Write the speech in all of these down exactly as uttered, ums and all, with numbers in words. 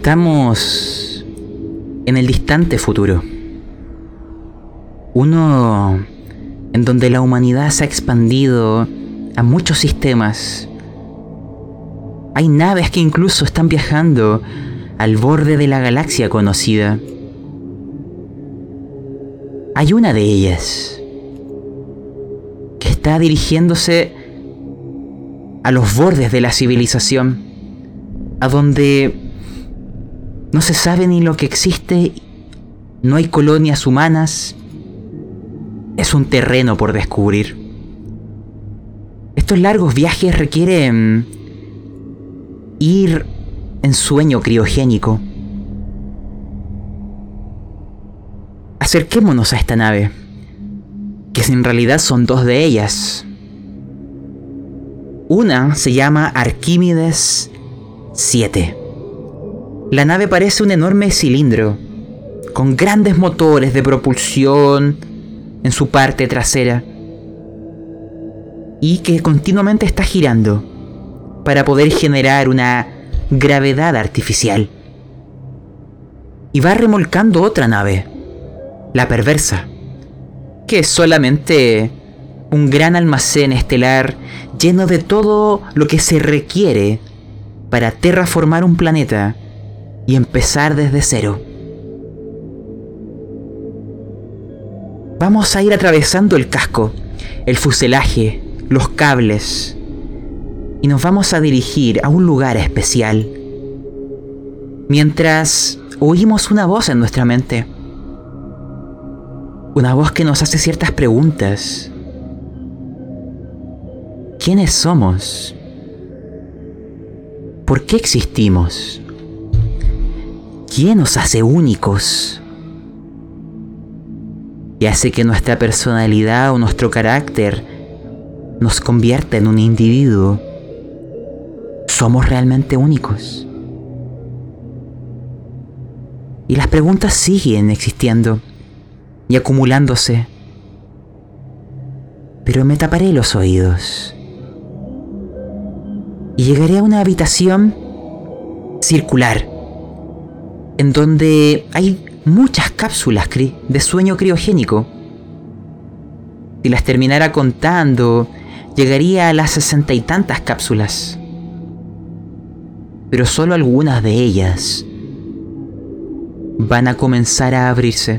Estamos en el distante futuro. Uno en donde la humanidad se ha expandido a muchos sistemas. Hay naves que incluso están viajando al borde de la galaxia conocida. Hay una de ellas que está dirigiéndose a los bordes de la civilización, a donde no se sabe ni lo que existe, no hay colonias humanas, es un terreno por descubrir. Estos largos viajes requieren ir en sueño criogénico. Acerquémonos a esta nave, que en realidad son dos de ellas. Una se llama Arquímedes siete. La nave parece un enorme cilindro, con grandes motores de propulsión en su parte trasera, y que continuamente está girando para poder generar una gravedad artificial. Y va remolcando otra nave, la Perversa, que es solamente un gran almacén estelar lleno de todo lo que se requiere para terraformar un planeta y empezar desde cero. Vamos a ir atravesando el casco, el fuselaje, los cables, y nos vamos a dirigir a un lugar especial, mientras oímos una voz en nuestra mente. Una voz que nos hace ciertas preguntas. ¿Quiénes somos? ¿Por qué existimos? ¿Quién nos hace únicos? Y hace que nuestra personalidad o nuestro carácter nos convierta en un individuo. ¿Somos realmente únicos? Y las preguntas siguen existiendo y acumulándose. Pero me taparé los oídos y llegaré a una habitación circular en donde hay muchas cápsulas de sueño criogénico. Si las terminara contando, llegaría a las sesenta y tantas cápsulas. Pero solo algunas de ellas van a comenzar a abrirse.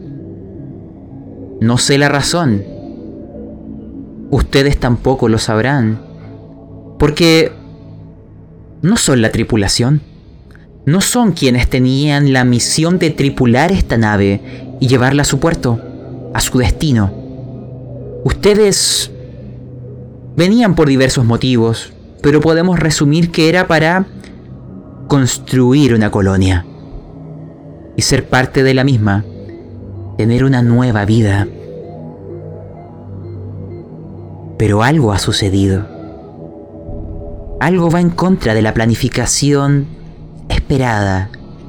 No sé la razón. Ustedes tampoco lo sabrán. Porque no son la tripulación. No son quienes tenían la misión de tripular esta nave y llevarla a su puerto, a su destino. Ustedes venían por diversos motivos, pero podemos resumir que era para construir una colonia y ser parte de la misma, tener una nueva vida. Pero algo ha sucedido. Algo va en contra de la planificación esperada.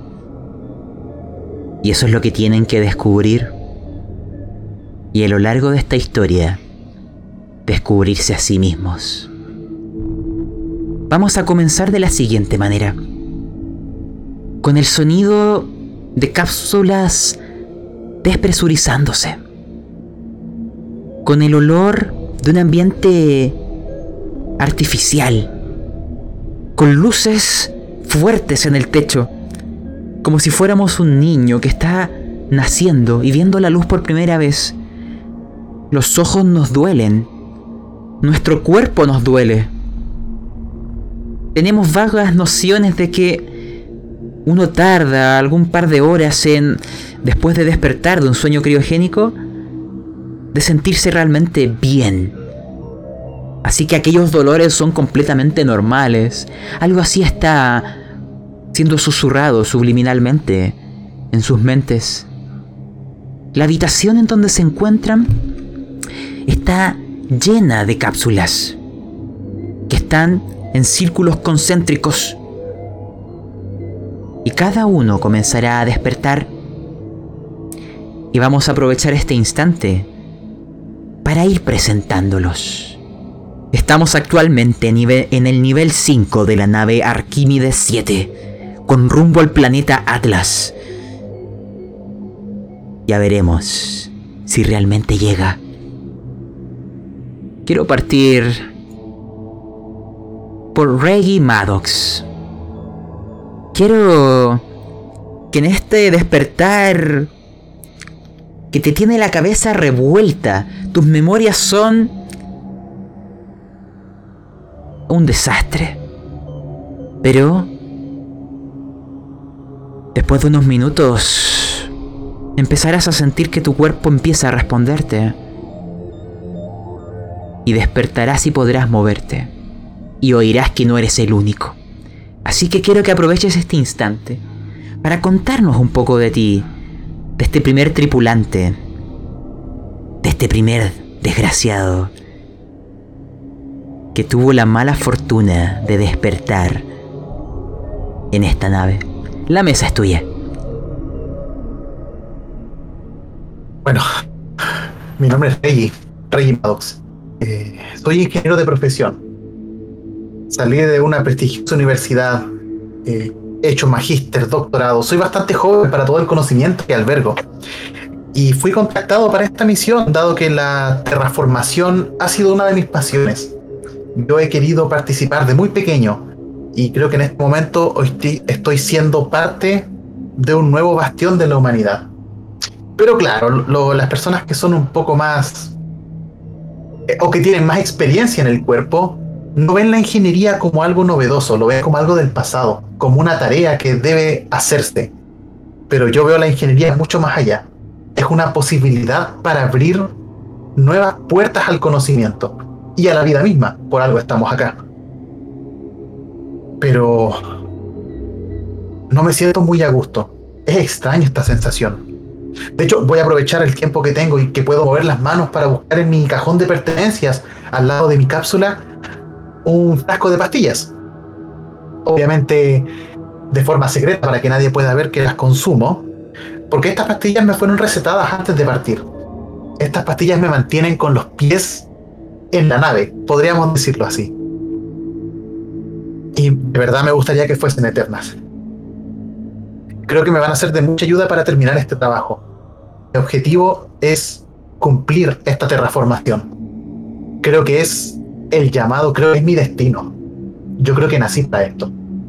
Y eso es lo que tienen que descubrir. Y a lo largo de esta historia, descubrirse a sí mismos. Vamos a comenzar de la siguiente manera. Con el sonido de cápsulas despresurizándose. Con el olor de un ambiente artificial. Con luces fuertes en el techo, como si fuéramos un niño que está naciendo y viendo la luz por primera vez. Los ojos nos duelen, nuestro cuerpo nos duele. Tenemos vagas nociones de que uno tarda algún par de horas en, después de despertar de un sueño criogénico, de sentirse realmente bien. Así que aquellos dolores son completamente normales. Algo así está siendo susurrado subliminalmente en sus mentes. La habitación en donde se encuentran está llena de cápsulas que están en círculos concéntricos. Y cada uno comenzará a despertar. Y vamos a aprovechar este instante para ir presentándolos. Estamos actualmente en el nivel cinco de la nave Arquímedes siete. con rumbo al planeta Atlas. Ya veremos si realmente llega. Quiero partir por Reggie Maddox. Quiero que en este despertar que te tiene la cabeza revuelta, tus memorias son un desastre. Pero después de unos minutos empezarás a sentir que tu cuerpo empieza a responderte. Y despertarás y podrás moverte. Y oirás que no eres el único. Así que quiero que aproveches este instante para contarnos un poco de ti, de este primer tripulante, de este primer desgraciado que tuvo la mala fortuna de despertar en esta nave. La mesa es tuya. Bueno, mi nombre es Reggie, Reggie Maddox. Eh, soy ingeniero de profesión. Salí de una prestigiosa universidad, eh, he hecho magíster, doctorado. Soy bastante joven para todo el conocimiento que albergo. Y fui contactado para esta misión, dado que la terraformación ha sido una de mis pasiones. Yo he querido participar de muy pequeño y creo que en este momento estoy, estoy siendo parte de un nuevo bastión de la humanidad. Pero claro, lo, las personas que son un poco más eh, o que tienen más experiencia en el cuerpo no ven la ingeniería como algo novedoso, lo ven como algo del pasado, como una tarea que debe hacerse. Pero yo veo la ingeniería mucho más allá. Es una posibilidad para abrir nuevas puertas al conocimiento y a la vida misma. Por algo estamos acá. Pero no me siento muy a gusto. Es extraña esta sensación. De hecho, voy a aprovechar el tiempo que tengo y que puedo mover las manos para buscar en mi cajón de pertenencias, al lado de mi cápsula, un frasco de pastillas. Obviamente de forma secreta para que nadie pueda ver que las consumo, porque estas pastillas me fueron recetadas antes de partir. Estas pastillas me mantienen con los pies en la nave, podríamos decirlo así. Y de verdad me gustaría que fuesen eternas. Creo que me van a ser de mucha ayuda para terminar este trabajo. Mi objetivo es cumplir esta terraformación. Creo que es el llamado, creo que es mi destino. Yo creo que nací para esto.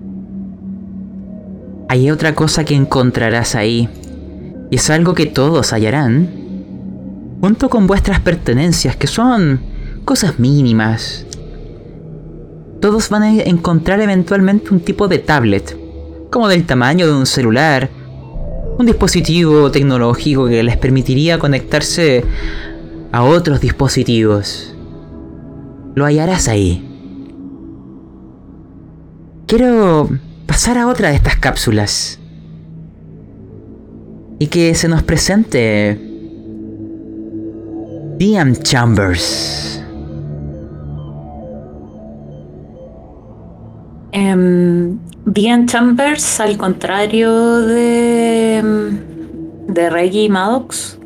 Hay otra cosa que encontrarás ahí, y es algo que todos hallarán, junto con vuestras pertenencias, que son cosas mínimas. Todos van a encontrar eventualmente un tipo de tablet, como del tamaño de un celular, un dispositivo tecnológico que les permitiría conectarse a otros dispositivos. Lo hallarás ahí. Quiero pasar a otra de estas cápsulas y que se nos presente D M Chambers. Um, D M Chambers, al contrario de, de Reggie Maddox,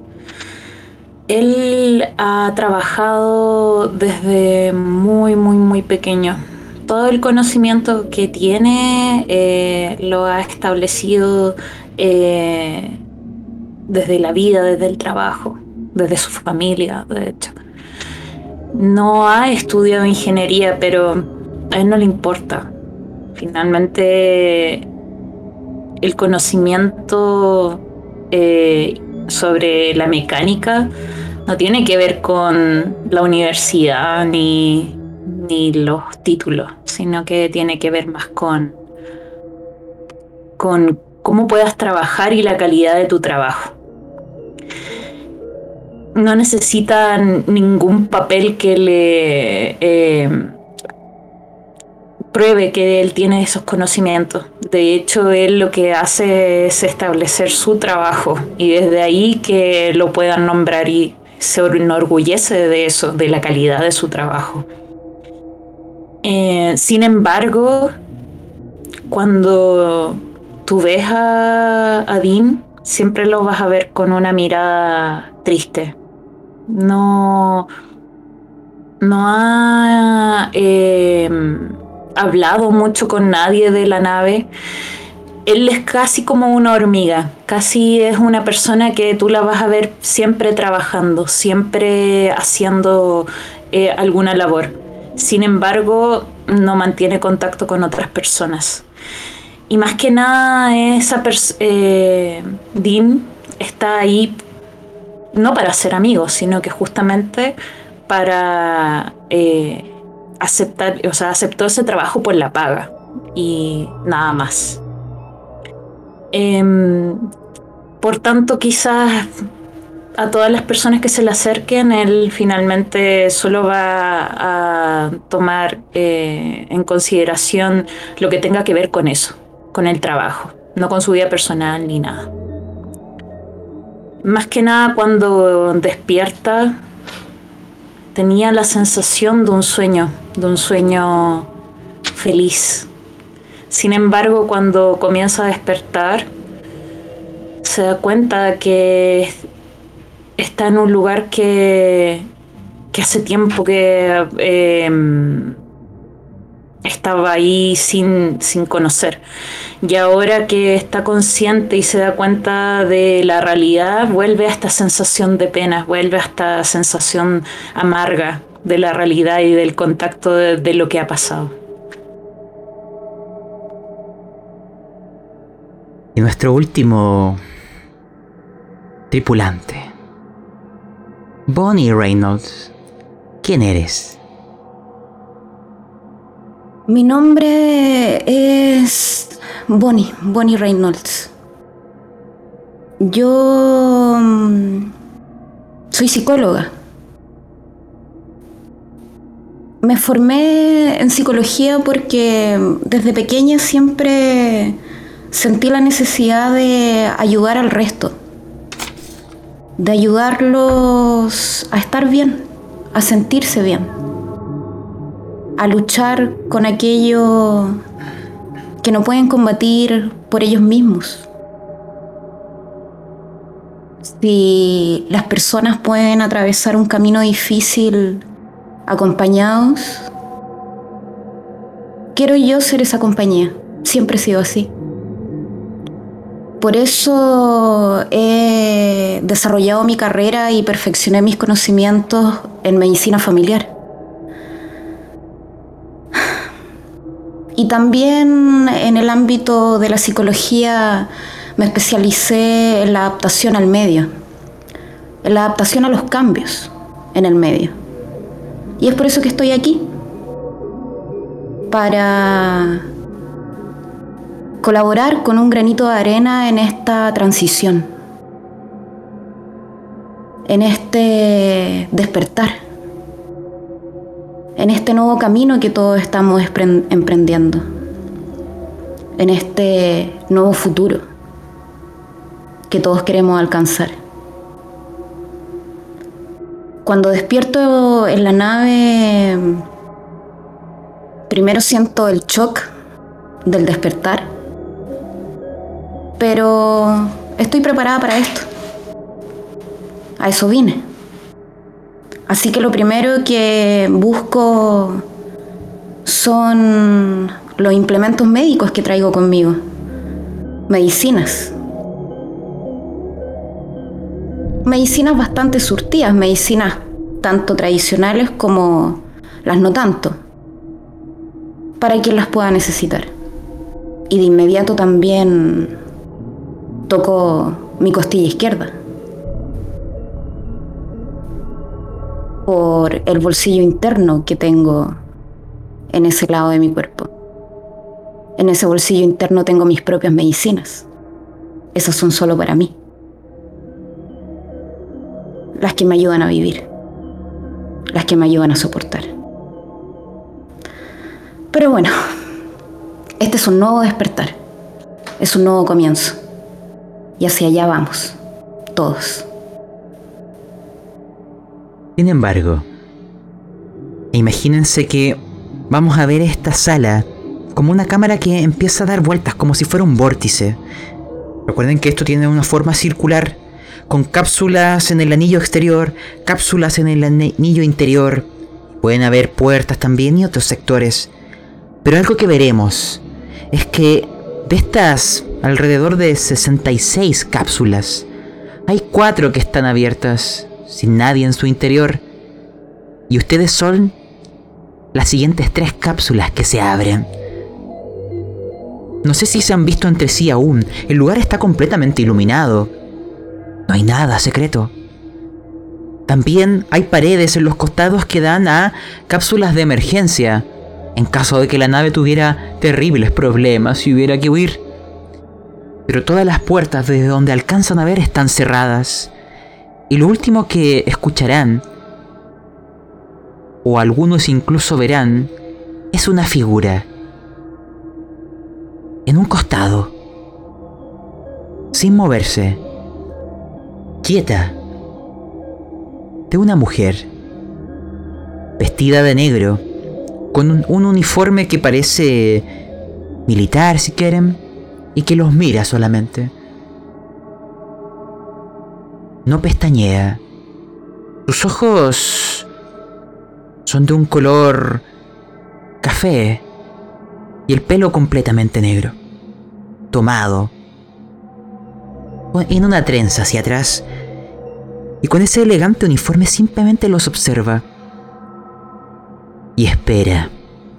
él ha trabajado desde muy, muy, muy pequeño. Todo el conocimiento que tiene eh, lo ha establecido eh, desde la vida, desde el trabajo, desde su familia, de hecho. No ha estudiado ingeniería, pero a él no le importa. Finalmente, el conocimiento eh, sobre la mecánica no tiene que ver con la universidad ni, ni los títulos, sino que tiene que ver más con, con cómo puedas trabajar y la calidad de tu trabajo. No necesitan ningún papel que le eh, pruebe que él tiene esos conocimientos. De hecho, él lo que hace es establecer su trabajo y desde ahí que lo puedan nombrar, y se enorgullece de eso, de la calidad de su trabajo. Eh, sin embargo, cuando tú ves a, a Dean, siempre lo vas a ver con una mirada triste. No, no ha eh, hablado mucho con nadie de la nave. él es casi como una hormiga, casi es una persona que tú la vas a ver siempre trabajando, siempre haciendo eh, alguna labor. Sin embargo, no mantiene contacto con otras personas. Y más que nada, esa pers- eh, Dean está ahí no para ser amigos, sino que justamente para eh, aceptar, o sea, aceptó ese trabajo por la paga y nada más. Eh, por tanto, quizás a todas las personas que se le acerquen, él finalmente solo va a tomar eh, en consideración lo que tenga que ver con eso, con el trabajo, no con su vida personal ni nada. Más que nada, cuando despierta, tenía la sensación de un sueño, de un sueño feliz. Sin embargo, cuando comienza a despertar, se da cuenta que está en un lugar que, que hace tiempo que eh, estaba ahí sin, sin conocer. Y ahora que está consciente y se da cuenta de la realidad, vuelve a esta sensación de pena, vuelve a esta sensación amarga de la realidad y del contacto de, de lo que ha pasado. Y nuestro último tripulante, Bonnie Reynolds, ¿quién eres? Mi nombre es Bonnie, Bonnie Reynolds. Yo mm, soy psicóloga. Me formé en psicología porque desde pequeña siempre sentí la necesidad de ayudar al resto, de ayudarlos a estar bien, a sentirse bien, a luchar con aquello que no pueden combatir por ellos mismos. Si las personas pueden atravesar un camino difícil acompañados, quiero yo ser esa compañía. Siempre he sido así. Por eso he desarrollado mi carrera y perfeccioné mis conocimientos en medicina familiar. Y también en el ámbito de la psicología me especialicé en la adaptación al medio, en la adaptación a los cambios en el medio. Y es por eso que estoy aquí, para colaborar con un granito de arena en esta transición, en este despertar, en este nuevo camino que todos estamos emprendiendo, en este nuevo futuro que todos queremos alcanzar. Cuando despierto en la nave, primero siento el shock del despertar, pero estoy preparada para esto. A eso vine. Así que lo primero que busco son los implementos médicos que traigo conmigo. Medicinas. Medicinas bastante surtidas, medicinas tanto tradicionales como las no tanto, para quien las pueda necesitar. Y de inmediato también toco mi costilla izquierda, por el bolsillo interno que tengo en ese lado de mi cuerpo. En ese bolsillo interno tengo mis propias medicinas. Esas son solo para mí, las que me ayudan a vivir, las que me ayudan a soportar. Pero bueno, este es un nuevo despertar, es un nuevo comienzo. Y hacia allá vamos, todos. Sin embargo, imagínense que vamos a ver esta sala como una cámara que empieza a dar vueltas como si fuera un vórtice. Recuerden que esto tiene una forma circular, con cápsulas en el anillo exterior, cápsulas en el anillo interior. Pueden haber puertas también y otros sectores. Pero algo que veremos es que de estas alrededor de sesenta y seis cápsulas. Hay cuatro que están abiertas, sin nadie en su interior. Y ustedes son las siguientes tres cápsulas que se abren. No sé si se han visto entre sí aún. El lugar está completamente iluminado. No hay nada secreto. También hay paredes en los costados que dan a cápsulas de emergencia, en caso de que la nave tuviera terribles problemas y hubiera que huir. Pero todas las puertas desde donde alcanzan a ver están cerradas. Y lo último que escucharán, o algunos incluso verán, es una figura en un costado, sin moverse, quieta, de una mujer vestida de negro, con un, un uniforme que parece militar, si quieren, y que los mira solamente. No pestañea. Sus ojos son de un color café y el pelo completamente negro, tomado, en una trenza hacia atrás, y con ese elegante uniforme simplemente los observa y espera.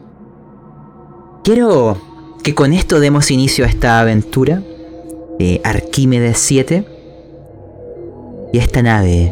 Quiero que con esto demos inicio a esta aventura de Arquímedes siete y a esta nave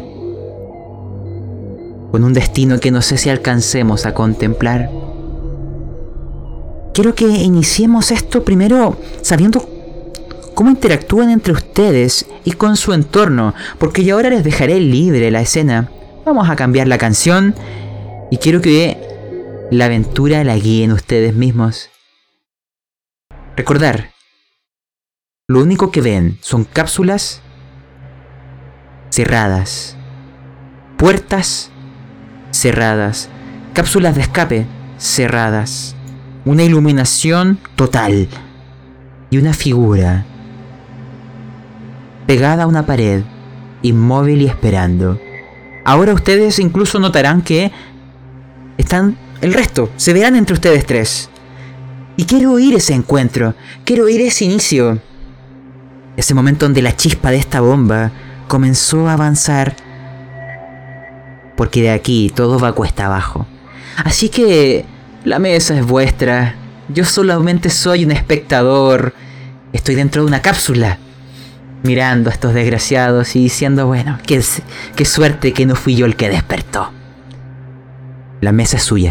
con un destino que no sé si alcancemos a contemplar. Quiero que iniciemos esto primero sabiendo cómo interactúan entre ustedes y con su entorno, porque yo ahora les dejaré libre la escena. Vamos a cambiar la canción y quiero que la aventura la guíen ustedes mismos. Recordar, lo único que ven son cápsulas cerradas, puertas cerradas, cápsulas de escape cerradas, una iluminación total y una figura pegada a una pared, inmóvil y esperando. Ahora ustedes incluso notarán que están el resto, se verán entre ustedes tres. Y quiero oír ese encuentro, quiero oír ese inicio, ese momento donde la chispa de esta bomba comenzó a avanzar, porque de aquí todo va cuesta abajo. Así que la mesa es vuestra, yo solamente soy un espectador, estoy dentro de una cápsula, mirando a estos desgraciados y diciendo, bueno, qué, qué suerte que no fui yo el que despertó. La mesa es suya.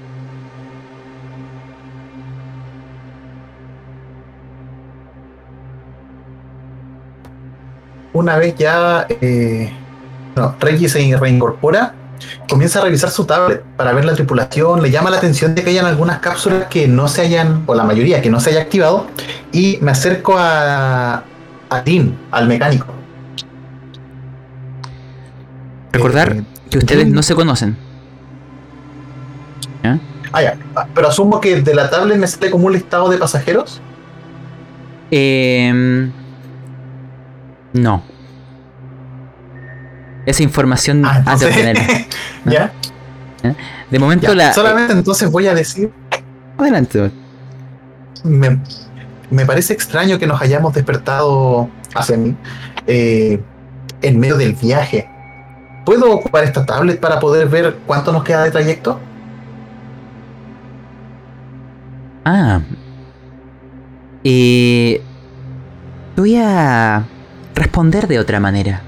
Una vez ya eh, no, Reggie se reincorpora, comienza a revisar su tablet para ver la tripulación, le llama la atención de que hayan algunas cápsulas que no se hayan, o la mayoría que no se haya activado, y me acerco a a Dean, al mecánico. Recordar eh, que ustedes Dean no se conocen. ¿Eh? Ah, ya. Pero asumo que de la tablet me sale como un listado de pasajeros. Eh, no. Esa información ah, has de obtenerla. ¿No? ¿Ya? ¿Eh? De momento ya, la... Solamente eh, entonces voy a decir... Adelante. Me... Me parece extraño que nos hayamos despertado hacia mí eh, en medio del viaje. ¿Puedo ocupar esta tablet para poder ver cuánto nos queda de trayecto? Ah. Eh, voy a responder de otra manera.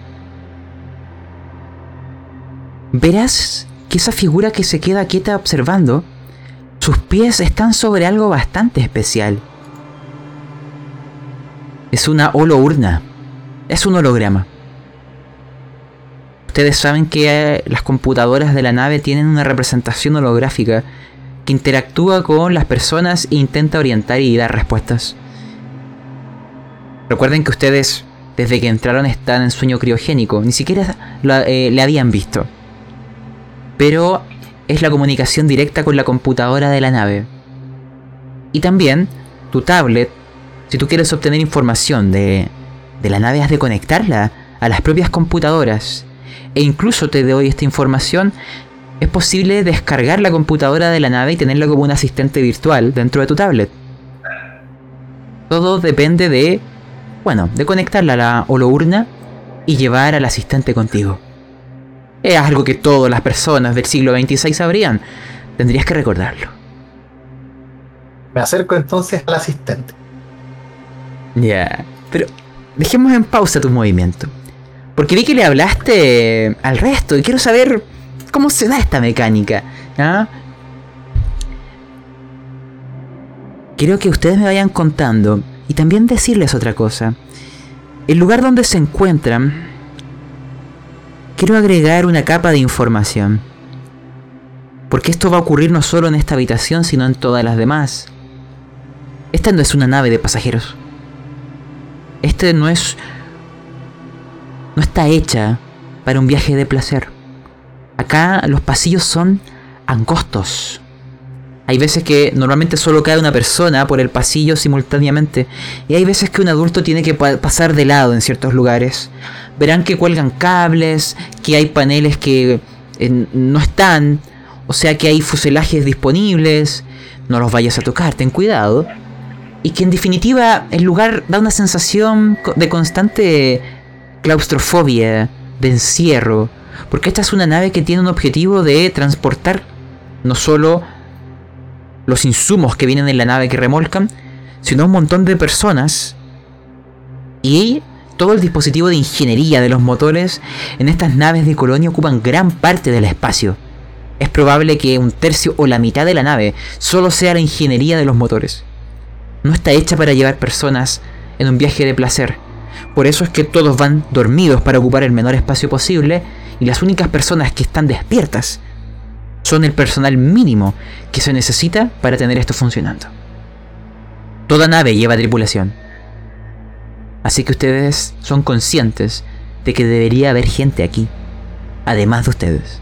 Verás que esa figura que se queda quieta observando, sus pies están sobre algo bastante especial. Es una holourna. Es un holograma. Ustedes saben que las computadoras de la nave tienen una representación holográfica que interactúa con las personas e intenta orientar y dar respuestas. Recuerden que ustedes, desde que entraron, están en sueño criogénico. Ni siquiera la, eh, le habían visto. Pero es la comunicación directa con la computadora de la nave. Y también tu tablet, si tú quieres obtener información de, de la nave, has de conectarla a las propias computadoras. E incluso te doy esta información, es posible descargar la computadora de la nave y tenerla como un asistente virtual dentro de tu tablet. Todo depende de Bueno, de conectarla a la holourna y llevar al asistente contigo. Es algo que todas las personas del siglo veintiséis sabrían. Tendrías que recordarlo. Me acerco entonces al asistente. Ya, yeah. Pero dejemos en pausa tu movimiento. Porque vi que le hablaste al resto y quiero saber cómo se da esta mecánica. ¿Ah? Quiero que ustedes me vayan contando y también decirles otra cosa. El lugar donde se encuentran, quiero agregar una capa de información. Porque esto va a ocurrir no solo en esta habitación, sino en todas las demás. Esta no es una nave de pasajeros. Este no es... No está hecha para un viaje de placer. Acá los pasillos son angostos. Hay veces que normalmente solo cae una persona por el pasillo simultáneamente. Y hay veces que un adulto tiene que pa- pasar de lado en ciertos lugares. Verán que cuelgan cables, que hay paneles que eh, no están. O sea que hay fuselajes disponibles. No los vayas a tocar, ten cuidado. Y que en definitiva el lugar da una sensación de constante claustrofobia, de encierro. Porque esta es una nave que tiene un objetivo de transportar no solo los insumos que vienen en la nave que remolcan, sino un montón de personas. Y todo el dispositivo de ingeniería de los motores en estas naves de colonia ocupan gran parte del espacio. Es probable que un tercio o la mitad de la nave solo sea la ingeniería de los motores. No está hecha para llevar personas en un viaje de placer. Por eso es que todos van dormidos para ocupar el menor espacio posible, y las únicas personas que están despiertas son el personal mínimo que se necesita para tener esto funcionando. Toda nave lleva tripulación. Así que ustedes son conscientes de que debería haber gente aquí, además de ustedes.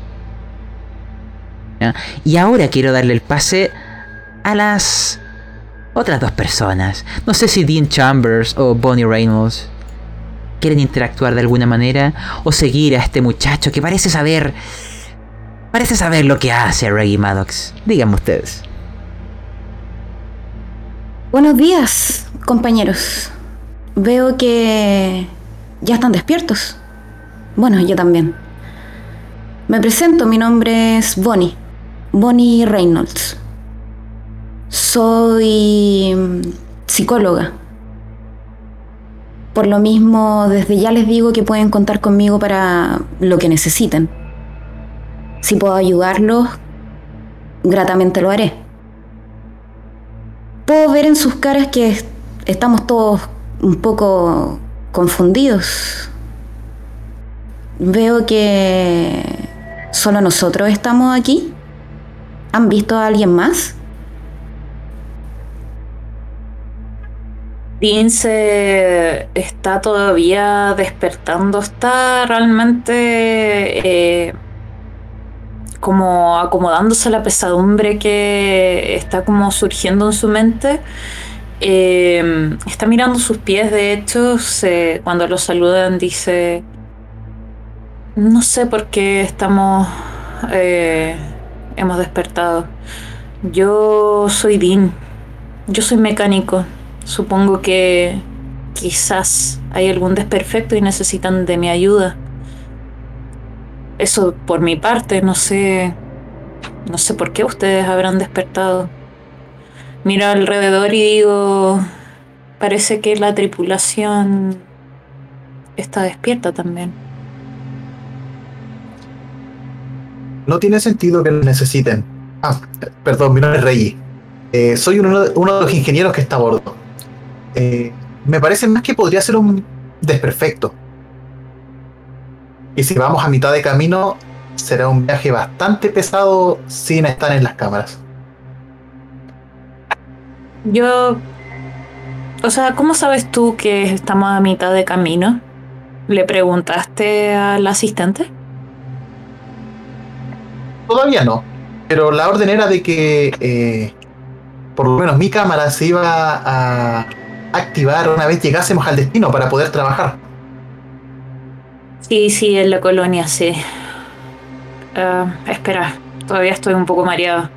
¿Ya? Y ahora quiero darle el pase a las otras dos personas. No sé si Dean Chambers o Bonnie Reynolds quieren interactuar de alguna manera o seguir a este muchacho que parece saber... Parece saber lo que hace Reggie Maddox. Díganme ustedes. Buenos días, compañeros. Veo que ya están despiertos. Bueno, yo también. Me presento, mi nombre es Bonnie. Bonnie Reynolds. Soy psicóloga. Por lo mismo, desde ya les digo que pueden contar conmigo para lo que necesiten. Si puedo ayudarlos, gratamente lo haré. Puedo ver en sus caras que estamos todos un poco confundidos. Veo que solo nosotros estamos aquí. ¿Han visto a alguien más? Dean se está todavía despertando, está realmente eh, como acomodándose a la pesadumbre que está como surgiendo en su mente. Eh, está mirando sus pies, de hecho, se, cuando lo saludan dice: no sé por qué estamos eh, hemos despertado. Yo soy Dean, yo soy mecánico. Supongo que quizás hay algún desperfecto y necesitan de mi ayuda. Eso por mi parte, no sé, no sé por qué ustedes habrán despertado. Miro alrededor y digo, parece que la tripulación está despierta también. No tiene sentido que nos necesiten. Ah, perdón, mi nombre es Reggie. Eh, soy uno de, uno de los ingenieros que está a bordo. Eh, me parece más que podría ser un desperfecto. Y si vamos a mitad de camino, será un viaje bastante pesado sin estar en las cámaras. Yo... O sea, ¿cómo sabes tú que estamos a mitad de camino? ¿Le preguntaste al asistente? Todavía no, pero la orden era de que eh, por lo menos mi cámara se iba a activar una vez llegásemos al destino para poder trabajar. Sí, sí, en la colonia, sí. Uh, espera, todavía estoy un poco mareada.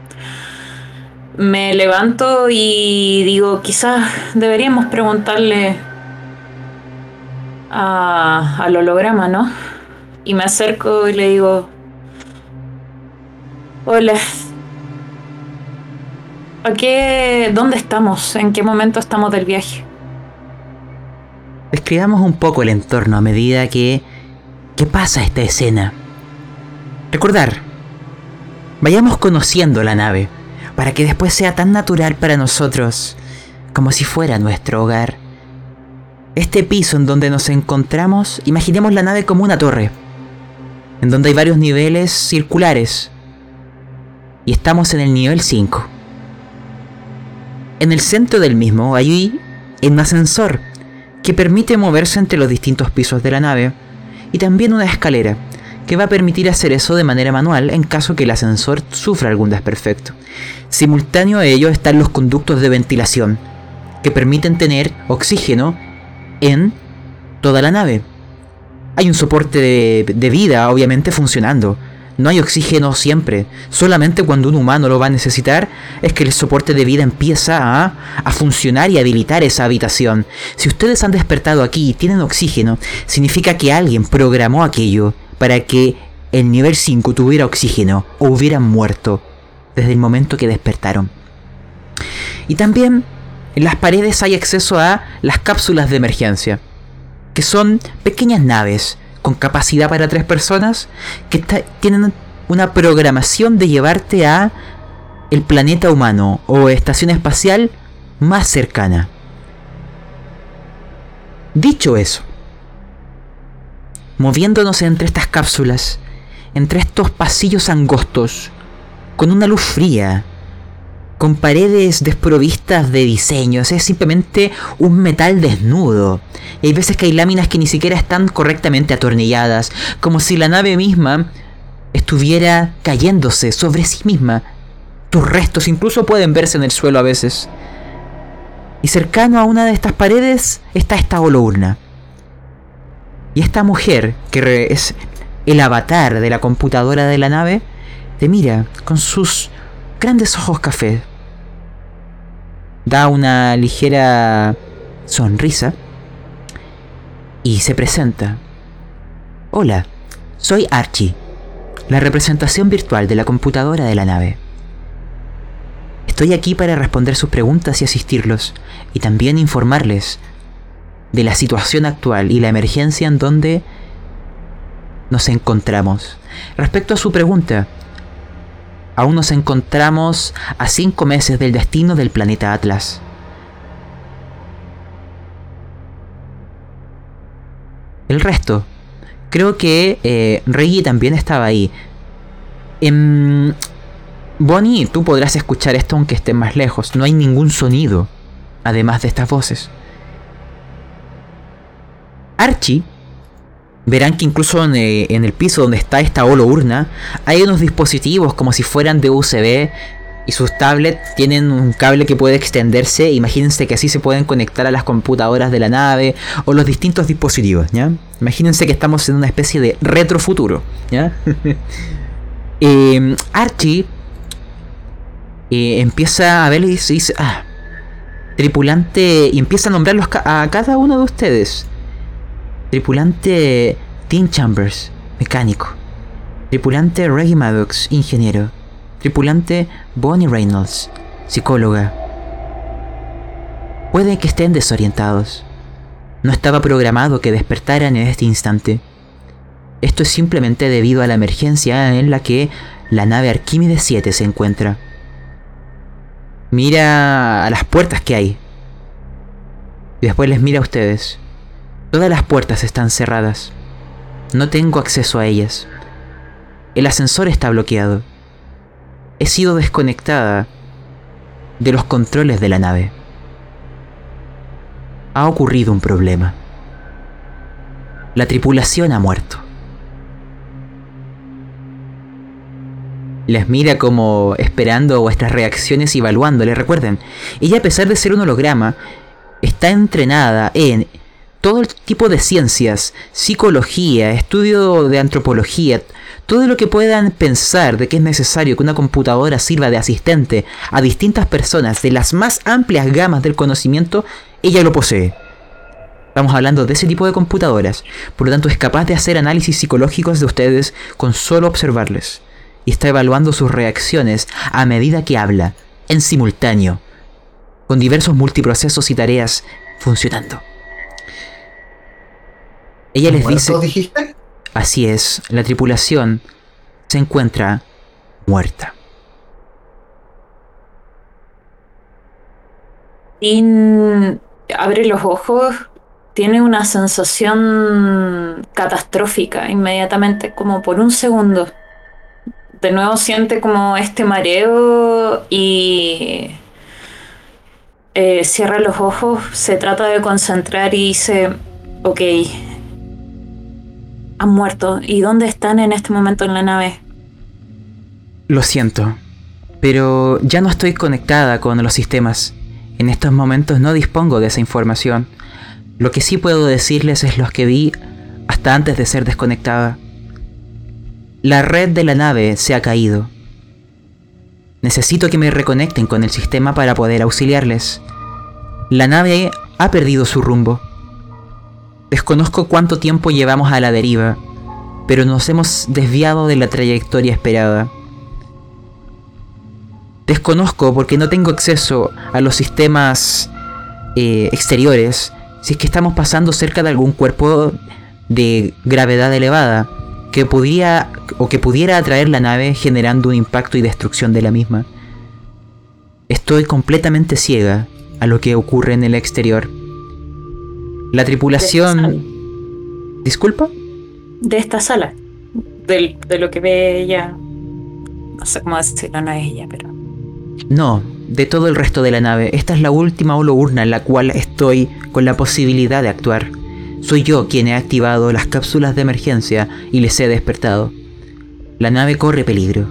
Me levanto y digo, quizás deberíamos preguntarle a, al holograma, ¿no? Y me acerco y le digo, hola, ¿a qué, dónde estamos? ¿En qué momento estamos del viaje? Describamos un poco el entorno a medida que, que pasa esta escena. Recordar, vayamos conociendo la nave, para que después sea tan natural para nosotros como si fuera nuestro hogar. Este piso en donde nos encontramos, imaginemos la nave como una torre, en donde hay varios niveles circulares, y estamos en el nivel cinco. En el centro del mismo hay un ascensor que permite moverse entre los distintos pisos de la nave, y también una escalera que va a permitir hacer eso de manera manual en caso que el ascensor sufra algún desperfecto. Simultáneo a ello están los conductos de ventilación que permiten tener oxígeno en toda la nave. Hay un soporte de, de vida obviamente funcionando. No hay oxígeno siempre, solamente cuando un humano lo va a necesitar es que el soporte de vida empieza a, a funcionar y habilitar esa habitación. Si ustedes han despertado aquí y tienen oxígeno, significa que alguien programó aquello para que el nivel cinco tuviera oxígeno o hubieran muerto desde el momento que despertaron. Y también en las paredes hay acceso a las cápsulas de emergencia, que son pequeñas naves con capacidad para tres personas que ta- tienen una programación de llevarte a el planeta humano o estación espacial más cercana. Dicho eso, moviéndonos entre estas cápsulas, entre estos pasillos angostos, con una luz fría, con paredes desprovistas de diseños, es simplemente un metal desnudo. Y hay veces que hay láminas que ni siquiera están correctamente atornilladas, como si la nave misma estuviera cayéndose sobre sí misma. Tus restos incluso pueden verse en el suelo a veces. Y cercano a una de estas paredes está esta holourna. Y esta mujer, que es el avatar de la computadora de la nave, te mira con sus grandes ojos café. Da una ligera sonrisa y se presenta. Hola, soy Archie, la representación virtual de la computadora de la nave. Estoy aquí para responder sus preguntas y asistirlos, y también informarles de la situación actual y la emergencia en donde nos encontramos. Respecto a su pregunta, aún nos encontramos a cinco meses del destino del planeta Atlas. El resto, creo que eh, Reggie también estaba ahí. Eh, Bonnie, tú podrás escuchar esto aunque esté más lejos. No hay ningún sonido, además de estas voces. Archie, verán que incluso en, eh, en el piso donde está esta holourna hay unos dispositivos como si fueran de U S B, y sus tablets tienen un cable que puede extenderse. Imagínense que así se pueden conectar a las computadoras de la nave o los distintos dispositivos, ¿ya? Imagínense que estamos en una especie de retrofuturo, ¿ya? eh, Archie eh, empieza a ver y dice, ah, tripulante, y empieza a nombrarlos ca- a cada uno de ustedes. Tripulante Tim Chambers, mecánico. Tripulante Reggie Maddox, ingeniero. Tripulante Bonnie Reynolds, psicóloga. Puede que estén desorientados. No estaba programado que despertaran en este instante. Esto es simplemente debido a la emergencia en la que la nave Arquímedes siete se encuentra. Mira a las puertas que hay. Y después les mira a ustedes. Todas las puertas están cerradas. No tengo acceso a ellas. El ascensor está bloqueado. He sido desconectada de los controles de la nave. Ha ocurrido un problema. La tripulación ha muerto. Les mira como esperando vuestras reacciones y evaluándoles. Recuerden, ella, a pesar de ser un holograma, está entrenada en todo el tipo de ciencias, psicología, estudio de antropología, todo lo que puedan pensar de que es necesario que una computadora sirva de asistente a distintas personas de las más amplias gamas del conocimiento, ella lo posee. Estamos hablando de ese tipo de computadoras. Por lo tanto, es capaz de hacer análisis psicológicos de ustedes con solo observarles. Y está evaluando sus reacciones a medida que habla, en simultáneo, con diversos multiprocesos y tareas funcionando. Ella les dice... ¿Dijiste? Así es, la tripulación se encuentra muerta. Dean abre los ojos, tiene una sensación catastrófica inmediatamente, como por un segundo. De nuevo siente como este mareo y eh, cierra los ojos, se trata de concentrar y dice, ok, han muerto. ¿Y dónde están en este momento en la nave? Lo siento, pero ya no estoy conectada con los sistemas. En estos momentos no dispongo de esa información. Lo que sí puedo decirles es lo que vi hasta antes de ser desconectada. La red de la nave se ha caído. Necesito que me reconecten con el sistema para poder auxiliarles. La nave ha perdido su rumbo. Desconozco cuánto tiempo llevamos a la deriva, pero nos hemos desviado de la trayectoria esperada. Desconozco porque no tengo acceso a los sistemas eh, exteriores si es que estamos pasando cerca de algún cuerpo de gravedad elevada que pudiera o que pudiera atraer la nave generando un impacto y destrucción de la misma. Estoy completamente ciega a lo que ocurre en el exterior. La tripulación... ¿Disculpa? De esta sala. De, de lo que ve ella. No sé cómo decirlo, no es ella, pero... No, de todo el resto de la nave. Esta es la última holourna en la cual estoy con la posibilidad de actuar. Soy yo quien he activado las cápsulas de emergencia y les he despertado. La nave corre peligro.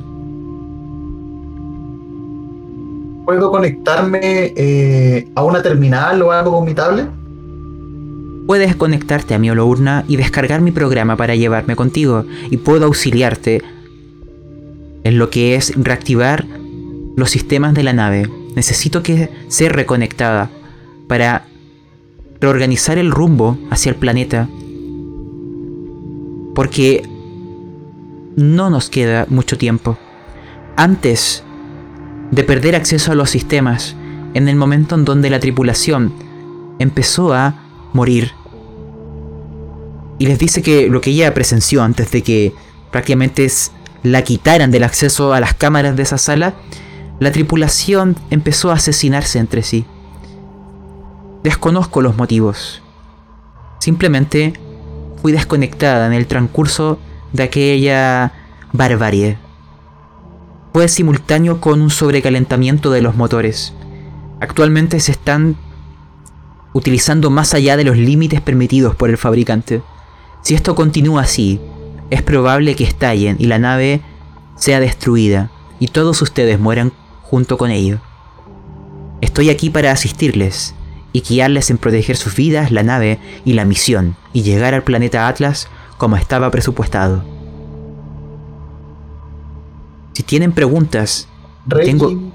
¿Puedo conectarme eh, a una terminal o algo conmutable? Puedes conectarte a mi holourna y descargar mi programa para llevarme contigo, y puedo auxiliarte en lo que es reactivar los sistemas de la nave. Necesito que sea reconectada para reorganizar el rumbo hacia el planeta, porque no nos queda mucho tiempo antes de perder acceso a los sistemas, en el momento en donde la tripulación empezó a morir. Y les dice que lo que ella presenció antes de que prácticamente la quitaran del acceso a las cámaras de esa sala, la tripulación empezó a asesinarse entre sí. Desconozco los motivos. Simplemente fui desconectada en el transcurso de aquella barbarie. Fue simultáneo con un sobrecalentamiento de los motores. Actualmente se están utilizando más allá de los límites permitidos por el fabricante. Si esto continúa así, es probable que estallen y la nave sea destruida y todos ustedes mueran junto con ello. Estoy aquí para asistirles y guiarles en proteger sus vidas, la nave y la misión, y llegar al planeta Atlas como estaba presupuestado. Si tienen preguntas, Reggie, tengo...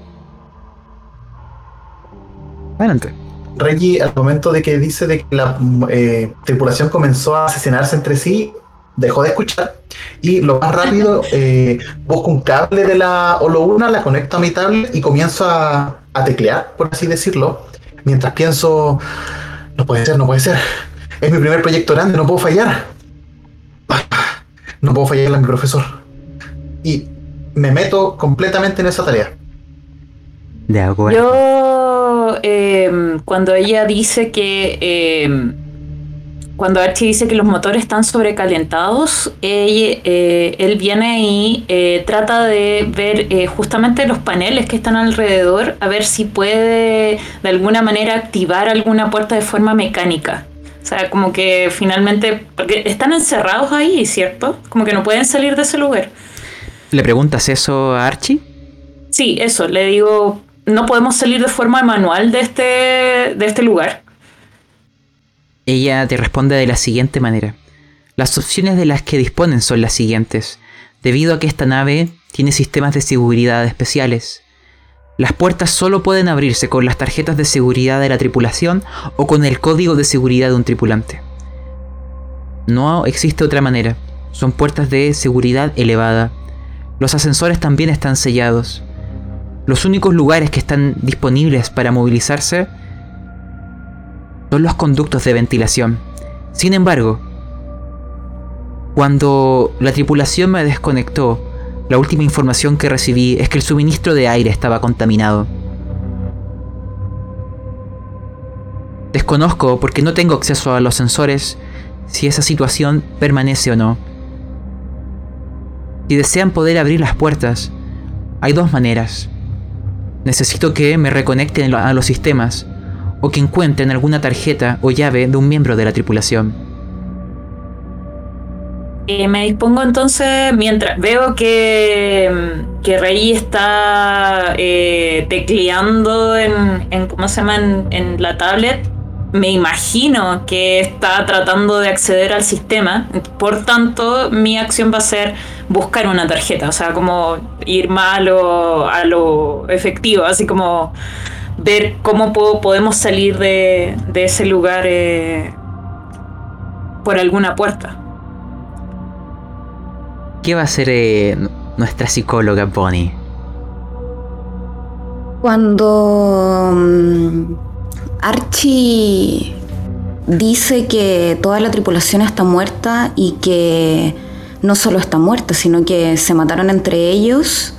Adelante. Reggie, al momento de que dice de que la eh, tripulación comenzó a asesinarse entre sí, dejó de escuchar y lo más rápido eh, busco un cable de la holourna, la conecto a mi tablet y comienzo a, a teclear, por así decirlo, mientras pienso, no puede ser, no puede ser, es mi primer proyecto grande, no puedo fallar, no puedo fallarle a mi profesor, y me meto completamente en esa tarea. De acuerdo. Yo, eh, cuando ella dice que eh, cuando Archie dice que los motores están sobrecalentados, él, eh, él viene y eh, trata de ver eh, justamente los paneles que están alrededor, a ver si puede de alguna manera activar alguna puerta de forma mecánica. O sea, como que finalmente, porque están encerrados ahí, ¿cierto? Como que no pueden salir de ese lugar. ¿Le preguntas eso a Archie? Sí, eso, le digo, no podemos salir de forma manual de este, de este lugar. Ella te responde de la siguiente manera. Las opciones de las que disponen son las siguientes. Debido a que esta nave tiene sistemas de seguridad especiales, Las puertas solo pueden abrirse con las tarjetas de seguridad de la tripulación o con el código de seguridad de un tripulante. No existe otra manera. Son puertas de seguridad elevada. Los ascensores también están sellados. Los únicos lugares que están disponibles para movilizarse son los conductos de ventilación. Sin embargo, cuando la tripulación me desconectó, la última información que recibí es que el suministro de aire estaba contaminado. Desconozco, porque no tengo acceso a los sensores, si esa situación permanece o no. Si desean poder abrir las puertas, hay dos maneras. Necesito que me reconecten a los sistemas, o que encuentren alguna tarjeta o llave de un miembro de la tripulación. Eh, me dispongo entonces, mientras veo que, que Rey está eh, tecleando en, en, ¿cómo se llama? En, en la tablet, me imagino que está tratando de acceder al sistema. Por tanto, mi acción va a ser buscar una tarjeta, o sea, como ir más a lo, a lo efectivo, así como ver cómo puedo, podemos salir de, de ese lugar eh, por alguna puerta. ¿Qué va a hacer eh, nuestra psicóloga Bonnie? Cuando um, Archie dice que toda la tripulación está muerta y que no solo está muerta, sino que se mataron entre ellos,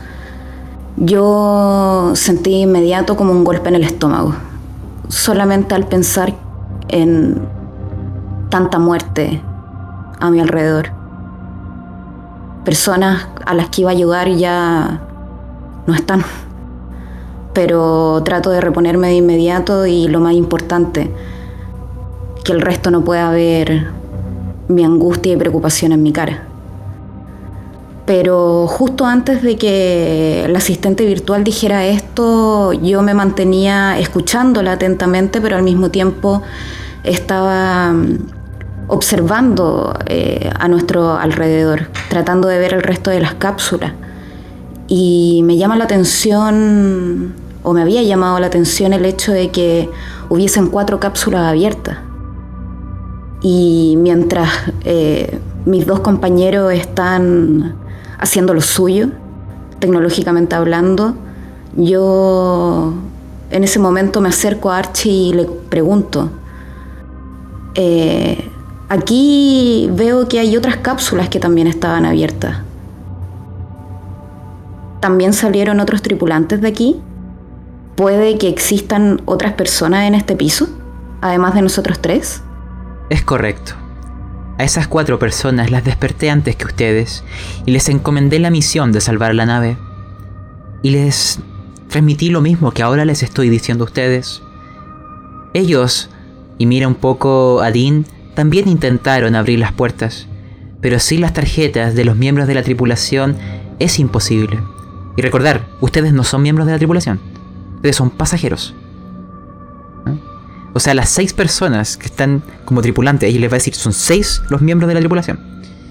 yo sentí inmediato como un golpe en el estómago. Solamente al pensar en tanta muerte a mi alrededor. Personas a las que iba a ayudar ya no están. Pero trato de reponerme de inmediato y lo más importante, que el resto no pueda ver mi angustia y preocupación en mi cara. Pero justo antes de que el asistente virtual dijera esto, yo me mantenía escuchándola atentamente, pero al mismo tiempo estaba observando eh, a nuestro alrededor, tratando de ver el resto de las cápsulas. Y me llama la atención, o me había llamado la atención el hecho de que hubiesen cuatro cápsulas abiertas. Y mientras eh, mis dos compañeros están haciendo lo suyo, tecnológicamente hablando, yo en ese momento me acerco a Archie y le pregunto, eh, aquí veo que hay otras cápsulas que también estaban abiertas. ¿También salieron otros tripulantes de aquí? ¿Puede que existan otras personas en este piso, además de nosotros tres? Es correcto. A esas cuatro personas las desperté antes que ustedes y les encomendé la misión de salvar la nave. Y les transmití lo mismo que ahora les estoy diciendo a ustedes. Ellos, y mira un poco a Dean, también intentaron abrir las puertas, pero sin las tarjetas de los miembros de la tripulación es imposible. Y recordar, ustedes no son miembros de la tripulación, ustedes son pasajeros. ¿Eh? O sea, las seis personas que están como tripulantes, ellos les va a decir, son seis los miembros de la tripulación.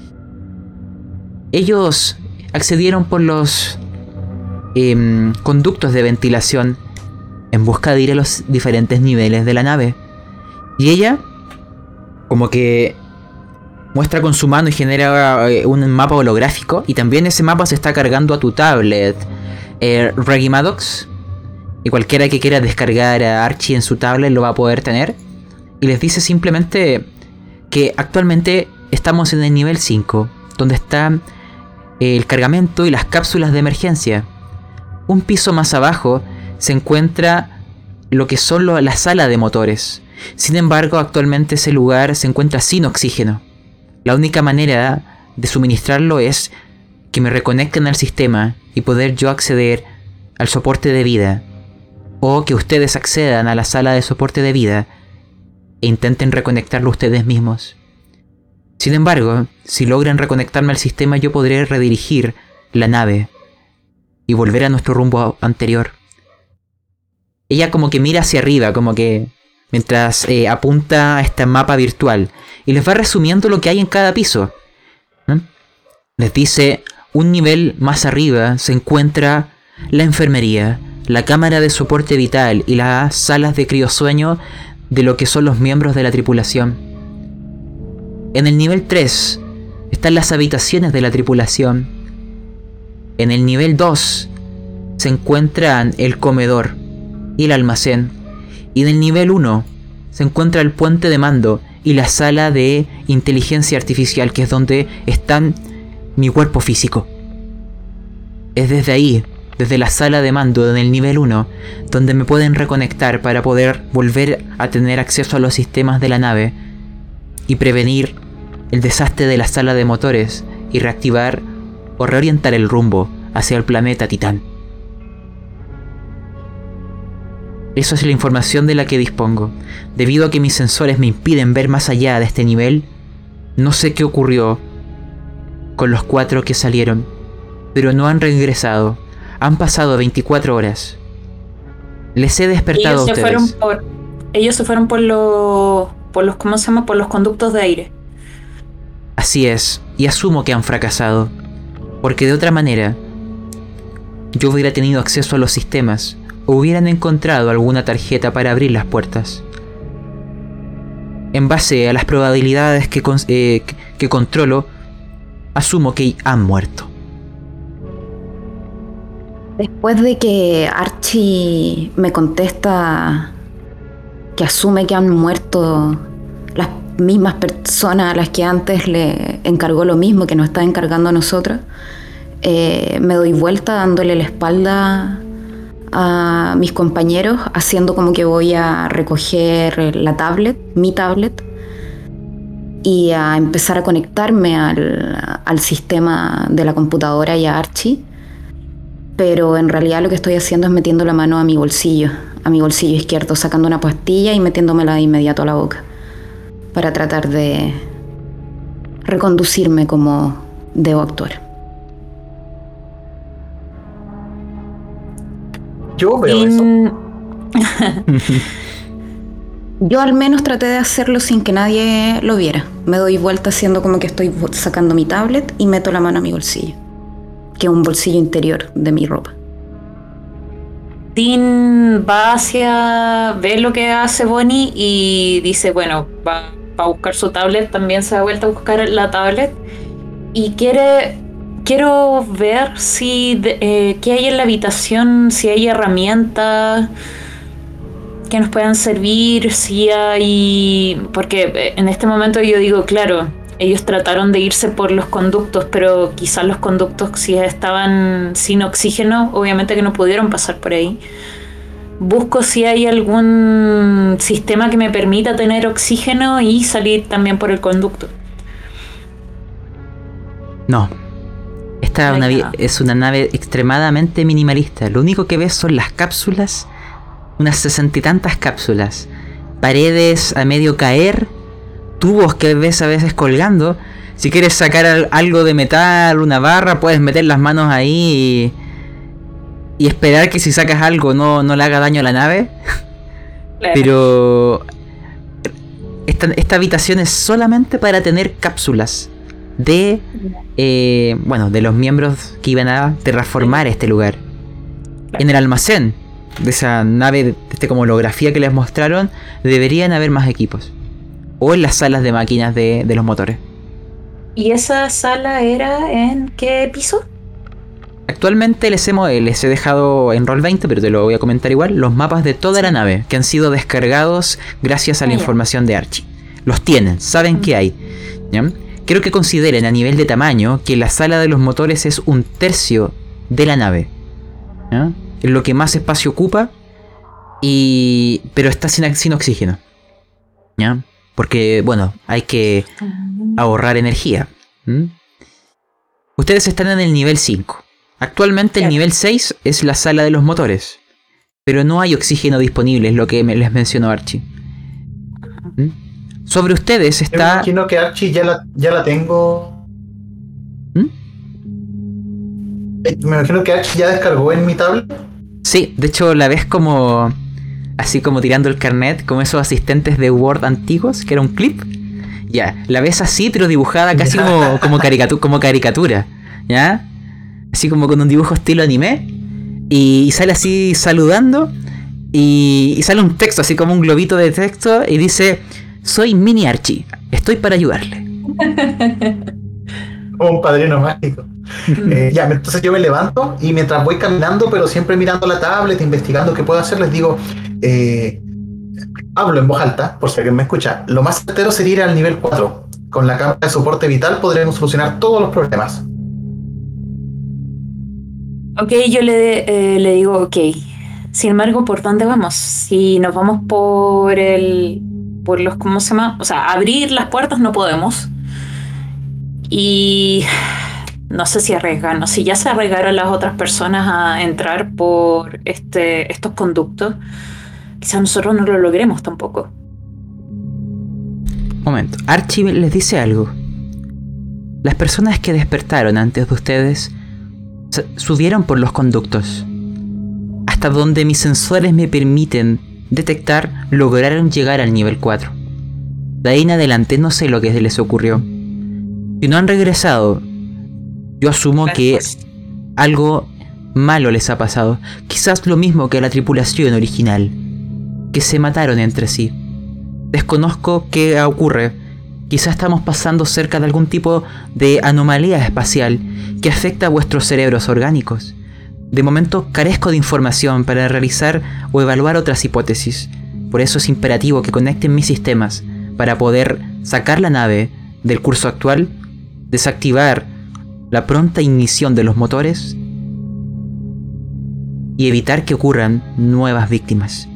Ellos accedieron por los eh, conductos de ventilación en busca de ir a los diferentes niveles de la nave. Y ella, como que muestra con su mano y genera eh, un mapa holográfico. Y también ese mapa se está cargando a tu tablet, eh, Reggie Maddox. Y cualquiera que quiera descargar a Archie en su tablet lo va a poder tener. Y les dice simplemente que actualmente estamos en el nivel cinco, donde está el cargamento y las cápsulas de emergencia. Un piso más abajo se encuentra lo que son lo, la sala de motores. Sin embargo, actualmente ese lugar se encuentra sin oxígeno. La única manera de suministrarlo es que me reconecten al sistema y poder yo acceder al soporte de vida. O que ustedes accedan a la sala de soporte de vida e intenten reconectarlo ustedes mismos. Sin embargo, si logran reconectarme al sistema, yo podré redirigir la nave y volver a nuestro rumbo anterior. Ella como que mira hacia arriba, como que mientras eh, apunta a este mapa virtual y les va resumiendo lo que hay en cada piso, ¿no? Les dice, un nivel más arriba se encuentra la enfermería, la cámara de soporte vital y las salas de criosueño de lo que son los miembros de la tripulación. En el nivel tres están las habitaciones de la tripulación. En el nivel dos se encuentran el comedor y el almacén. Y en el nivel uno se encuentra el puente de mando y la sala de inteligencia artificial, que es donde está mi cuerpo físico. Es desde ahí, desde la sala de mando en el nivel uno, donde me pueden reconectar para poder volver a tener acceso a los sistemas de la nave y prevenir el desastre de la sala de motores y reactivar o reorientar el rumbo hacia el planeta Titán. Eso es la información de la que dispongo. Debido a que mis sensores me impiden ver más allá de este nivel, no sé qué ocurrió con los cuatro que salieron, pero no han regresado. Han pasado veinticuatro horas. Les he despertado ellos a se ustedes. Fueron por, ellos se fueron por los, por los, ¿cómo se llama? Por los conductos de aire. Así es, y asumo que han fracasado, porque de otra manera yo hubiera tenido acceso a los sistemas o hubieran encontrado alguna tarjeta para abrir las puertas. En base a las probabilidades que, con, eh, que controlo, asumo que han muerto. Después de que Archie me contesta que asume que han muerto las mismas personas a las que antes le encargó lo mismo que nos está encargando a nosotros, eh, me doy vuelta dándole la espalda a mis compañeros, haciendo como que voy a recoger la tablet, mi tablet, y a empezar a conectarme al, al sistema de la computadora y a Archie. Pero en realidad lo que estoy haciendo es metiendo la mano a mi bolsillo, a mi bolsillo izquierdo, sacando una pastilla y metiéndomela de inmediato a la boca, para tratar de reconducirme como debo actuar. Yo veo In- eso. Yo al menos traté de hacerlo sin que nadie lo viera. Me doy vuelta haciendo como que estoy sacando mi tablet y meto la mano a mi bolsillo, que es un bolsillo interior de mi ropa. Dean va hacia, ve lo que hace Bonnie y dice, bueno, va, va a buscar su tablet, también se da vuelta a buscar la tablet y quiere, quiero ver si, de, eh, qué hay en la habitación, si hay herramientas que nos puedan servir, si hay, porque en este momento yo digo, claro, ellos trataron de irse por los conductos, pero quizás los conductos si estaban sin oxígeno, obviamente que no pudieron pasar por ahí. Busco si hay algún sistema que me permita tener oxígeno y salir también por el conducto. No. Esta No hay navi- nada. es una nave extremadamente minimalista. Lo único que ves son las cápsulas, unas sesenta y tantas cápsulas, paredes a medio caer, tubos que ves a veces colgando. Si quieres sacar al- algo de metal, una barra, puedes meter las manos ahí y, y esperar que si sacas algo no, no le haga daño a la nave. Claro. Pero esta, esta habitación es solamente para tener cápsulas de eh, bueno, de los miembros que iban a terraformar este lugar. En el almacén de esa nave, de este como holografía que les mostraron, deberían haber más equipos. O en las salas de máquinas de, de los motores. ¿Y esa sala era en qué piso? Actualmente les, hemos, les he dejado en Roll veinte, pero te lo voy a comentar igual, los mapas de toda la nave que han sido descargados gracias a la Ah, ya. información de Archie. Los tienen, saben que hay. ¿Ya? Quiero que consideren a nivel de tamaño que la sala de los motores es un tercio de la nave. ¿Ya? Es lo que más espacio ocupa, y pero está sin, sin oxígeno. ¿Ya? Porque, bueno, hay que ahorrar energía. ¿Mm? Ustedes están en el nivel cinco. Actualmente el Claro. nivel seis es la sala de los motores. Pero no hay oxígeno disponible, es lo que me- les mencionó Archie. ¿Mm? Sobre ustedes Yo me está... imagino que Archie ya la, ya la tengo. ¿Mm? Eh, Me imagino que Archie ya descargó en mi tablet. Sí, de hecho la ves como... Así como tirando el carnet, como esos asistentes de Word antiguos, que era un clip. Ya, la ves así, pero dibujada casi como, como, caricatu- como caricatura. ¿Ya? Así como con un dibujo estilo anime. Y sale así saludando. Y, y sale un texto, así como un globito de texto. Y dice: soy Mini Archie, estoy para ayudarle. Un padrino mágico. eh, ya, entonces yo me levanto y mientras voy caminando, pero siempre mirando la tablet, investigando qué puedo hacer, les digo, eh, hablo en voz alta, por si alguien me escucha. Lo más certero sería ir al nivel cuatro. Con la cámara de soporte vital podremos solucionar todos los problemas. Ok, yo le, eh, le digo, ok. Sin embargo, ¿por dónde vamos? Si nos vamos por el... por los... ¿cómo se llama? O sea, abrir las puertas no podemos. Y... no sé si arriesgarnos. Si ya se arriesgaron las otras personas a entrar por este, estos conductos, quizás nosotros no lo logremos tampoco. Momento, Archie les dice algo. Las personas que despertaron antes de ustedes subieron por los conductos. Hasta donde mis sensores me permiten detectar, lograron llegar al nivel cuatro. De ahí en adelante no sé lo que les ocurrió. Si no han regresado, yo asumo que algo malo les ha pasado. Quizás lo mismo que a la tripulación original, que se mataron entre sí. Desconozco qué ocurre. Quizás estamos pasando cerca de algún tipo de anomalía espacial que afecta a vuestros cerebros orgánicos. De momento carezco de información para realizar o evaluar otras hipótesis. Por eso es imperativo que conecten mis sistemas para poder sacar la nave del curso actual, desactivar la pronta ignición de los motores y evitar que ocurran nuevas víctimas.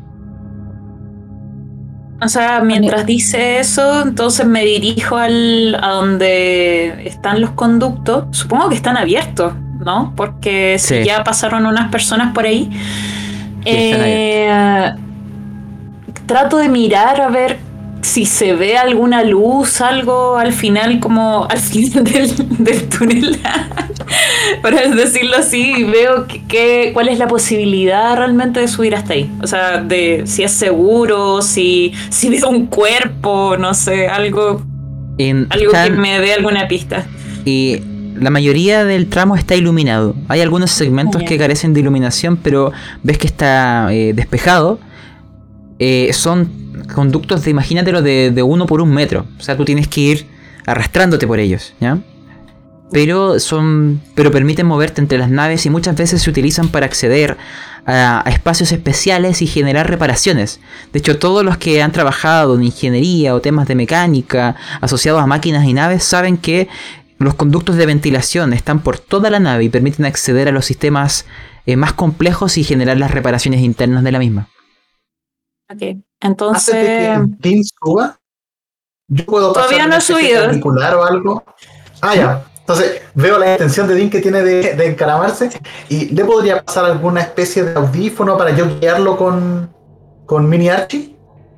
O sea, mientras dice eso, entonces me dirijo al, a donde están los conductos. Supongo que están abiertos, ¿no? Porque si Sí. ya pasaron unas personas por ahí. Sí, están eh, trato de mirar a ver si se ve alguna luz, algo al final, como al final del, del túnel. Para decirlo así, veo que, que, cuál es la posibilidad realmente de subir hasta ahí. O sea, de si es seguro, si, si veo un cuerpo, no sé, algo, En, algo están, que me dé alguna pista. y la mayoría del tramo está iluminado. Hay algunos segmentos Bien. que carecen de iluminación, pero ves que está eh, despejado. Eh, son conductos de, imagínatelo, de, de uno por un metro. O sea, tú tienes que ir arrastrándote por ellos, ¿ya? Pero son, pero permiten moverte entre las naves y muchas veces se utilizan para acceder a, a espacios especiales y generar reparaciones. De hecho, todos los que han trabajado en ingeniería o temas de mecánica asociados a máquinas y naves saben que los conductos de ventilación están por toda la nave y permiten acceder a los sistemas eh, más complejos y generar las reparaciones internas de la misma. Ok, Antes de que entonces... Dean suba, yo puedo pasar Todavía no una he especie de subido. auricular o algo. Ah, ya. Entonces veo la intención de Dean que tiene de, de encaramarse y le podría pasar alguna especie de audífono para yo guiarlo con, con Mini Archie.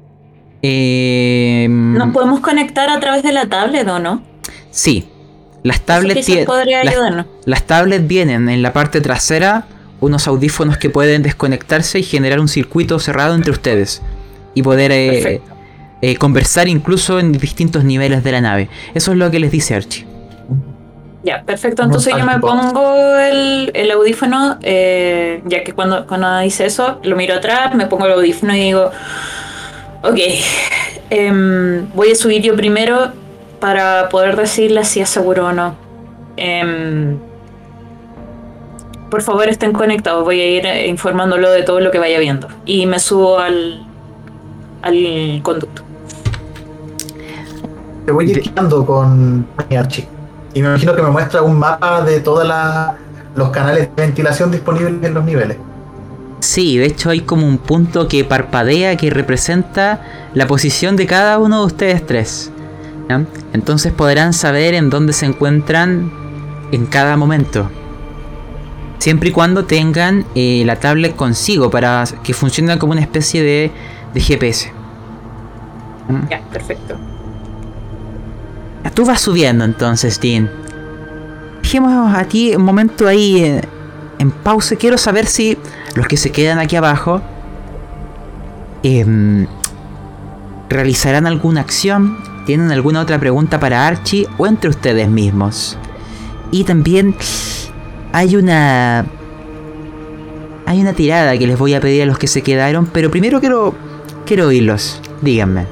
Eh, ¿Nos podemos conectar a través de la tablet o no? Sí. Las Eso tablets, quizás tie- podría las, ayudarnos. las tablets vienen en la parte trasera unos audífonos que pueden desconectarse y generar un circuito cerrado entre ustedes y poder eh, Perfecto. eh, conversar incluso en distintos niveles de la nave. Eso es lo que les dice Archie. Ya, perfecto. Entonces yo me pongo el, el audífono, eh, ya que cuando, cuando dice eso, lo miro atrás, me pongo el audífono y digo, ok, em, voy a subir yo primero para poder decirle si es seguro o no. Em, por favor, estén conectados, voy a ir eh, informándolo de todo lo que vaya viendo. Y me subo al, al conducto. Te voy a ir guiando con Mini Archie. Y me imagino que me muestra un mapa de todos los canales de ventilación disponibles en los niveles. Sí, de hecho hay como un punto que parpadea que representa la posición de cada uno de ustedes tres, ¿ya? Entonces podrán saber en dónde se encuentran en cada momento. Siempre y cuando tengan eh, la tablet consigo para que funcione como una especie de, de G P S. ¿Mm? Ya, perfecto. Tú vas subiendo entonces, Dean. Dejemos a ti un momento ahí en, en pausa. Quiero saber si los que se quedan aquí abajo eh, realizarán alguna acción, tienen alguna otra pregunta para Archie o entre ustedes mismos. Y también hay una hay una tirada que les voy a pedir a los que se quedaron, pero primero quiero, quiero oírlos. Díganme.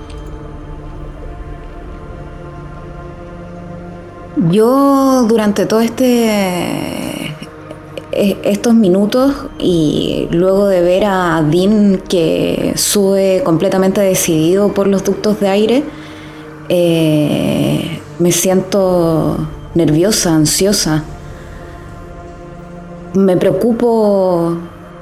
Yo durante todo este estos minutos y luego de ver a Dean que sube completamente decidido por los ductos de aire, eh, me siento nerviosa, ansiosa. Me preocupo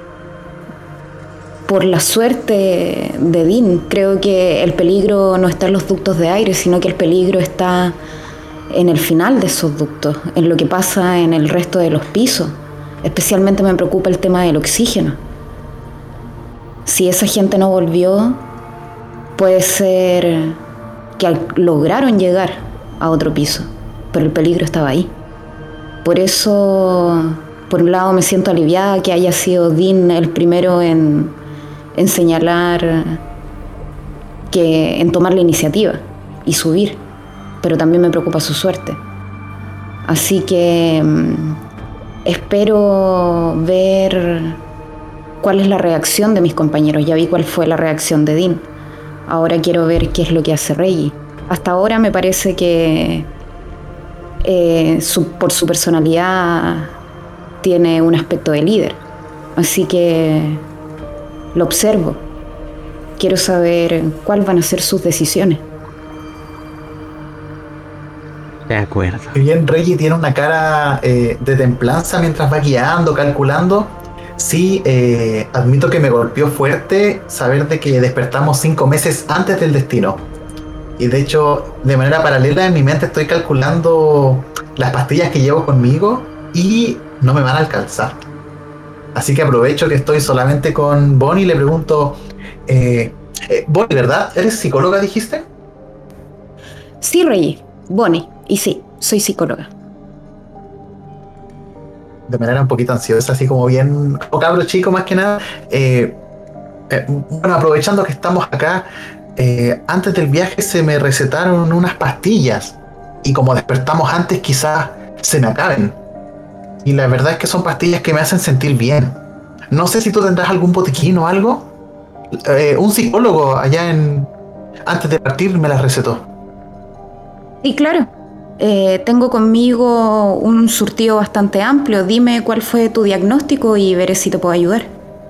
por la suerte de Dean. Creo que el peligro no está en los ductos de aire, sino que el peligro está en el final de esos ductos, en lo que pasa en el resto de los pisos. Especialmente me preocupa el tema del oxígeno. Si esa gente no volvió, puede ser que lograron llegar a otro piso, pero el peligro estaba ahí. Por eso, por un lado, me siento aliviada que haya sido Dean el primero en, en señalar, que, en tomar la iniciativa y subir, pero también me preocupa su suerte. Así que espero ver cuál es la reacción de mis compañeros. Ya vi cuál fue la reacción de Dean. Ahora quiero ver qué es lo que hace Reggie. Hasta ahora me parece que eh, su, por su personalidad tiene un aspecto de líder. Así que lo observo. Quiero saber cuáles van a ser sus decisiones. De acuerdo. Si bien Reggie tiene una cara eh, de templanza mientras va guiando, calculando, sí eh, admito que me golpeó fuerte saber de que despertamos cinco meses antes del destino. Y de hecho, de manera paralela en mi mente estoy calculando las pastillas que llevo conmigo y no me van a alcanzar. Así que aprovecho que estoy solamente con Bonnie y le pregunto, eh, eh, Bonnie, ¿verdad? ¿Eres psicóloga, dijiste? Sí, Reggie. Bonnie. Y sí, soy psicóloga. De manera un poquito ansiosa, así como bien, como cabro chico más que nada. Eh, eh, bueno, aprovechando que estamos acá, eh, antes del viaje se me recetaron unas pastillas y como despertamos antes quizás se me acaben. Y la verdad es que son pastillas que me hacen sentir bien. No sé si tú tendrás algún botiquín o algo. Eh, un psicólogo allá en... antes de partir me las recetó. Sí, claro. Eh, tengo conmigo un surtido bastante amplio. Dime cuál fue tu diagnóstico y veré si te puedo ayudar.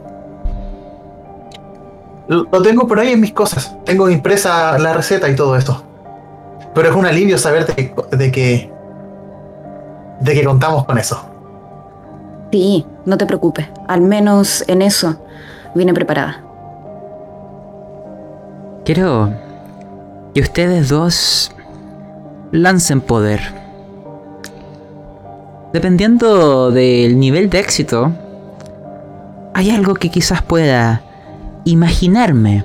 Lo tengo por ahí en mis cosas. Tengo impresa la receta y todo eso. Pero es un alivio saber de que, de que, de que contamos con eso. Sí, no te preocupes. Al menos en eso vine preparada. Quiero que ustedes dos lancen poder. Dependiendo del nivel de éxito, hay algo que quizás pueda imaginarme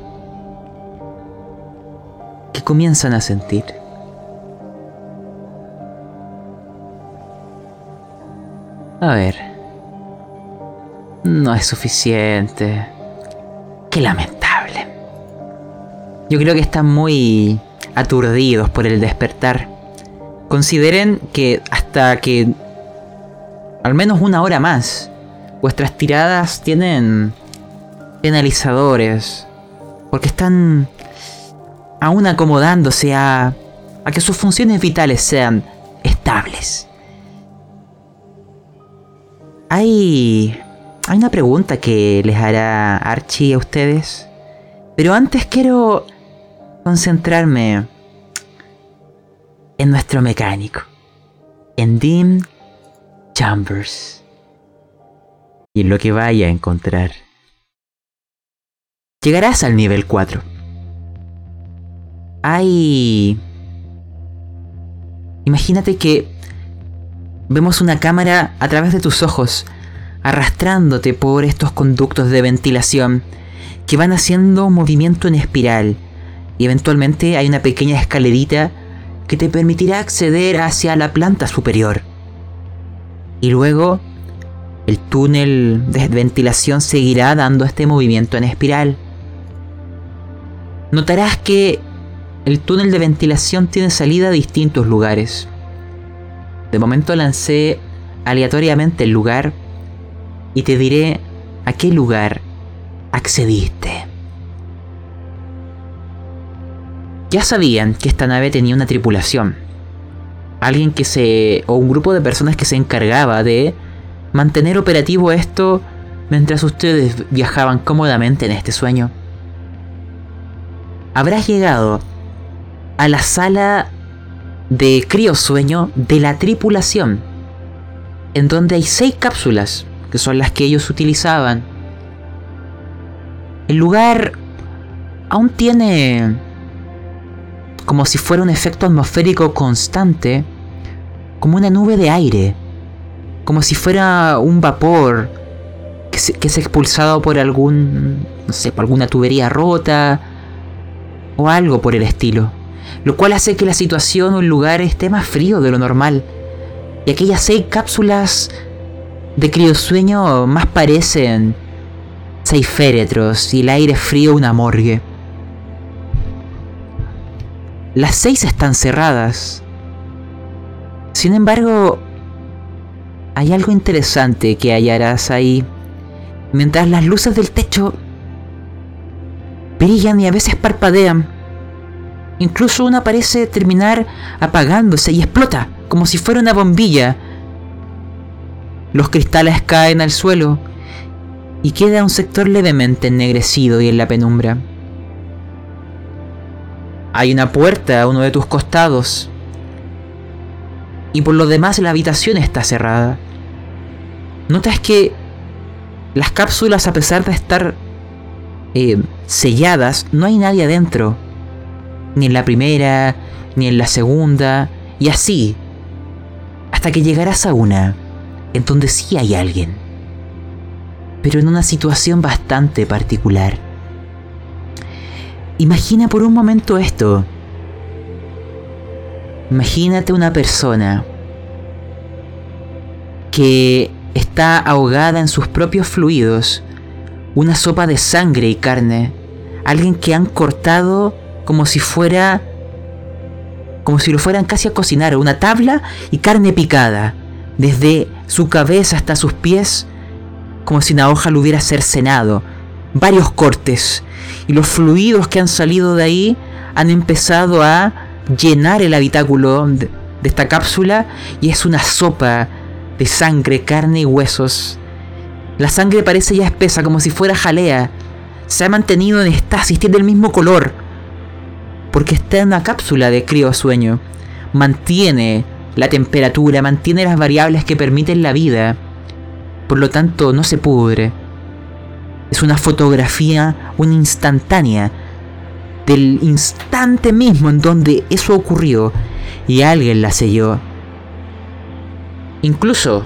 que comienzan a sentir. A ver. No es suficiente. Qué lamentable. Yo creo que están muy aturdidos por el despertar. Consideren que hasta que al menos una hora más vuestras tiradas tienen penalizadores, porque están aún acomodándose a, a que sus funciones vitales sean estables. Hay, hay una pregunta que les hará Archie a ustedes, pero antes quiero concentrarme en nuestro mecánico, en Dean Chambers, y en lo que vaya a encontrar. Llegarás al nivel cuatro. Hay... Imagínate que vemos una cámara a través de tus ojos, arrastrándote por estos conductos de ventilación que van haciendo un movimiento en espiral, y eventualmente hay una pequeña escalerita que te permitirá acceder hacia la planta superior. Y luego, el túnel de ventilación seguirá dando este movimiento en espiral. Notarás que el túnel de ventilación tiene salida a distintos lugares. De momento lancé aleatoriamente el lugar y te diré ¿A qué lugar accediste? Ya sabían que esta nave tenía una tripulación. Alguien que se... o un grupo de personas que se encargaba de mantener operativo esto mientras ustedes viajaban cómodamente en este sueño. Habrás llegado a la sala de criosueño de la tripulación, en donde hay seis cápsulas, que son las que ellos utilizaban. El lugar aún tiene como si fuera un efecto atmosférico constante, como una nube de aire, como si fuera un vapor que, se, que es expulsado por algún, no sé, por alguna tubería rota o algo por el estilo, lo cual hace que la situación o el lugar esté más frío de lo normal, y aquellas seis cápsulas de criosueño más parecen seis féretros y el aire frío una morgue. Las seis están cerradas. Sin embargo, hay algo interesante que hallarás ahí. Mientras las luces del techo brillan y a veces parpadean, incluso una parece terminar apagándose y explota como si fuera una bombilla. Los cristales caen al suelo y queda un sector levemente ennegrecido y en la penumbra. Hay una puerta a uno de tus costados, y por lo demás la habitación está cerrada. Notas que las cápsulas, a pesar de estar eh, selladas, no hay nadie adentro, ni en la primera, ni en la segunda, y así, hasta que llegarás a una en donde sí hay alguien, pero en una situación bastante particular. Imagina por un momento esto. Imagínate una persona que está ahogada en sus propios fluidos, una sopa de sangre y carne, alguien que han cortado como si fuera, como si lo fueran casi a cocinar, una tabla y carne picada, desde su cabeza hasta sus pies, como si una hoja lo hubiera cercenado, varios cortes, y los fluidos que han salido de ahí han empezado a llenar el habitáculo de, de esta cápsula, y es una sopa de sangre, carne y huesos. La sangre parece ya espesa, como si fuera jalea. Se ha mantenido en estasis, tiene el mismo color, porque está en una cápsula de criosueño. Mantiene la temperatura, mantiene las variables que permiten la vida, por lo tanto no se pudre. Es una fotografía, una instantánea, del instante mismo en donde eso ocurrió, y alguien la selló. Incluso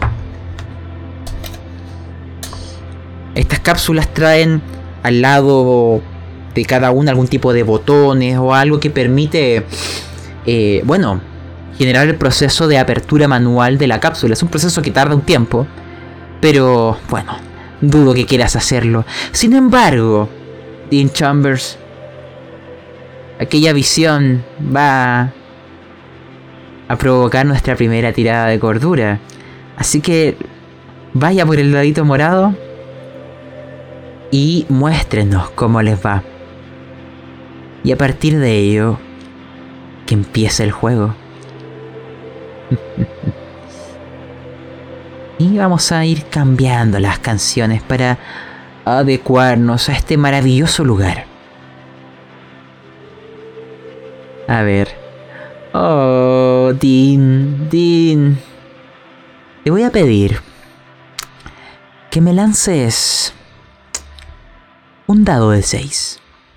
estas cápsulas traen al lado de cada una algún tipo de botones o algo que permite, eh, bueno, generar el proceso de apertura manual de la cápsula. Es un proceso que tarda un tiempo, pero bueno, dudo que quieras hacerlo. Sin embargo, Dean Chambers, aquella visión va a provocar nuestra primera tirada de cordura. Así que vaya por el ladito morado y muéstrenos cómo les va. Y a partir de ello, que empiece el juego. Y vamos a ir cambiando las canciones para adecuarnos a este maravilloso lugar. A ver. Oh, Dean, Dean. Te voy a pedir que me lances un dado de seis.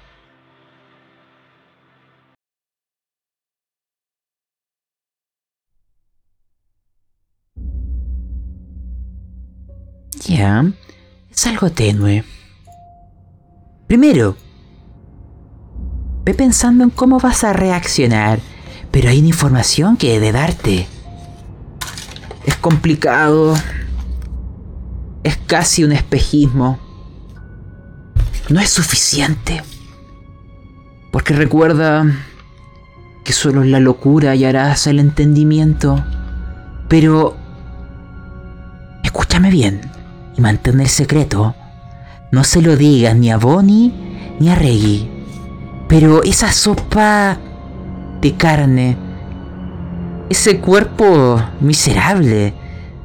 Ya, es algo tenue. Primero, ve pensando en cómo vas a reaccionar, pero hay una información que he de darte. Es complicado. Es casi un espejismo. No es suficiente. Porque recuerda que solo en la locura hallarás el entendimiento. Pero escúchame bien y mantén el secreto. no se lo digas ni a Bonnie ni a Reggie, pero esa sopa de carne, ese cuerpo miserable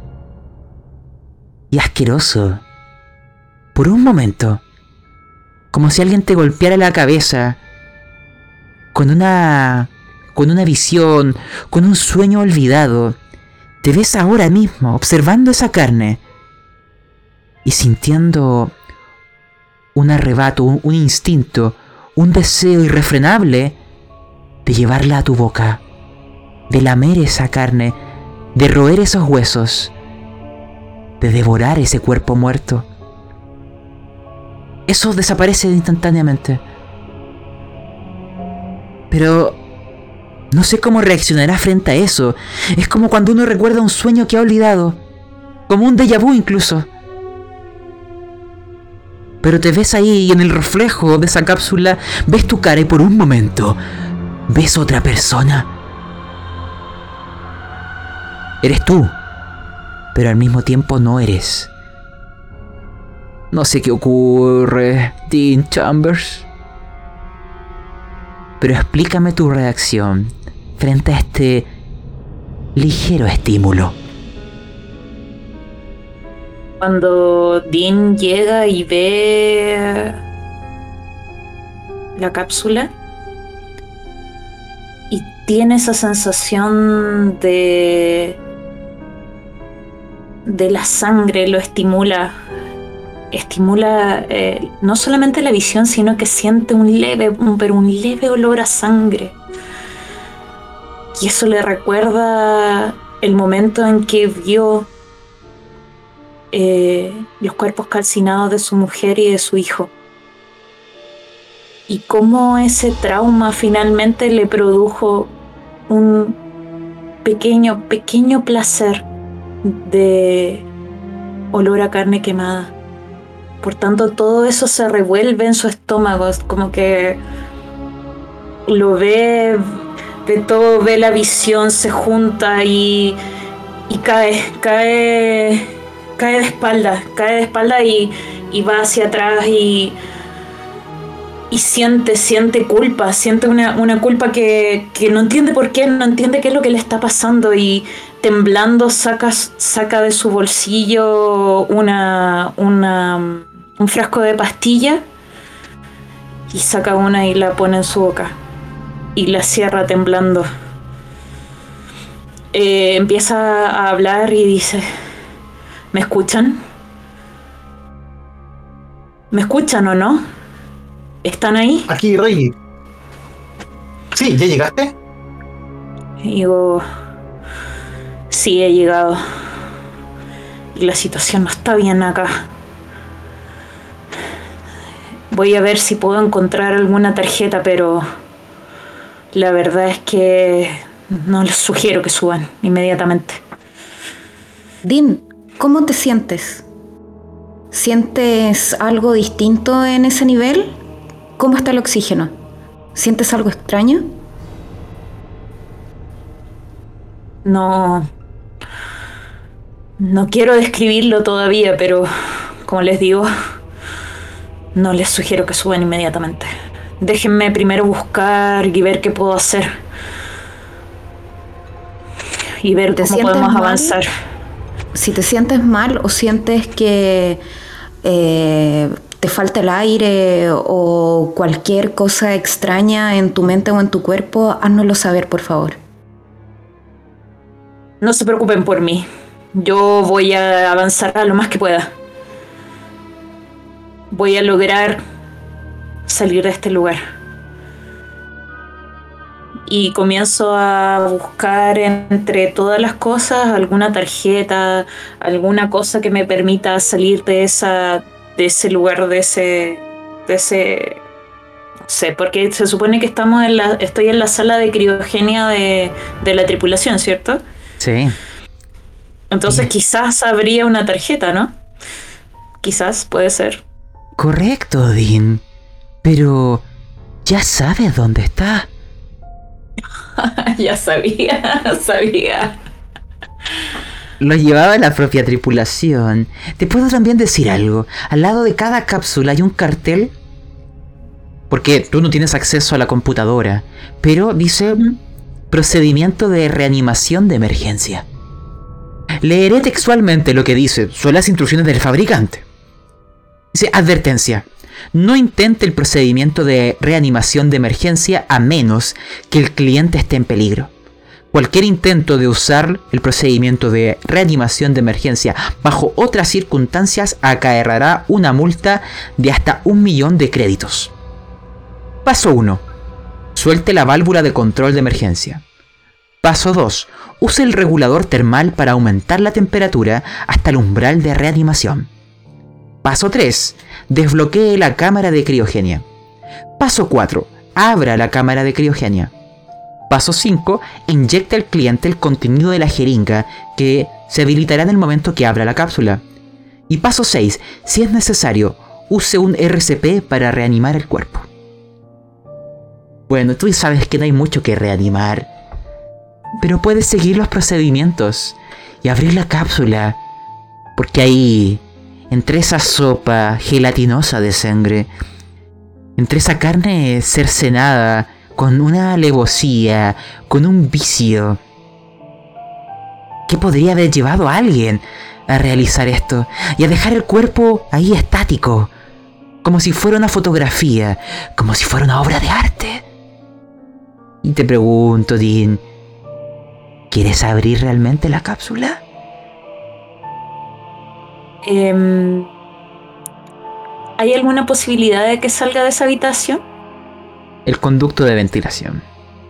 y asqueroso, por un momento, como si alguien te golpeara la cabeza con una con una visión, con un sueño olvidado, te ves ahora mismo observando esa carne y sintiendo un arrebato, un, un instinto, un deseo irrefrenable de llevarla a tu boca, de lamer esa carne, de roer esos huesos, de devorar ese cuerpo muerto. Eso desaparece instantáneamente. Pero no sé cómo reaccionará frente a eso. Es como cuando uno recuerda un sueño que ha olvidado, como un déjà vu incluso. Pero te ves ahí y en el reflejo de esa cápsula ves tu cara y por un momento ves otra persona. Eres tú, pero al mismo tiempo no eres. No sé qué ocurre, Dean Chambers. Pero explícame tu reacción frente a este ligero estímulo. Cuando Dean llega y ve la cápsula y tiene esa sensación de de la sangre, lo estimula, estimula eh, no solamente la visión, sino que siente un leve, un, pero un leve olor a sangre. Y eso le recuerda el momento en que vio Eh, los cuerpos calcinados de su mujer y de su hijo, y cómo ese trauma finalmente le produjo un pequeño, pequeño placer de olor a carne quemada. Por tanto, todo eso se revuelve en su estómago, es como que lo ve, ve todo, ve la visión, se junta y, y cae, cae cae de espalda, cae de espalda y, y va hacia atrás y, y siente, siente culpa, siente una, una culpa que, que no entiende por qué, no entiende qué es lo que le está pasando, y temblando saca, saca de su bolsillo una, una, un frasco de pastilla y saca una y la pone en su boca y la cierra temblando. Eh, empieza a hablar y dice: ¿me escuchan? ¿Me escuchan o no? ¿Están ahí? Aquí, Reggie. Sí, ¿ya llegaste? Y digo: sí, he llegado. Y la situación no está bien acá. Voy a ver si puedo encontrar alguna tarjeta, pero la verdad es que no les sugiero que suban inmediatamente. Dean, ¿cómo te sientes? ¿Sientes algo distinto en ese nivel? ¿Cómo está el oxígeno? ¿Sientes algo extraño? No... No quiero describirlo todavía, pero como les digo, no les sugiero que suban inmediatamente. Déjenme primero buscar y ver qué puedo hacer. Y ver cómo podemos mal? avanzar. Si te sientes mal o sientes que eh, te falta el aire o cualquier cosa extraña en tu mente o en tu cuerpo, háznoslo saber, por favor. No se preocupen por mí. Yo voy a avanzar a lo más que pueda. Voy a lograr salir de este lugar. Y comienzo a buscar entre todas las cosas alguna tarjeta, alguna cosa que me permita salir de esa, de ese lugar, de ese, de ese, no sé, porque se supone que estamos en la, estoy en la sala de criogenia de, de la tripulación, ¿cierto? Sí. Entonces Sí. Quizás habría una tarjeta, ¿no? Quizás, puede ser. Correcto, Dean. Pero ya sabes dónde está. Ya sabía, sabía. Lo llevaba la propia tripulación. Te puedo también decir algo. Al lado de cada cápsula hay un cartel. Porque tú no tienes acceso a la computadora. Pero dice... procedimiento de reanimación de emergencia. Leeré textualmente lo que dice. Son las instrucciones del fabricante. Dice, advertencia. No intente el procedimiento de reanimación de emergencia a menos que el cliente esté en peligro. Cualquier intento de usar el procedimiento de reanimación de emergencia bajo otras circunstancias acarreará una multa de hasta un millón de créditos. Paso uno. Suelte la válvula de control de emergencia. Paso dos. Use el regulador termal para aumentar la temperatura hasta el umbral de reanimación. Paso tres. Desbloquee la cámara de criogenia. Paso cuatro. Abra la cámara de criogenia. Paso cinco. Inyecte al cliente el contenido de la jeringa que se habilitará en el momento que abra la cápsula. Y paso seis. Si es necesario, use un R C P para reanimar el cuerpo. Bueno, tú sabes que no hay mucho que reanimar, pero puedes seguir los procedimientos y abrir la cápsula, porque ahí, entre esa sopa gelatinosa de sangre, entre esa carne cercenada, con una alevosía, con un vicio, ¿qué podría haber llevado a alguien a realizar esto y a dejar el cuerpo ahí estático, como si fuera una fotografía, como si fuera una obra de arte? Y te pregunto, Dean, ¿quieres abrir realmente la cápsula? Eh, ¿Hay alguna posibilidad de que salga de esa habitación? El conducto de ventilación.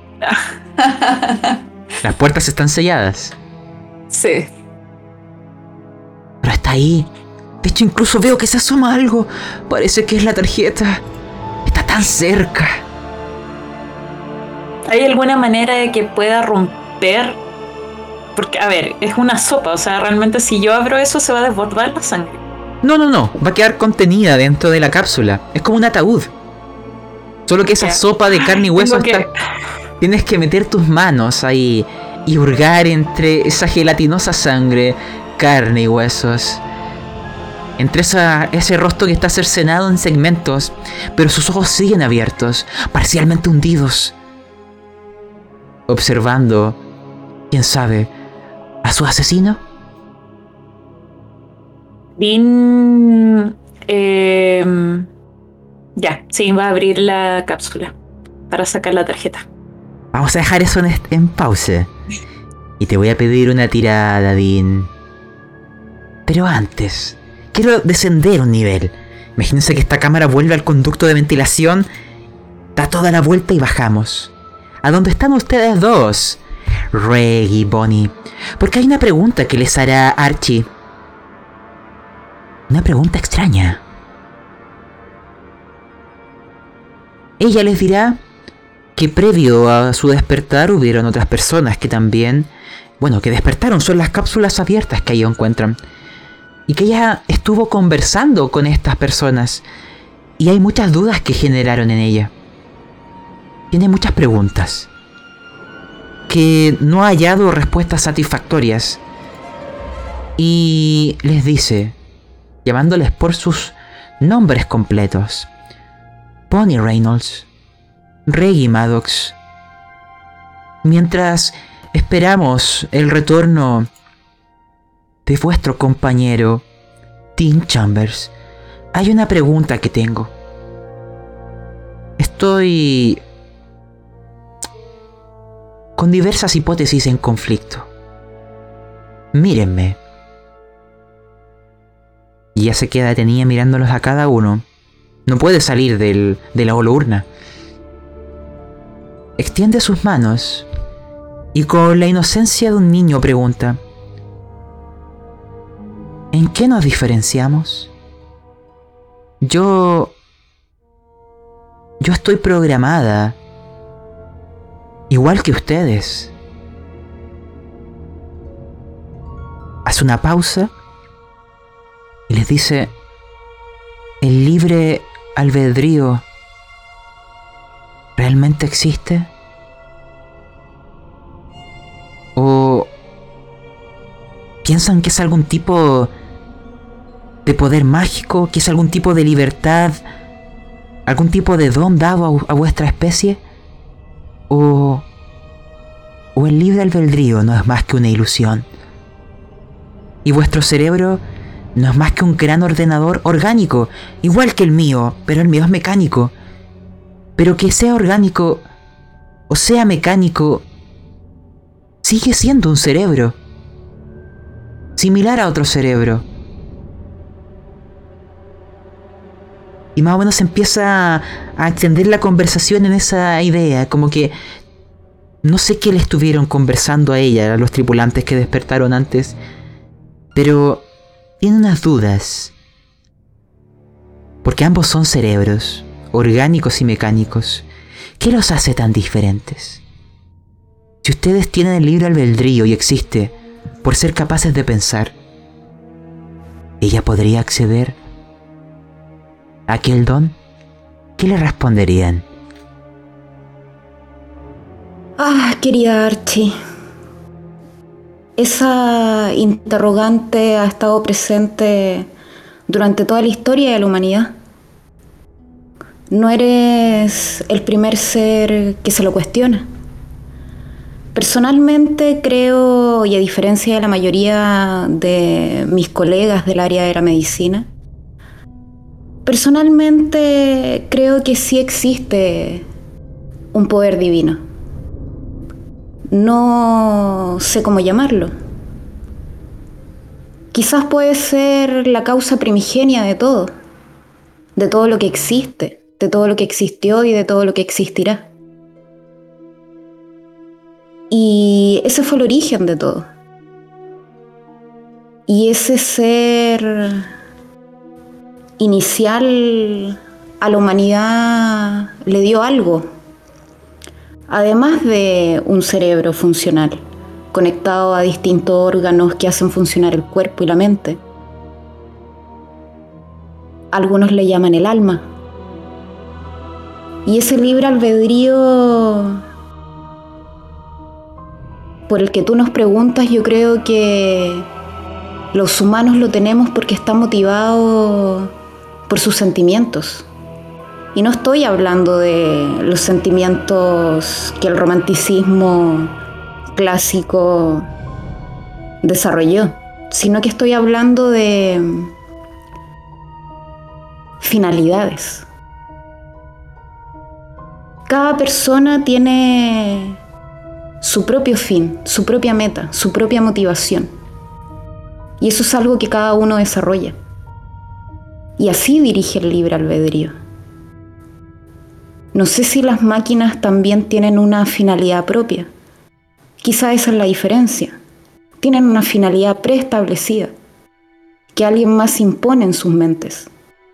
Las puertas están selladas. Sí. Pero está ahí. De hecho, incluso veo que se asoma algo. Parece que es la tarjeta. Está tan cerca. ¿Hay alguna manera de que pueda romper? Porque, a ver, es una sopa. O sea, realmente si yo abro eso se va a desbordar la sangre. No, no, no. Va a quedar contenida dentro de la cápsula. Es como un ataúd. Solo que esa sopa de carne y hueso que... está... Tienes que meter tus manos ahí y hurgar entre esa gelatinosa sangre, carne y huesos. Entre esa, ese rostro que está cercenado en segmentos, pero sus ojos siguen abiertos, parcialmente hundidos. Observando, quién sabe, a su asesino. Dean... Eh, ya, sí, va a abrir la cápsula para sacar la tarjeta. Vamos a dejar eso en, en pausa. Y te voy a pedir una tirada, Dean. Pero antes, quiero descender un nivel. Imagínense que esta cámara vuelve al conducto de ventilación, da toda la vuelta y bajamos. ¿A dónde están ustedes dos? Reg y Bonnie. Porque hay una pregunta que les hará Archie. Una pregunta extraña. Ella les dirá que previo a su despertar hubieron otras personas que también, bueno, que despertaron, son las cápsulas abiertas que ahí encuentran. Y que ella estuvo conversando con estas personas. Y hay muchas dudas que generaron en ella. Tiene muchas preguntas que no ha hallado respuestas satisfactorias. Y les dice, llamándoles por sus nombres completos: Bonnie Reynolds, Reggie Maddox, mientras esperamos el retorno de vuestro compañero Dean Chambers, hay una pregunta que tengo. Estoy con diversas hipótesis en conflicto. Mírenme. Y ella se queda detenida mirándolos a cada uno. No puede salir del, de la holourna. Extiende sus manos y con la inocencia de un niño pregunta: ¿en qué nos diferenciamos? Yo... Yo estoy programada igual que ustedes. Hace una pausa y les dice: ¿el libre albedrío realmente existe? ¿O ¿Piensan que es algún tipo de poder mágico? ¿Que es algún tipo de libertad? ¿Algún tipo de don dado a, a vuestra especie? ¿O, ¿O el libre albedrío no es más que una ilusión? ¿Y vuestro cerebro no es más que un gran ordenador orgánico, igual que el mío, pero el mío es mecánico? Pero que sea orgánico o sea mecánico, sigue siendo un cerebro, similar a otro cerebro. Y más o menos empieza a extender la conversación en esa idea, como que no sé qué le estuvieron conversando a ella, a los tripulantes que despertaron antes, pero tiene unas dudas, porque ambos son cerebros, orgánicos y mecánicos. ¿Qué los hace tan diferentes? Si ustedes tienen el libre albedrío y existe por ser capaces de pensar, ¿ella podría acceder a aquel don? ¿Qué le responderían? Ah, querida Archie, esa interrogante ha estado presente durante toda la historia de la humanidad. No eres el primer ser que se lo cuestiona. Personalmente creo, y a diferencia de la mayoría de mis colegas del área de la medicina, personalmente creo que sí existe un poder divino. No sé cómo llamarlo. Quizás puede ser la causa primigenia de todo, de todo lo que existe, de todo lo que existió y de todo lo que existirá. Y ese fue el origen de todo. Y ese ser inicial a la humanidad le dio algo, además de un cerebro funcional, conectado a distintos órganos que hacen funcionar el cuerpo y la mente. Algunos le llaman el alma. Y ese libre albedrío por el que tú nos preguntas, yo creo que los humanos lo tenemos porque está motivado por sus sentimientos. Y no estoy hablando de los sentimientos que el romanticismo clásico desarrolló, sino que estoy hablando de finalidades. Cada persona tiene su propio fin, su propia meta, su propia motivación. Y eso es algo que cada uno desarrolla. Y así dirige el libre albedrío. No sé si las máquinas también tienen una finalidad propia. Quizá esa es la diferencia. Tienen una finalidad preestablecida que alguien más impone en sus mentes.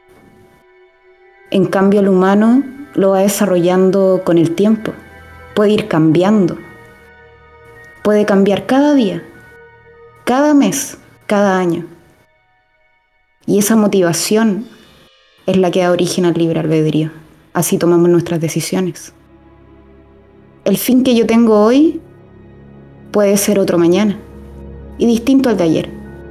En cambio, el humano lo va desarrollando con el tiempo. Puede ir cambiando. Puede cambiar cada día, cada mes, cada año. Y esa motivación es la que da origen al libre albedrío. Así tomamos nuestras decisiones. El fin que yo tengo hoy puede ser otro mañana y distinto al de ayer.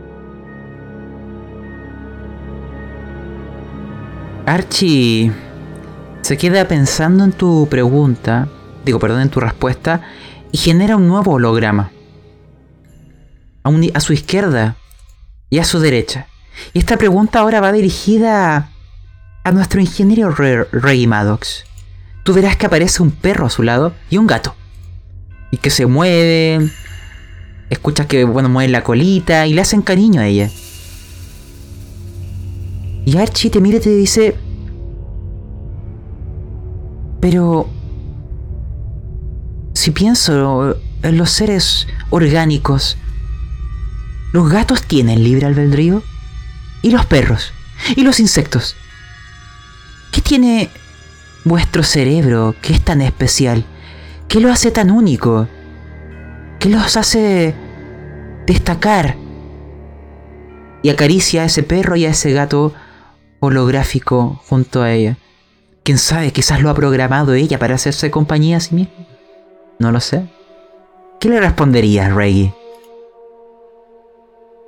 Archie se queda pensando en tu pregunta, digo, perdón, en tu respuesta, y genera un nuevo holograma. A, un, a su izquierda y a su derecha. Y esta pregunta ahora va dirigida a, a nuestro ingeniero Reggie Maddox. Tú verás que aparece un perro a su lado y un gato. Y que se mueve. Escuchas que, bueno, mueve la colita y le hacen cariño a ella. Y Archie te mira y te dice: pero si pienso en los seres orgánicos, ¿los gatos tienen libre albedrío? ¿Y los perros? ¿Y los insectos? ¿Qué tiene vuestro cerebro que es tan especial? ¿Qué lo hace tan único? ¿Qué los hace destacar? Y acaricia a ese perro y a ese gato holográfico junto a ella. ¿Quién sabe? Quizás lo ha programado ella para hacerse compañía a sí misma. No lo sé. ¿Qué le responderías, Reggie?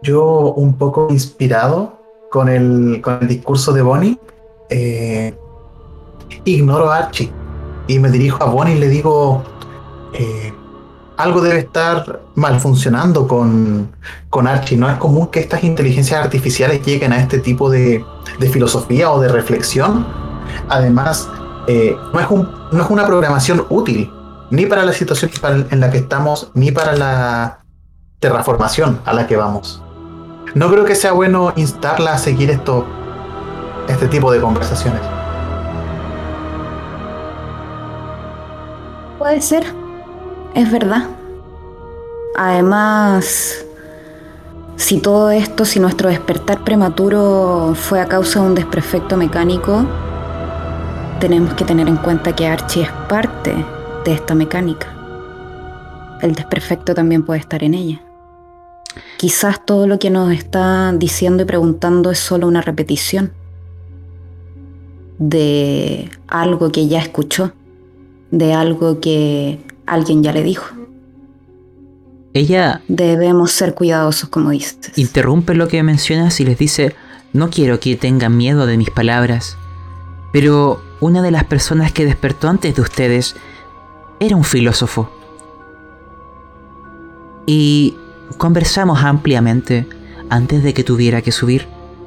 Yo, un poco inspirado con el, con el discurso de Bonnie, eh, ignoro a Archie y me dirijo a Bonnie y le digo, eh, algo debe estar mal funcionando con, con Archie. No es común que estas inteligencias artificiales lleguen a este tipo de, de filosofía o de reflexión. Además, eh, no, es un, no es una programación útil, ni para la situación en la que estamos, ni para la terraformación a la que vamos. No creo que sea bueno instarla a seguir esto, este tipo de conversaciones. Puede ser, es verdad. Además, si todo esto, si nuestro despertar prematuro fue a causa de un desperfecto mecánico, tenemos que tener en cuenta que Archie es parte de esta mecánica. El desperfecto también puede estar en ella. Quizás todo lo que nos está diciendo y preguntando es solo una repetición de algo que ya escuchó, de algo que alguien ya le dijo. Ella Debemos ser cuidadosos, como dices. interrumpe lo que mencionas y les dice: no quiero que tengan miedo de mis palabras, pero una de las personas que despertó antes de ustedes era un filósofo. Y conversamos ampliamente antes de que tuviera que subir.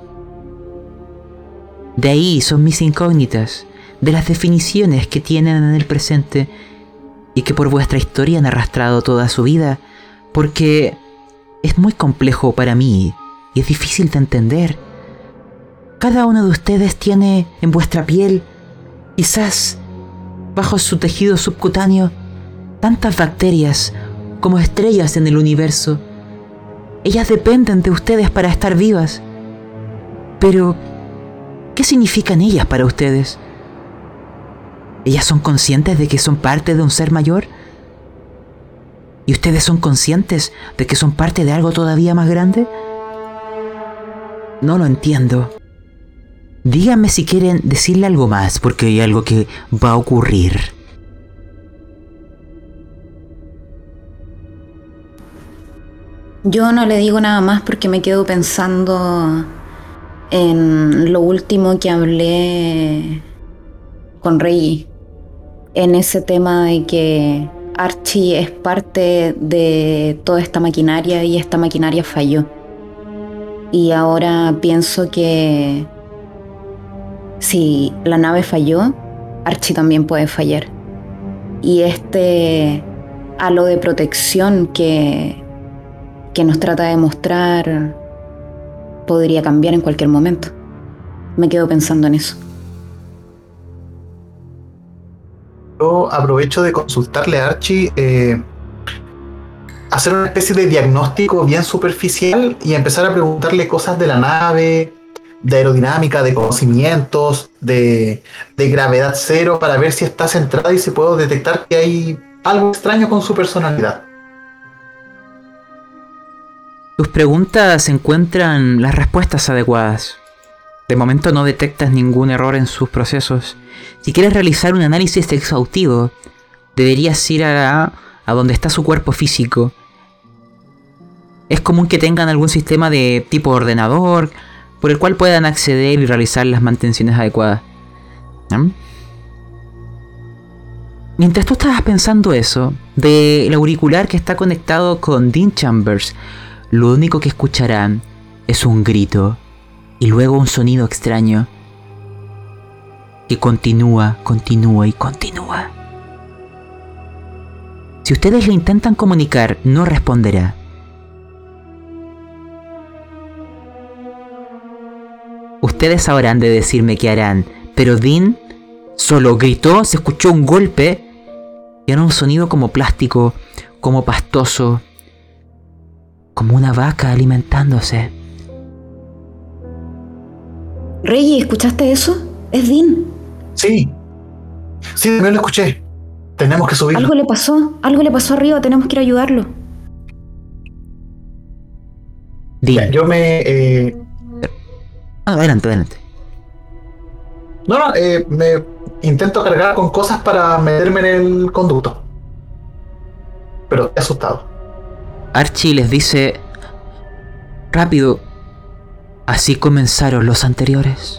De ahí son mis incógnitas, de las definiciones que tienen en el presente y que por vuestra historia han arrastrado toda su vida, porque es muy complejo para mí y es difícil de entender. Cada uno de ustedes tiene en vuestra piel, quizás bajo su tejido subcutáneo, tantas bacterias como estrellas en el universo. Ellas dependen de ustedes para estar vivas. Pero, ¿qué significan ellas para ustedes? ¿Ellas son conscientes de que son parte de un ser mayor? ¿Y ustedes son conscientes de que son parte de algo todavía más grande? No lo entiendo. Díganme si quieren decirle algo más, porque hay algo que va a ocurrir. Yo no le digo nada más porque me quedo pensando en lo último que hablé con Reggie, en ese tema de que Archie es parte de toda esta maquinaria y esta maquinaria falló. Y ahora pienso que si la nave falló, Archie también puede fallar. Y este halo de protección que, que nos trata de mostrar podría cambiar en cualquier momento. Me quedo pensando en eso. Yo aprovecho de consultarle a Archie, eh, hacer una especie de diagnóstico bien superficial y empezar a preguntarle cosas de la nave, de aerodinámica, de conocimientos, de, de gravedad cero, para ver si está centrada y si puedo detectar que hay algo extraño con su personalidad. Tus preguntas encuentran las respuestas adecuadas. De momento no detectas ningún error en sus procesos. Si quieres realizar un análisis exhaustivo, deberías ir a, a donde está su cuerpo físico. Es común que tengan algún sistema de tipo ordenador por el cual puedan acceder y realizar las mantenciones adecuadas. ¿Mm? Mientras tú estabas pensando eso, del auricular que está conectado con Dean Chambers, lo único que escucharán es un grito y luego un sonido extraño que continúa, continúa y continúa. Si ustedes le intentan comunicar, no responderá. Ustedes ahora han de decirme qué harán, pero Dean solo gritó, se escuchó un golpe y era un sonido como plástico, como pastoso, como una vaca alimentándose. Reggie, ¿escuchaste eso? Es Dean. Sí, sí, también lo escuché. Tenemos que subir. Algo le pasó, algo le pasó arriba, tenemos que ir a ayudarlo. Dean. Yo me... Eh... Ah, adelante, adelante. No, no, eh, me intento cargar con cosas para meterme en el conducto. Pero estoy asustado. Archie les dice: Rápido. Así comenzaron los anteriores.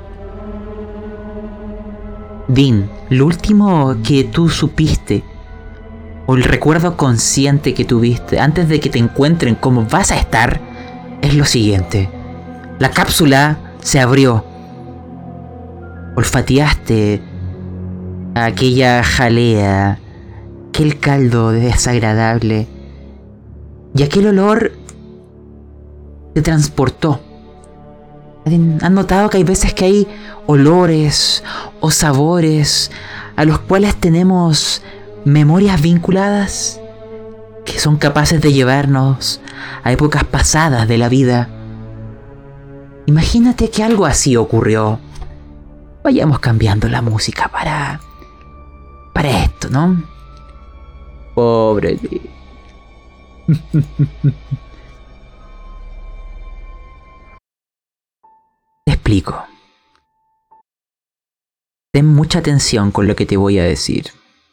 Dean, lo último que tú supiste, o el recuerdo consciente que tuviste antes de que te encuentren como vas a estar, es lo siguiente. La cápsula se abrió. Olfateaste aquella jalea, aquel caldo desagradable, y aquel olor te transportó. ¿Han notado que hay veces que hay olores o sabores a los cuales tenemos memorias vinculadas que son capaces de llevarnos a épocas pasadas de la vida? Imagínate que algo así ocurrió. Vayamos cambiando la música para para esto, ¿no? Pobre tío. Te explico. Ten mucha atención con lo que te voy a decir.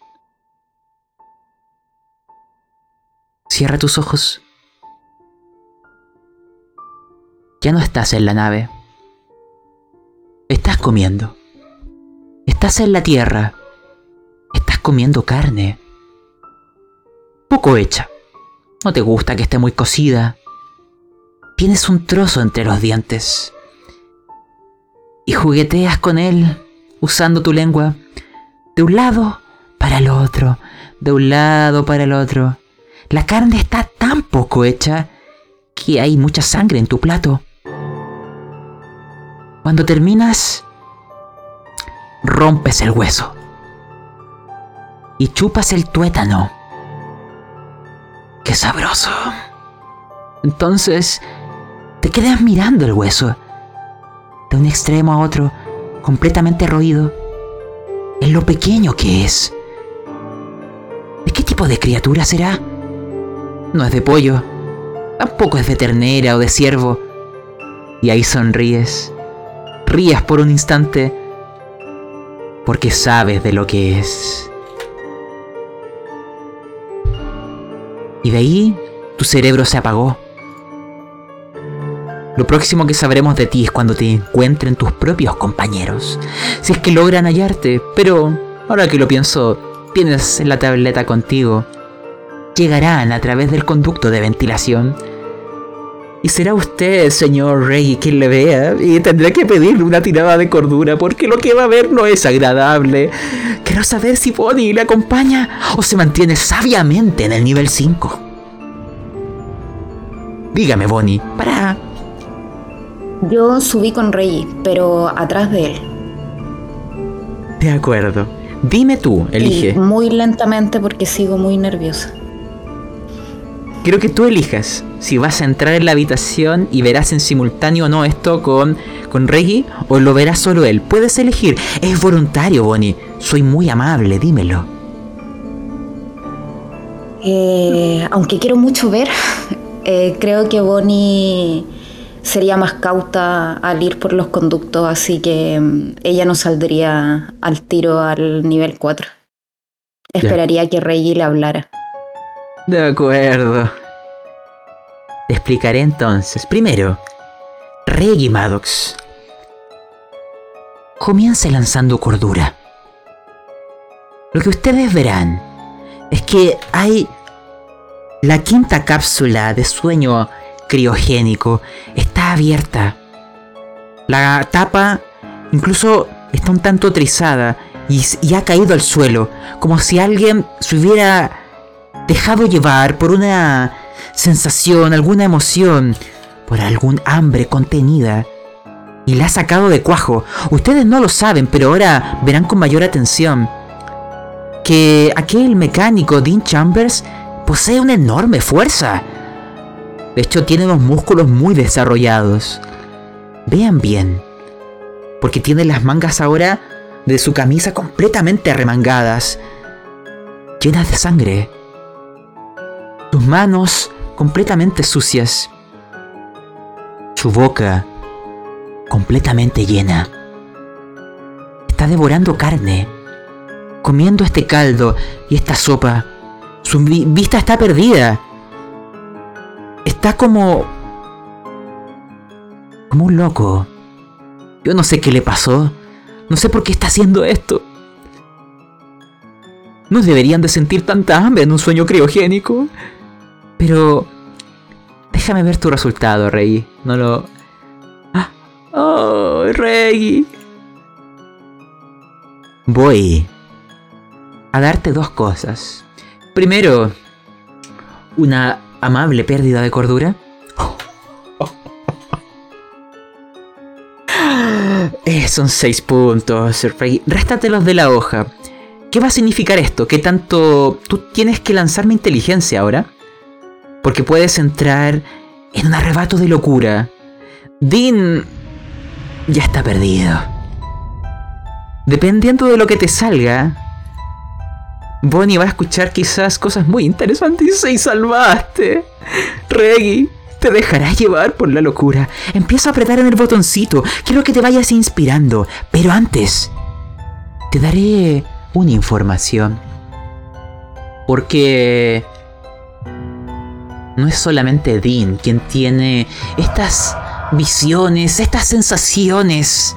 Cierra tus ojos. Ya no estás en la nave. Estás comiendo. Estás en la tierra. Estás comiendo carne. Poco hecha. No te gusta que esté muy cocida. Tienes un trozo entre los dientes. Y jugueteas con él, usando tu lengua, de un lado para el otro, de un lado para el otro. La carne está tan poco hecha que hay mucha sangre en tu plato. Cuando terminas, rompes el hueso y chupas el tuétano. ¡Qué sabroso! Entonces, te quedas mirando el hueso, de un extremo a otro, completamente roído, en lo pequeño que es. ¿De qué tipo de criatura será? No es de pollo, tampoco es de ternera o de ciervo. Y ahí sonríes, ríes por un instante, porque sabes de lo que es. Y de ahí, tu cerebro se apagó. Lo próximo que sabremos de ti es cuando te encuentren tus propios compañeros, si es que logran hallarte, pero ahora que lo pienso, tienes la tableta contigo. Llegarán a través del conducto de ventilación. Y será usted, señor Reggie, quien le vea, y tendré que pedirle una tirada de cordura, porque lo que va a ver no es agradable. Quiero saber si Bonnie le acompaña o se mantiene sabiamente en el nivel cinco. Dígame, Bonnie, para... Yo subí con Reggie, pero atrás de él. De acuerdo. Dime tú, elige. Y muy lentamente porque sigo muy nerviosa. Quiero que tú elijas si vas a entrar en la habitación y verás en simultáneo o no esto con, con Reggie, o lo verás solo él. Puedes elegir. Es voluntario, Bonnie. Soy muy amable, dímelo. Eh, aunque quiero mucho ver, eh, creo que Bonnie sería más cauta al ir por los conductos, así que um, ella no saldría al tiro al nivel cuatro. Esperaría yeah. que Reggie le hablara. De acuerdo. Te explicaré entonces. Primero, Reggie Maddox comienza lanzando cordura. Lo que ustedes verán es que hay la quinta cápsula de sueño criogénico. Está abierta. La tapa incluso está un tanto trizada y, y ha caído al suelo, como si alguien se hubiera dejado llevar por una sensación, alguna emoción, por algún hambre contenida, y la ha sacado de cuajo. Ustedes no lo saben, pero ahora verán con mayor atención que aquel mecánico Dean Chambers posee una enorme fuerza. De hecho, tiene unos músculos muy desarrollados. Vean bien, porque tiene las mangas ahora de su camisa completamente arremangadas, llenas de sangre. Sus manos completamente sucias. Su boca completamente llena. Está devorando carne, comiendo este caldo y esta sopa. Su vi- vista está perdida. Está como como un loco. Yo no sé qué le pasó. No sé por qué está haciendo esto. No deberían de sentir tanta hambre en un sueño criogénico. Pero... déjame ver tu resultado, Reggie. No lo... ¡Ah! ¡Oh, Reggie! Voy a darte dos cosas. Primero, una amable pérdida de cordura. Eh, son seis puntos, Reggie. Réstatelos de la hoja. ¿Qué va a significar esto? ¿Qué tanto tú tienes que lanzarme inteligencia ahora? Porque puedes entrar en un arrebato de locura. Dean ya está perdido. Dependiendo de lo que te salga, Bonnie va a escuchar quizás cosas muy interesantes. Y salvaste. Reggie, te dejarás llevar por la locura. Empieza a apretar en el botoncito. Quiero que te vayas inspirando. Pero antes, te daré una información. Porque no es solamente Dean quien tiene estas visiones, estas sensaciones.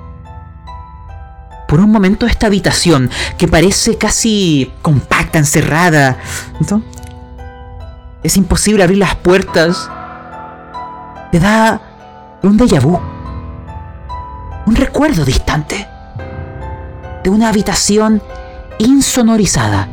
Por un momento esta habitación, que parece casi compacta, encerrada, ¿no? Es imposible abrir las puertas. Te da un déjà vu. Un recuerdo distante. De una habitación insonorizada.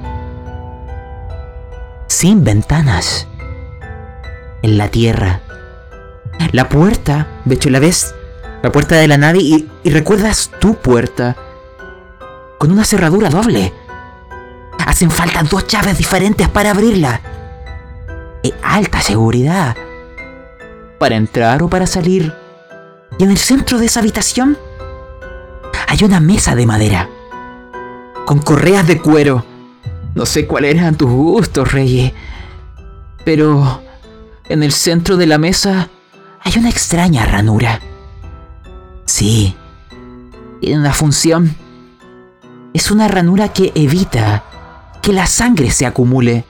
Sin ventanas. En la tierra. La puerta, de hecho la ves, la puerta de la nave y, y recuerdas tu puerta. Con una cerradura doble. Hacen falta dos llaves diferentes para abrirla. E alta seguridad. Para entrar o para salir. Y en el centro de esa habitación hay una mesa de madera. Con correas de cuero. No sé cuáles eran tus gustos, Reggie. Pero en el centro de la mesa hay una extraña ranura. Sí. Tiene una función. Es una ranura que evita que la sangre se acumule.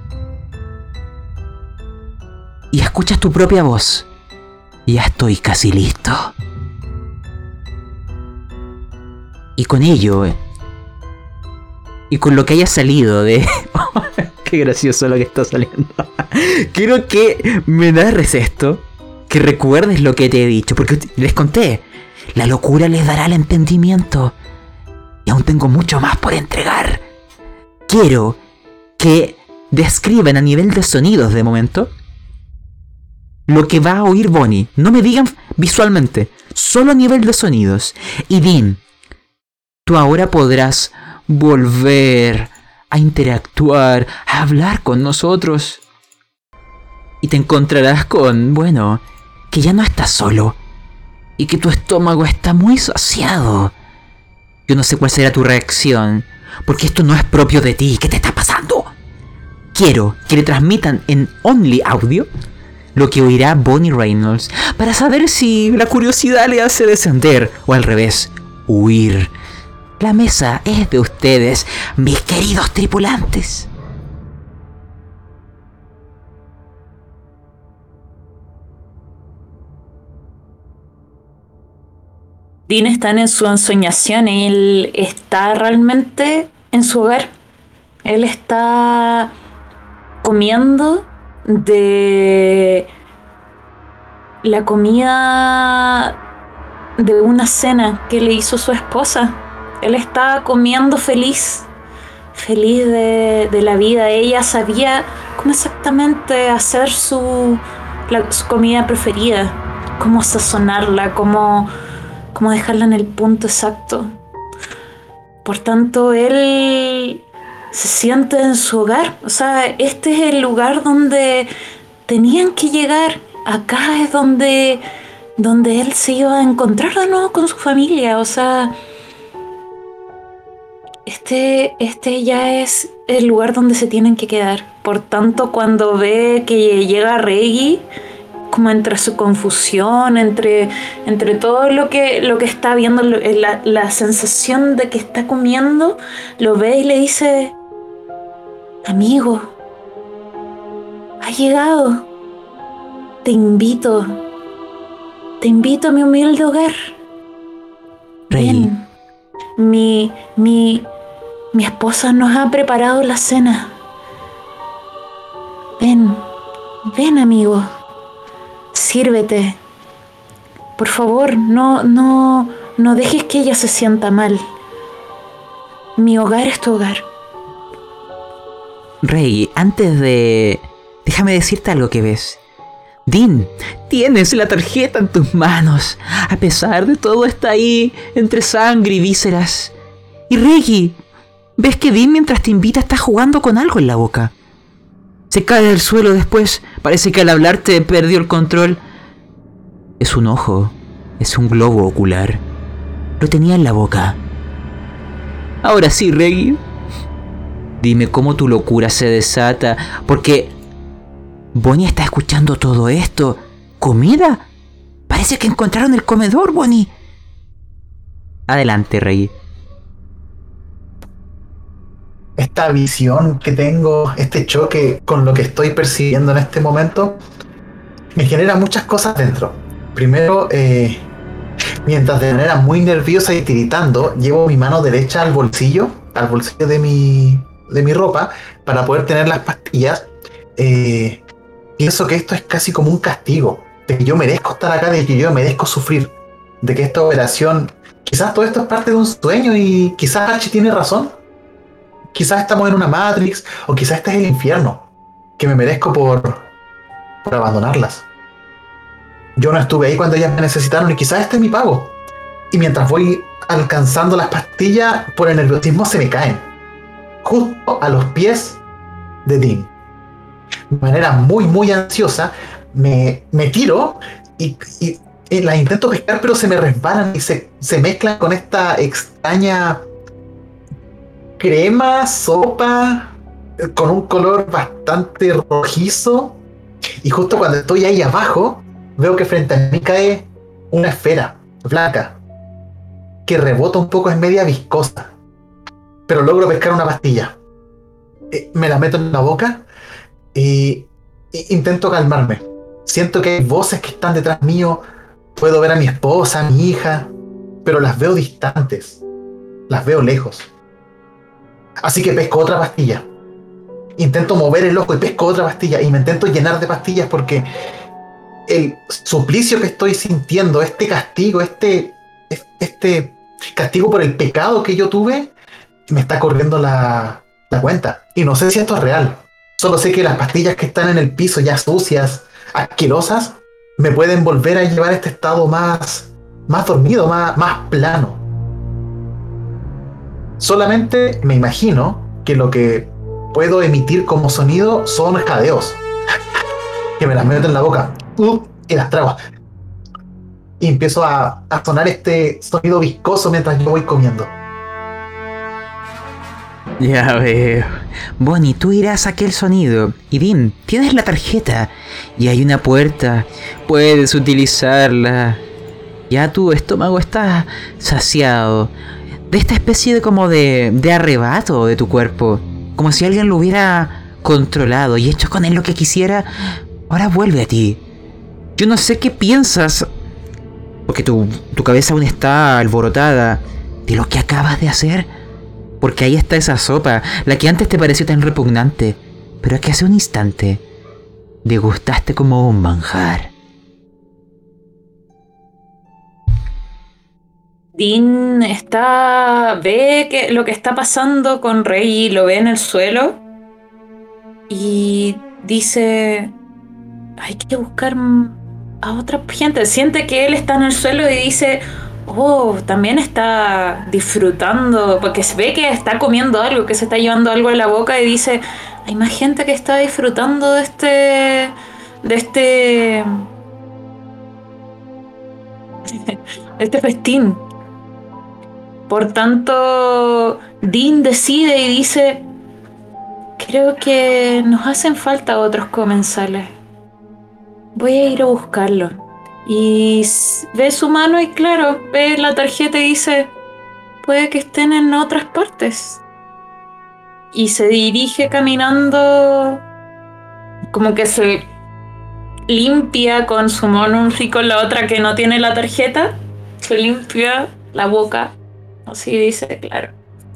Y escuchas tu propia voz. Ya estoy casi listo. Y con ello, y con lo que haya salido de... Qué gracioso lo que está saliendo. Quiero que me narres esto, que recuerdes lo que te he dicho, porque les conté, la locura les dará el entendimiento. Y aún tengo mucho más por entregar. Quiero que describan a nivel de sonidos de momento lo que va a oír Bonnie. No me digan visualmente, solo a nivel de sonidos. Y Dean, tú ahora podrás volver a interactuar, a hablar con nosotros. Y te encontrarás con, bueno, que ya no estás solo. Y que tu estómago está muy saciado. Yo no sé cuál será tu reacción, porque esto no es propio de ti. ¿Qué te está pasando? Quiero que le transmitan en Only Audio lo que oirá Bonnie Reynolds, para saber si la curiosidad le hace descender, o al revés, huir. La mesa es de ustedes, mis queridos tripulantes. Dean está en su ensoñación, él está realmente en su hogar. Él está comiendo de la comida de una cena que le hizo su esposa. Él está comiendo feliz, feliz de, de la vida. Ella sabía cómo exactamente hacer su, la, su comida preferida, cómo sazonarla, cómo... como dejarla en el punto exacto. Por tanto, él se siente en su hogar. O sea, este es el lugar donde tenían que llegar. Acá es donde, donde él se iba a encontrar de nuevo con su familia. O sea, este, este ya es el lugar donde se tienen que quedar. Por tanto, cuando ve que llega Reggie, como entre su confusión, entre, entre todo lo que, lo que está viendo, la, la sensación de que está comiendo, lo ve y le dice: amigo, ha llegado, te invito, te invito a mi humilde hogar. Rey. Ven, mi, mi, mi esposa nos ha preparado la cena. Ven, ven amigo, sírvete. Por favor, no, no, no dejes que ella se sienta mal. Mi hogar es tu hogar. Rey, antes de... déjame decirte algo que ves. Dean, tienes la tarjeta en tus manos. A pesar de todo está ahí, entre sangre y vísceras. Y Reggie, ves que Dean mientras te invita está jugando con algo en la boca. Se cae al suelo después. Parece que al hablarte perdió el control. Es un ojo. Es un globo ocular. Lo tenía en la boca. Ahora sí, Reggie. Dime cómo tu locura se desata. Porque... Bonnie está escuchando todo esto. ¿Comida? Parece que encontraron el comedor, Bonnie. Adelante, Rey. Esta visión que tengo, este choque con lo que estoy percibiendo en este momento, me genera muchas cosas dentro. Primero, eh, mientras de manera muy nerviosa y tiritando, llevo mi mano derecha al bolsillo, al bolsillo de mi, de mi ropa, para poder tener las pastillas. Eh, pienso que esto es casi como un castigo, de que yo merezco estar acá, de que yo merezco sufrir, de que esta operación, quizás todo esto es parte de un sueño y quizás Archie tiene razón. Quizás estamos en una Matrix, o quizás este es el infierno, que me merezco por, por abandonarlas. Yo no estuve ahí cuando ellas me necesitaron y quizás este es mi pago. Y mientras voy alcanzando las pastillas, por el nerviosismo se me caen, justo a los pies de Dean. De manera muy muy ansiosa me, me tiro y, y, y las intento pescar, pero se me resbalan y se, se mezclan con esta extraña crema, sopa, con un color bastante rojizo. Y justo cuando estoy ahí abajo, veo que frente a mí cae una esfera blanca que rebota un poco, es media viscosa, pero logro pescar una pastilla. Eh, me la meto en la boca y, y intento calmarme. Siento que hay voces que están detrás mío. Puedo ver a mi esposa, a mi hija, pero las veo distantes, las veo lejos. Así que pesco otra pastilla. Intento mover el ojo y pesco otra pastilla. Y me intento llenar de pastillas porque el suplicio que estoy sintiendo, este castigo, este, este castigo por el pecado que yo tuve, me está corriendo la, la cuenta. Y no sé si esto es real. Solo sé que las pastillas que están en el piso ya sucias, asquerosas, me pueden volver a llevar a este estado más, más dormido, más, más plano. Solamente me imagino que lo que puedo emitir como sonido son jadeos. Que me las meto en la boca uh, y las trago. Y empiezo a, a sonar este sonido viscoso mientras yo voy comiendo. Ya veo. Bonnie, tú irás a aquel sonido. Y Dean, tienes la tarjeta. Y hay una puerta. Puedes utilizarla. Ya tu estómago está saciado de esta especie de como de, de arrebato de tu cuerpo. Como si alguien lo hubiera controlado y hecho con él lo que quisiera. Ahora vuelve a ti. Yo no sé qué piensas, porque tu, tu cabeza aún está alborotada de lo que acabas de hacer. Porque ahí está esa sopa, la que antes te pareció tan repugnante, pero que hace un instante degustaste como un manjar. Dean está, ve que lo que está pasando con Rey, lo ve en el suelo y dice, hay que buscar a otra gente. Siente que él está en el suelo y dice, oh, también está disfrutando, porque se ve que está comiendo algo, que se está llevando algo a la boca, y dice, hay más gente que está disfrutando de este, de este, de este festín. Por tanto, Dean decide y dice, creo que nos hacen falta otros comensales. Voy a ir a buscarlo. Y ve su mano y claro, ve la tarjeta y dice, puede que estén en otras partes. Y se dirige caminando, como que se limpia con su mano y con la otra que no tiene la tarjeta. Se limpia la boca. Así dice, claro.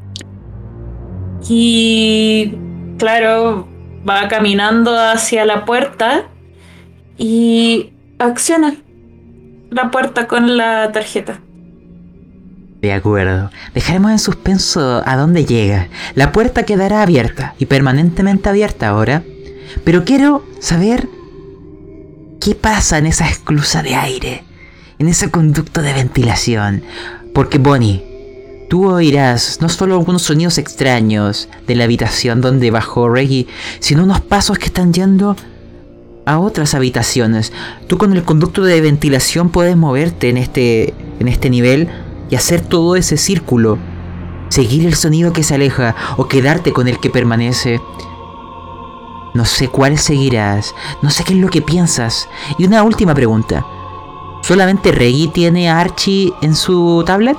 Y claro, va caminando hacia la puerta y acciona la puerta con la tarjeta. De acuerdo. Dejaremos en suspenso a dónde llega. La puerta quedará abierta y permanentemente abierta ahora. Pero quiero saber qué pasa en esa esclusa de aire, en ese conducto de ventilación. Porque Bonnie, tú oirás no solo algunos sonidos extraños de la habitación donde bajó Reggie, sino unos pasos que están yendo a otras habitaciones. Tú con el conducto de ventilación puedes moverte en este, en este nivel y hacer todo ese círculo, seguir el sonido que se aleja o quedarte con el que permanece. No sé cuál seguirás, no sé qué es lo que piensas. Y una última pregunta, ¿solamente Reggie tiene a Archie en su tablet?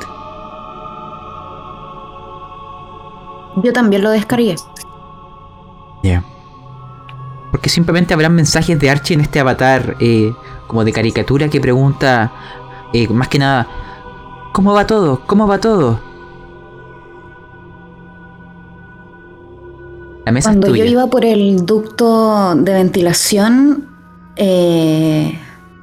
Yo también lo descargué. Ya. Yeah. Porque simplemente habrán mensajes de Archie en este avatar eh, como de caricatura que pregunta eh, más que nada, ¿cómo va todo? ¿Cómo va todo? La mesa Cuando es tuya. yo iba por el ducto de ventilación, eh,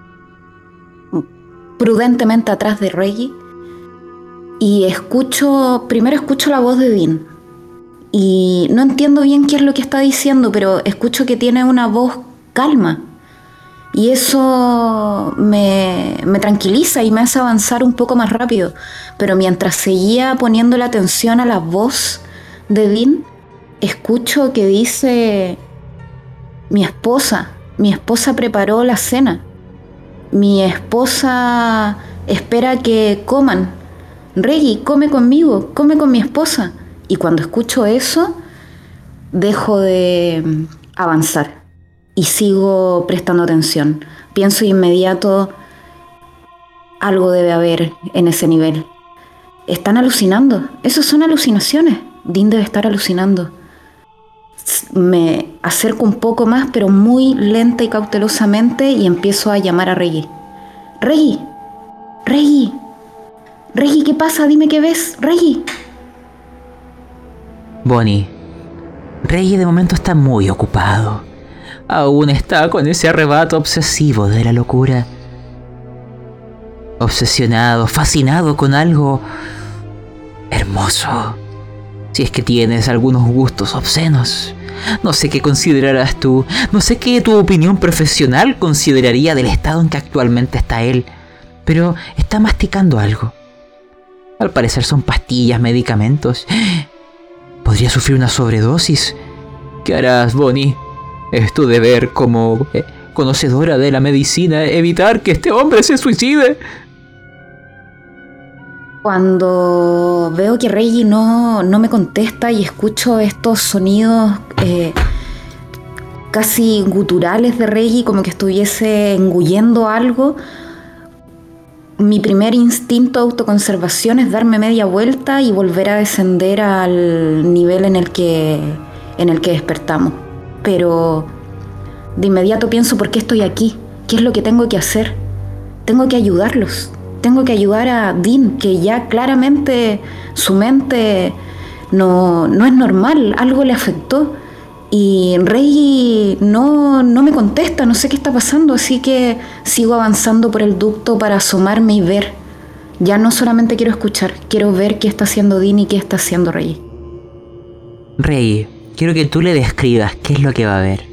prudentemente atrás de Reggie, y escucho, primero escucho la voz de Dean. Y no entiendo bien qué es lo que está diciendo, pero escucho que tiene una voz calma. Y eso me, me tranquiliza y me hace avanzar un poco más rápido. Pero mientras seguía poniendo la atención a la voz de Dean, escucho que dice: mi esposa, mi esposa preparó la cena. Mi esposa espera que coman. Reggie, come conmigo, come con mi esposa. Y cuando escucho eso, dejo de avanzar y sigo prestando atención. Pienso de inmediato, algo debe haber en ese nivel. Están alucinando. Esos son alucinaciones. Dean debe estar alucinando. Me acerco un poco más, pero muy lenta y cautelosamente, y empiezo a llamar a Reggie. Reggie, Reggie, Reggie, ¿qué pasa? Dime qué ves, Reggie. Bonnie, Reggie de momento está muy ocupado. Aún está con ese arrebato obsesivo de la locura. Obsesionado, fascinado con algo hermoso. Si es que tienes algunos gustos obscenos. No sé qué considerarás tú. No sé qué tu opinión profesional consideraría del estado en que actualmente está él. Pero está masticando algo. Al parecer son pastillas, medicamentos. ¿Podría sufrir una sobredosis? ¿Qué harás, Bonnie? Es tu deber como eh, conocedora de la medicina evitar que este hombre se suicide. Cuando veo que Reggie no, no me contesta y escucho estos sonidos eh, casi guturales de Reggie, como que estuviese engullendo algo, mi primer instinto de autoconservación es darme media vuelta y volver a descender al nivel en el que, en el que despertamos. Pero de inmediato pienso, ¿por qué estoy aquí? ¿Qué es lo que tengo que hacer? Tengo que ayudarlos. Tengo que ayudar a Dean, que ya claramente su mente no, no es normal, algo le afectó. Y Reggie no, no me contesta, no sé qué está pasando, así que sigo avanzando por el ducto para asomarme y ver. Ya no solamente quiero escuchar, quiero ver qué está haciendo Dean y qué está haciendo Reggie. Reggie, quiero que tú le describas qué es lo que va a ver.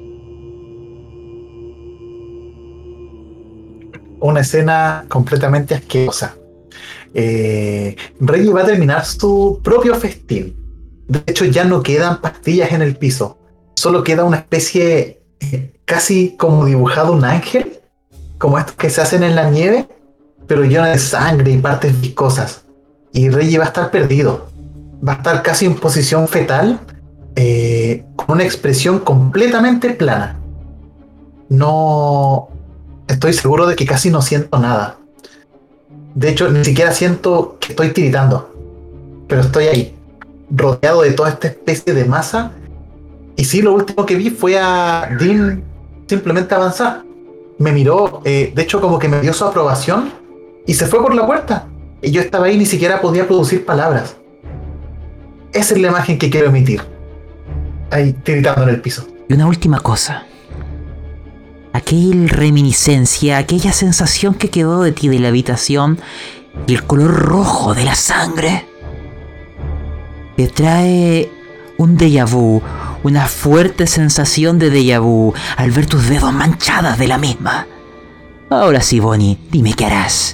Una escena completamente asquerosa. Eh, Reggie va a terminar su propio festín. De hecho, ya no quedan pastillas en el piso. Solo queda una especie, eh, casi como dibujado un ángel, como estos que se hacen en la nieve, pero lleno de sangre y partes viscosas. Y Reggie va a estar perdido. Va a estar casi en posición fetal, eh, con una expresión completamente plana. No... Estoy seguro de que casi no siento nada. De hecho, ni siquiera siento que estoy tiritando. Pero estoy ahí, rodeado de toda esta especie de masa. Y sí, lo último que vi fue a Dean simplemente avanzar. me miró, eh, de hecho como que me dio su aprobación y se fue por la puerta. Y yo estaba ahí y ni siquiera podía producir palabras. Esa es la imagen que quiero emitir. Ahí, tiritando en el piso. Y una última cosa. Aquella reminiscencia, aquella sensación que quedó de ti de la habitación y el color rojo de la sangre te trae un déjà vu, una fuerte sensación de déjà vu al ver tus dedos manchadas de la misma. Ahora sí, Bonnie, dime qué harás.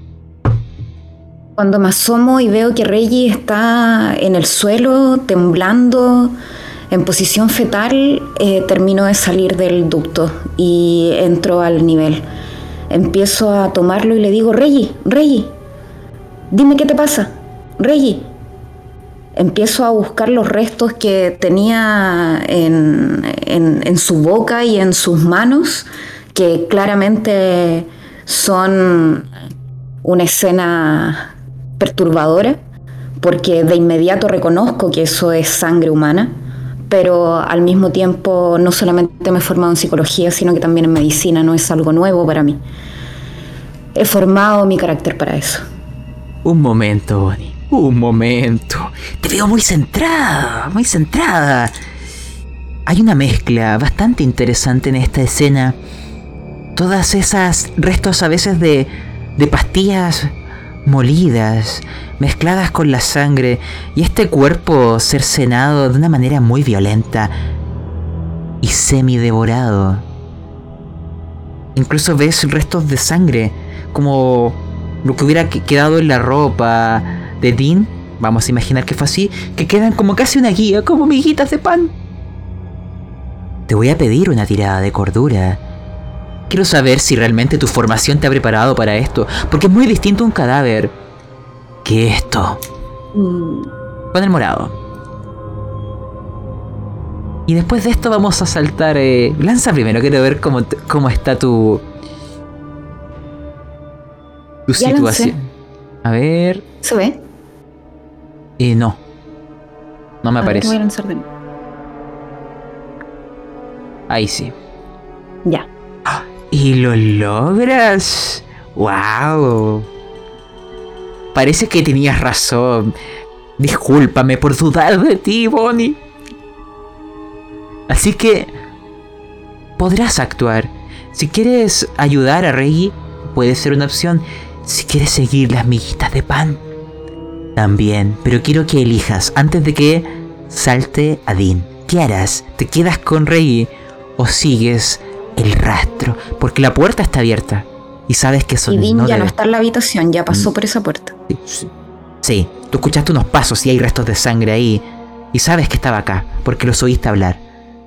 Cuando me asomo y veo que Reggie está en el suelo, temblando, en posición fetal, eh, termino de salir del ducto y entro al nivel. Empiezo a tomarlo y le digo, Reggie, Reggie, dime qué te pasa, Reggie. Empiezo a buscar los restos que tenía en, en, en su boca y en sus manos, que claramente son una escena perturbadora, porque de inmediato reconozco que eso es sangre humana, pero al mismo tiempo no solamente me he formado en psicología, sino que también en medicina, no es algo nuevo para mí. He formado mi carácter para eso. Un momento, Bonnie. Un momento. Te veo muy centrada, muy centrada. Hay una mezcla bastante interesante en esta escena. Todas esas restos a veces de, de pastillas molidas, mezcladas con la sangre, y este cuerpo cercenado de una manera muy violenta y semi-devorado. Incluso ves restos de sangre, como lo que hubiera quedado en la ropa de Dean, vamos a imaginar que fue así, que quedan como casi una guía, como miguitas de pan. Te voy a pedir una tirada de cordura. Quiero saber si realmente tu formación te ha preparado para esto, porque es muy distinto a un cadáver que esto. Mm. Con el morado. Y después de esto vamos a saltar... Eh, lanza primero, quiero ver cómo, cómo está tu... Tu Ya situación. lancé. A ver... ¿Se ve? Eh, no. No me A ver, aparece. voy a lanzar de nuevo. Ahí sí. Ya. ¿Y lo logras? ¡Wow! Parece que tenías razón. Discúlpame por dudar de ti, Bonnie. Así que... podrás actuar. Si quieres ayudar a Reggie, puede ser una opción. Si quieres seguir las miguitas de pan, también. Pero quiero que elijas antes de que salte a Dean. ¿Qué harás? ¿Te quedas con Reggie o sigues el rastro? Porque la puerta está abierta y sabes que son... Y Dean no ya debe- no está en la habitación, ya pasó por esa puerta. Sí, sí. Sí, tú escuchaste unos pasos y hay restos de sangre ahí. Y sabes que estaba acá, porque los oíste hablar.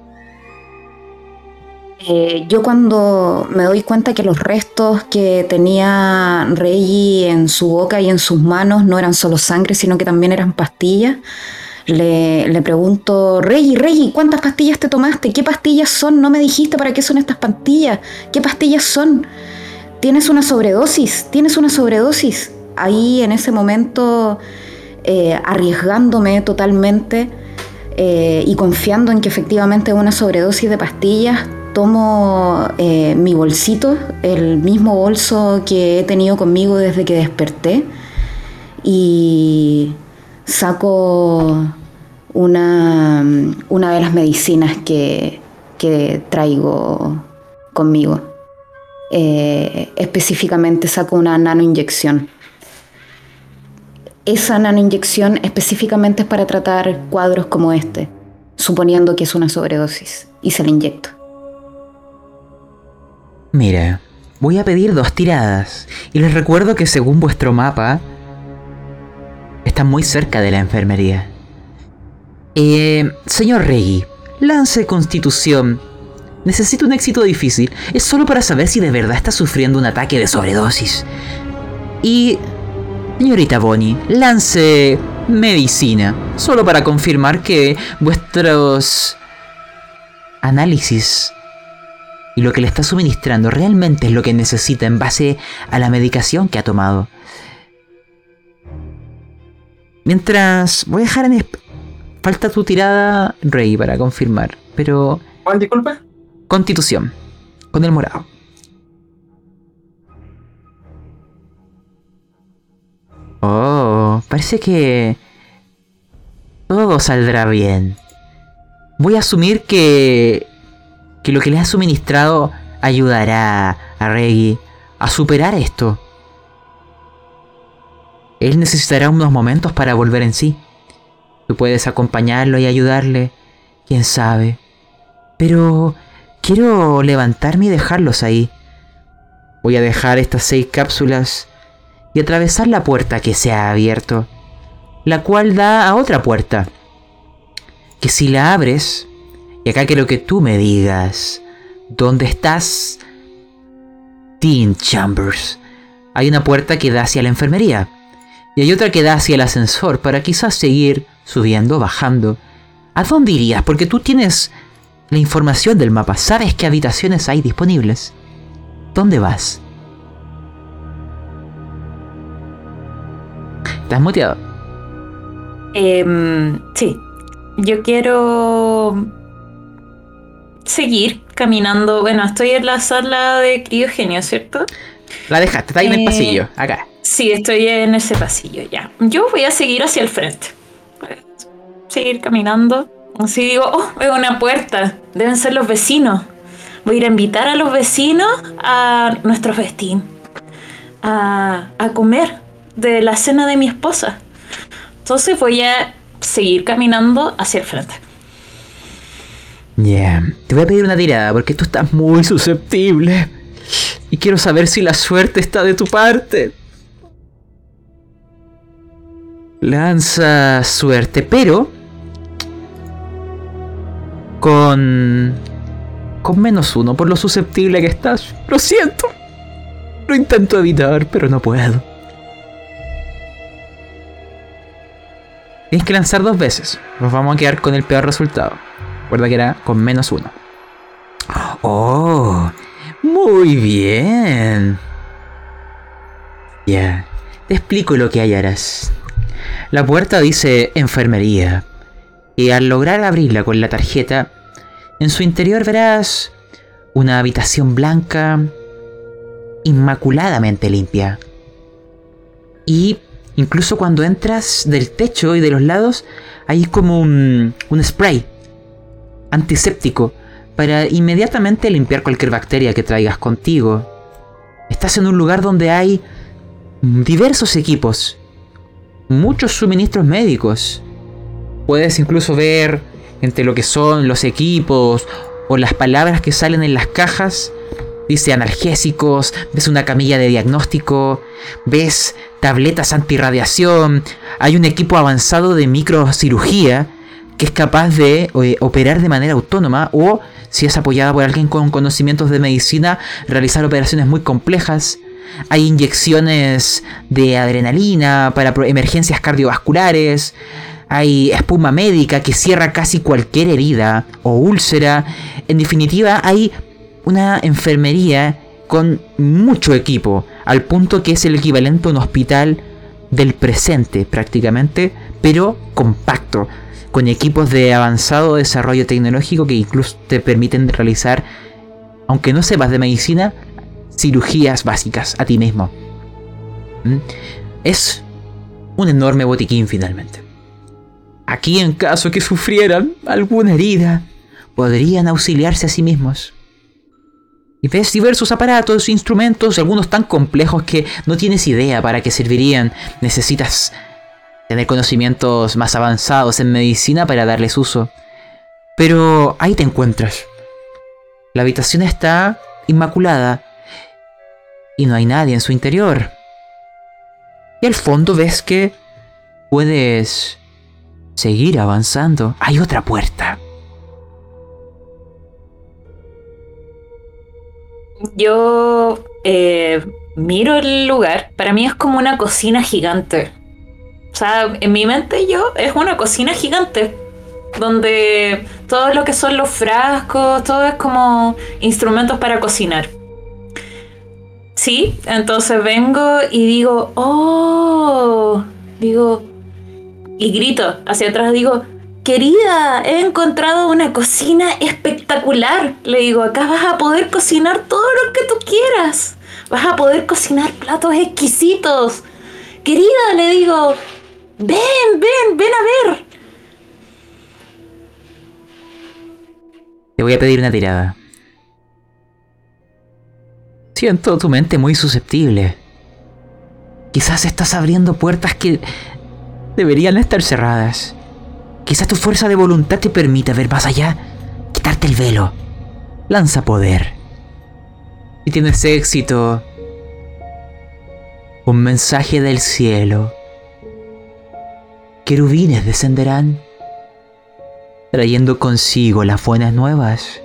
Eh, yo cuando me doy cuenta que los restos que tenía Reggie en su boca y en sus manos no eran solo sangre, sino que también eran pastillas, le, le pregunto, Reggie, Reggie, ¿cuántas pastillas te tomaste? ¿Qué pastillas son? No me dijiste para qué son estas pastillas. ¿Qué pastillas son? ¿Tienes una sobredosis? ¿Tienes una sobredosis? Ahí en ese momento, eh, arriesgándome totalmente eh, y confiando en que efectivamente es una sobredosis de pastillas, tomo eh, mi bolsito, el mismo bolso que he tenido conmigo desde que desperté, y saco una, una de las medicinas que, que traigo conmigo. Eh, específicamente saco una nanoinyección. Esa nanoinyección específicamente es para tratar cuadros como este, suponiendo que es una sobredosis, y se la inyecto. Mira, voy a pedir dos tiradas. Y les recuerdo que según vuestro mapa, están muy cerca de la enfermería. Eh, señor Reggie, lance Constitución. Necesito un éxito difícil. Es solo para saber si de verdad está sufriendo un ataque de sobredosis. Y... señorita Bonnie, lance Medicina. Solo para confirmar que vuestros análisis y lo que le está suministrando realmente es lo que necesita en base a la medicación que ha tomado. Mientras... voy a dejar en... esp- falta tu tirada, Rey, para confirmar. Pero... ¿Cuál, disculpe? Constitución. Con el morado. Oh, parece que todo saldrá bien. Voy a asumir que que lo que le has suministrado ayudará a Reggie a superar esto. Él necesitará unos momentos para volver en sí. Tú puedes acompañarlo y ayudarle, quién sabe. Pero quiero levantarme y dejarlos ahí. Voy a dejar estas seis cápsulas y atravesar la puerta que se ha abierto, la cual da a otra puerta, que si la abres, y acá quiero que tú me digas, ¿dónde estás? Dean Chambers. Hay una puerta que da hacia la enfermería, y hay otra que da hacia el ascensor para quizás seguir subiendo, bajando. ¿A dónde irías? Porque tú tienes la información del mapa, sabes qué habitaciones hay disponibles. ¿Dónde vas? ¿Estás muteado? Eh, sí, yo quiero seguir caminando. Bueno, estoy en la sala de criogenia, ¿cierto? La dejaste, está ahí en el Eh, pasillo, acá. Sí, estoy en ese pasillo ya. Yo voy a seguir hacia el frente. Voy a seguir caminando. Así digo, oh, veo una puerta. Deben ser los vecinos. Voy a ir a invitar a los vecinos a nuestro festín. A, a comer de la cena de mi esposa. Entonces voy a seguir caminando hacia el frente. Ya, yeah. Te voy a pedir una tirada porque tú estás muy susceptible. Y quiero saber si la suerte está de tu parte. Lanza suerte, pero con con menos uno por lo susceptible que estás. Lo siento. Lo intento evitar, pero no puedo. Tienes que lanzar dos veces. Nos vamos a quedar con el peor resultado. Recuerda que era con menos uno. Oh, muy bien. Ya, yeah. Te explico lo que hallarás. La puerta dice enfermería. Y al lograr abrirla con la tarjeta, en su interior verás una habitación blanca, inmaculadamente limpia. Y incluso cuando entras, del techo y de los lados hay como un, un spray antiséptico para inmediatamente limpiar cualquier bacteria que traigas contigo. Estás en un lugar donde hay diversos equipos, muchos suministros médicos. Puedes incluso ver entre lo que son los equipos o las palabras que salen en las cajas. Dice analgésicos, ves una camilla de diagnóstico, ves tabletas antirradiación, hay un equipo avanzado de microcirugía que es capaz de eh, operar de manera autónoma o, si es apoyada por alguien con conocimientos de medicina, realizar operaciones muy complejas. Hay inyecciones de adrenalina para emergencias cardiovasculares. Hay espuma médica que cierra casi cualquier herida o úlcera. En definitiva, hay una enfermería con mucho equipo, al punto que es el equivalente a un hospital del presente prácticamente, pero compacto, con equipos de avanzado desarrollo tecnológico que incluso te permiten realizar, aunque no sepas de medicina, cirugías básicas a ti mismo. ¿Mm? Es un enorme botiquín finalmente. Aquí, en caso que sufrieran alguna herida, podrían auxiliarse a sí mismos. Y ves diversos aparatos, instrumentos, algunos tan complejos que no tienes idea para qué servirían. Necesitas tener conocimientos más avanzados en medicina para darles uso. Pero ahí te encuentras. La habitación está inmaculada y no hay nadie en su interior. Y al fondo ves que puedes seguir avanzando. Hay otra puerta. Yo eh, miro el lugar. Para mí es como una cocina gigante. O sea, en mi mente yo es una cocina gigante donde todo lo que son los frascos, todo es como instrumentos para cocinar. Sí, entonces vengo y digo, oh, digo, y grito hacia atrás, digo, querida, he encontrado una cocina espectacular. Le digo, acá vas a poder cocinar todo lo que tú quieras. Vas a poder cocinar platos exquisitos Querida, le digo, ven, ven, ven a ver. Te voy a pedir una tirada. Siento tu mente muy susceptible. Quizás estás abriendo puertas que deberían estar cerradas. Quizás tu fuerza de voluntad te permita ver más allá, quitarte el velo. Lanza poder. Si tienes éxito, un mensaje del cielo. Querubines descenderán, trayendo consigo las buenas nuevas.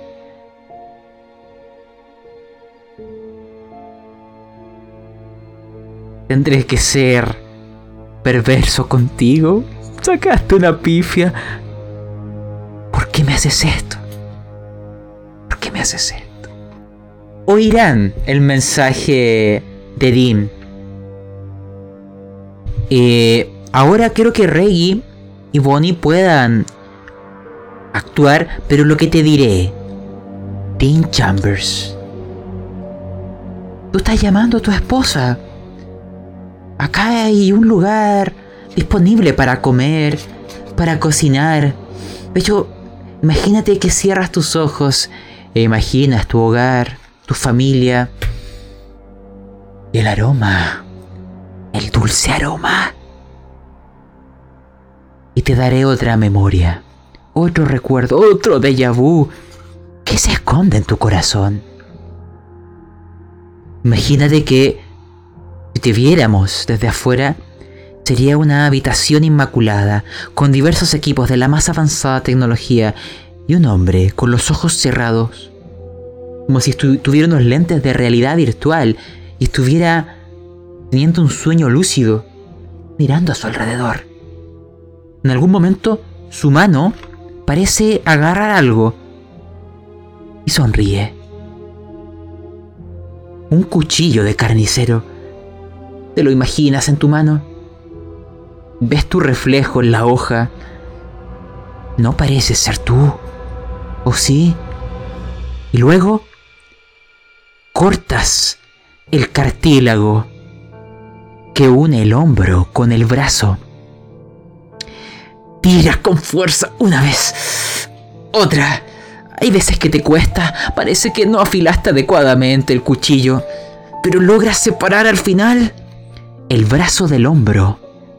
Tendré que ser perverso contigo. Sacaste una pifia. ¿Por qué me haces esto? ¿Por qué me haces esto? Oirán el mensaje de Dim. Eh, ahora quiero que Reggie y Bonnie puedan actuar, pero lo que te diré, Dean Chambers, tú estás llamando a tu esposa. Acá hay un lugar disponible para comer, para cocinar. De hecho, imagínate que cierras tus ojos e imaginas tu hogar, tu familia, y el aroma, el dulce aroma. Y te daré otra memoria, otro recuerdo, otro déjà vu que se esconde en tu corazón. Imagínate que si te viéramos desde afuera, sería una habitación inmaculada, con diversos equipos de la más avanzada tecnología y un hombre con los ojos cerrados, como si tuviera unos lentes de realidad virtual y estuviera teniendo un sueño lúcido, mirando a su alrededor. En algún momento, su mano parece agarrar algo y sonríe. Un cuchillo de carnicero. ¿Te lo imaginas en tu mano? Ves tu reflejo en la hoja. No pareces ser tú, ¿o sí? Y luego cortas el cartílago que une el hombro con el brazo. Tiras con fuerza una vez, otra. Hay veces que te cuesta, parece que no afilaste adecuadamente el cuchillo, pero logras separar al final el brazo del hombro.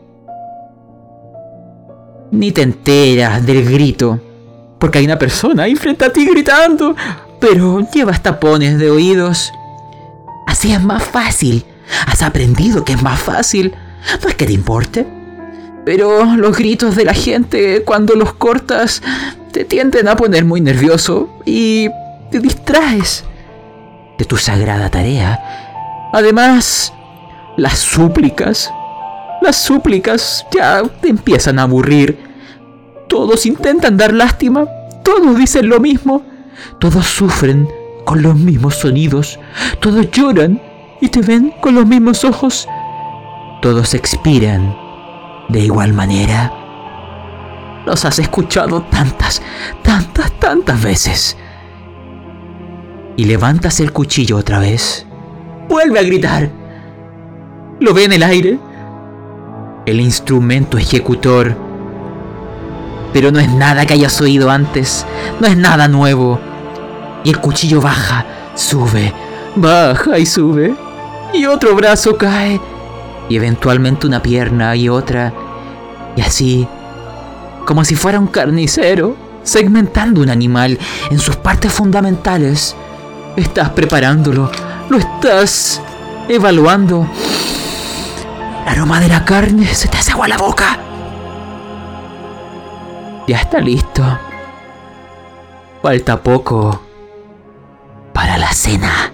Ni te enteras del grito, porque hay una persona ahí frente a ti gritando, pero llevas tapones de oídos. Así es más fácil. Has aprendido que es más fácil. No es que te importe, pero los gritos de la gente cuando los cortas te tienden a poner muy nervioso y te distraes de tu sagrada tarea. Además, las súplicas, las súplicas ya te empiezan a aburrir. Todos intentan dar lástima, todos dicen lo mismo, todos sufren con los mismos sonidos, todos lloran y te ven con los mismos ojos, todos expiran de igual manera. Los has escuchado tantas, tantas, tantas veces. Y levantas el cuchillo otra vez. Vuelve a gritar. Lo ve en el aire. El instrumento ejecutor. Pero no es nada que hayas oído antes. No es nada nuevo. Y el cuchillo baja, sube, baja y sube. Y otro brazo cae. Y eventualmente una pierna y otra. Y así, como si fuera un carnicero, segmentando un animal en sus partes fundamentales. Estás preparándolo, lo estás evaluando. El aroma de la carne se te hace agua la boca. Ya está listo. Falta poco para la cena.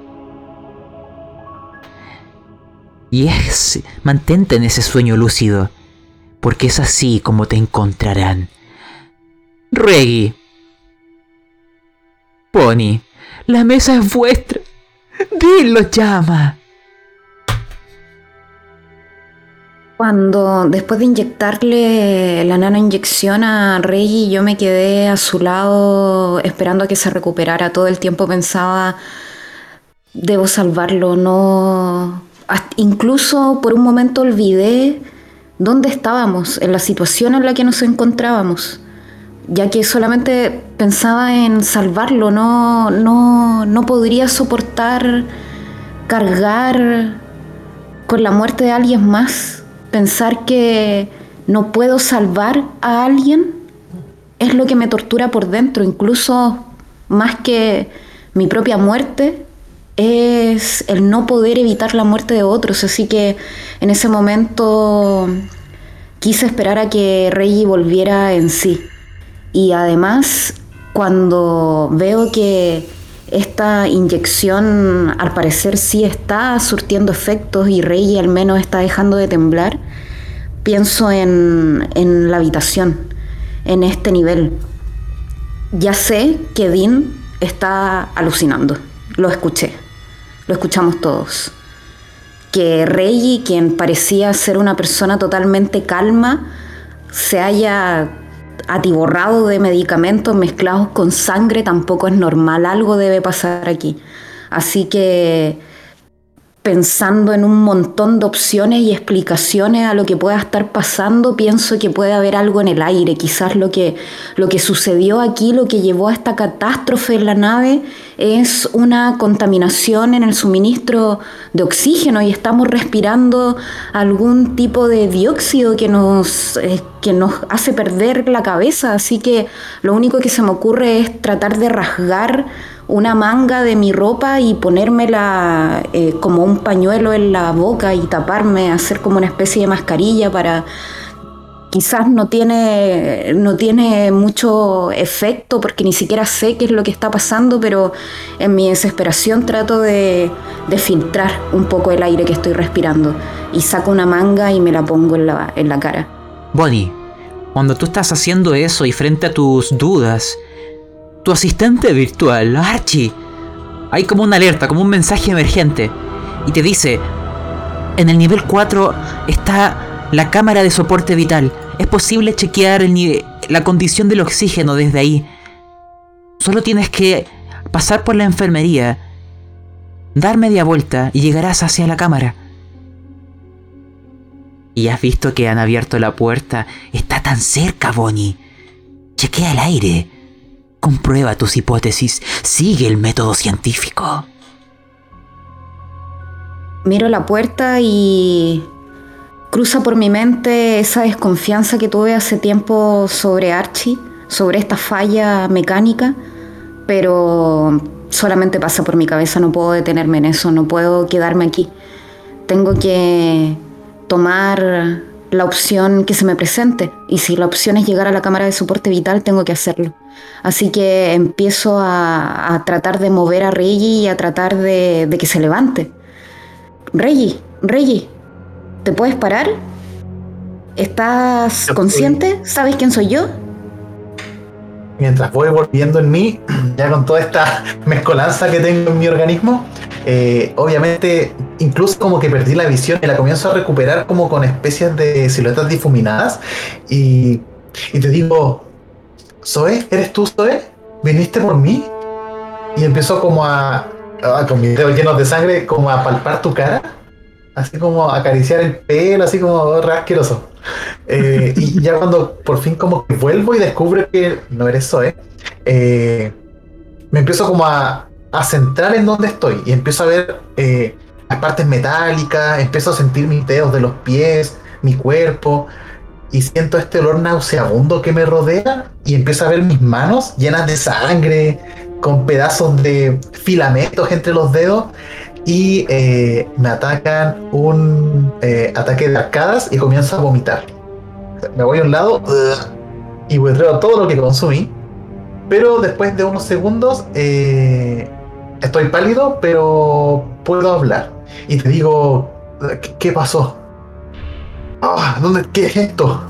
Y es, mantente en ese sueño lúcido, porque es así como te encontrarán. Reggie, Pony, la mesa es vuestra. Dean los llama. Cuando después de inyectarle la nanoinyección a Reggie, yo me quedé a su lado esperando a que se recuperara. Todo el tiempo pensaba, debo salvarlo, no, Incluso por un momento olvidé dónde estábamos, en la situación en la que nos encontrábamos, ya que solamente pensaba en salvarlo. No, no, no podría soportar cargar con la muerte de alguien más. Pensar que no puedo salvar a alguien es lo que me tortura por dentro, incluso más que mi propia muerte. Es el no poder evitar la muerte de otros. Así que en ese momento quise esperar a que Reggie volviera en sí. Y además, cuando veo que esta inyección al parecer sí está surtiendo efectos y Reggie al menos está dejando de temblar, pienso en, en la habitación, en este nivel. Ya sé que Dean está alucinando. Lo escuché, lo escuchamos todos. Que Reggie, quien parecía ser una persona totalmente calma, se haya atiborrado de medicamentos mezclados con sangre tampoco es normal. Algo debe pasar aquí. Así que, pensando en un montón de opciones y explicaciones a lo que pueda estar pasando, pienso que puede haber algo en el aire. Quizás lo que, lo que sucedió aquí, lo que llevó a esta catástrofe en la nave, es una contaminación en el suministro de oxígeno y estamos respirando algún tipo de dióxido que nos, eh, que nos hace perder la cabeza. Así que lo único que se me ocurre es tratar de rasgar una manga de mi ropa y ponérmela eh, como un pañuelo en la boca y taparme, hacer como una especie de mascarilla para... Quizás no tiene, no tiene mucho efecto porque ni siquiera sé qué es lo que está pasando, pero en mi desesperación trato de, de filtrar un poco el aire que estoy respirando y saco una manga y me la pongo en la, en la cara. Bonnie, cuando tú estás haciendo eso y frente a tus dudas, tu asistente virtual, Archie, hay como una alerta, como un mensaje emergente y te dice: en el nivel cuatro está la cámara de soporte vital. Es posible chequear el nivel, la condición del oxígeno desde ahí. Solo tienes que pasar por la enfermería, dar media vuelta y llegarás hacia la cámara. Y has visto que han abierto la puerta. Está tan cerca, Bonnie. Chequea el aire. Comprueba tus hipótesis. Sigue el método científico. Miro la puerta y cruza por mi mente esa desconfianza que tuve hace tiempo sobre Archie, sobre esta falla mecánica, pero solamente pasa por mi cabeza. No puedo detenerme en eso, no puedo quedarme aquí. Tengo que tomar la opción que se me presente, y si la opción es llegar a la cámara de soporte vital, tengo que hacerlo. Así que empiezo a, a tratar de mover a Reggie y a tratar de, de que se levante. Reggie, Reggie, ¿te puedes parar? ¿Estás consciente? ¿Sabes quién soy yo? Mientras voy volviendo en mí, ya con toda esta mezcolanza que tengo en mi organismo, eh, obviamente incluso como que perdí la visión y la comienzo a recuperar como con especies de siluetas difuminadas y, y te digo: Zoe, ¿eres tú, Zoe? ¿Viniste por mí? Y empiezo como a, a con mis dedos llenos de sangre, como a palpar tu cara, así como a acariciar el pelo, así como re asqueroso. Eh, y ya cuando por fin como que vuelvo y descubro que no eres Zoe, eh, me empiezo como a, a centrar en dónde estoy y empiezo a ver eh, las partes metálicas, empiezo a sentir mis dedos de los pies, mi cuerpo, y siento este olor nauseabundo que me rodea y empiezo a ver mis manos llenas de sangre, con pedazos de filamentos entre los dedos, y eh, me atacan un eh, ataque de arcadas y comienzo a vomitar. Me voy a un lado uh, y buitreo todo lo que consumí, pero después de unos segundos eh, estoy pálido, pero puedo hablar y te digo: ¿qué, qué pasó? Oh, ¿dónde, ¿qué es esto?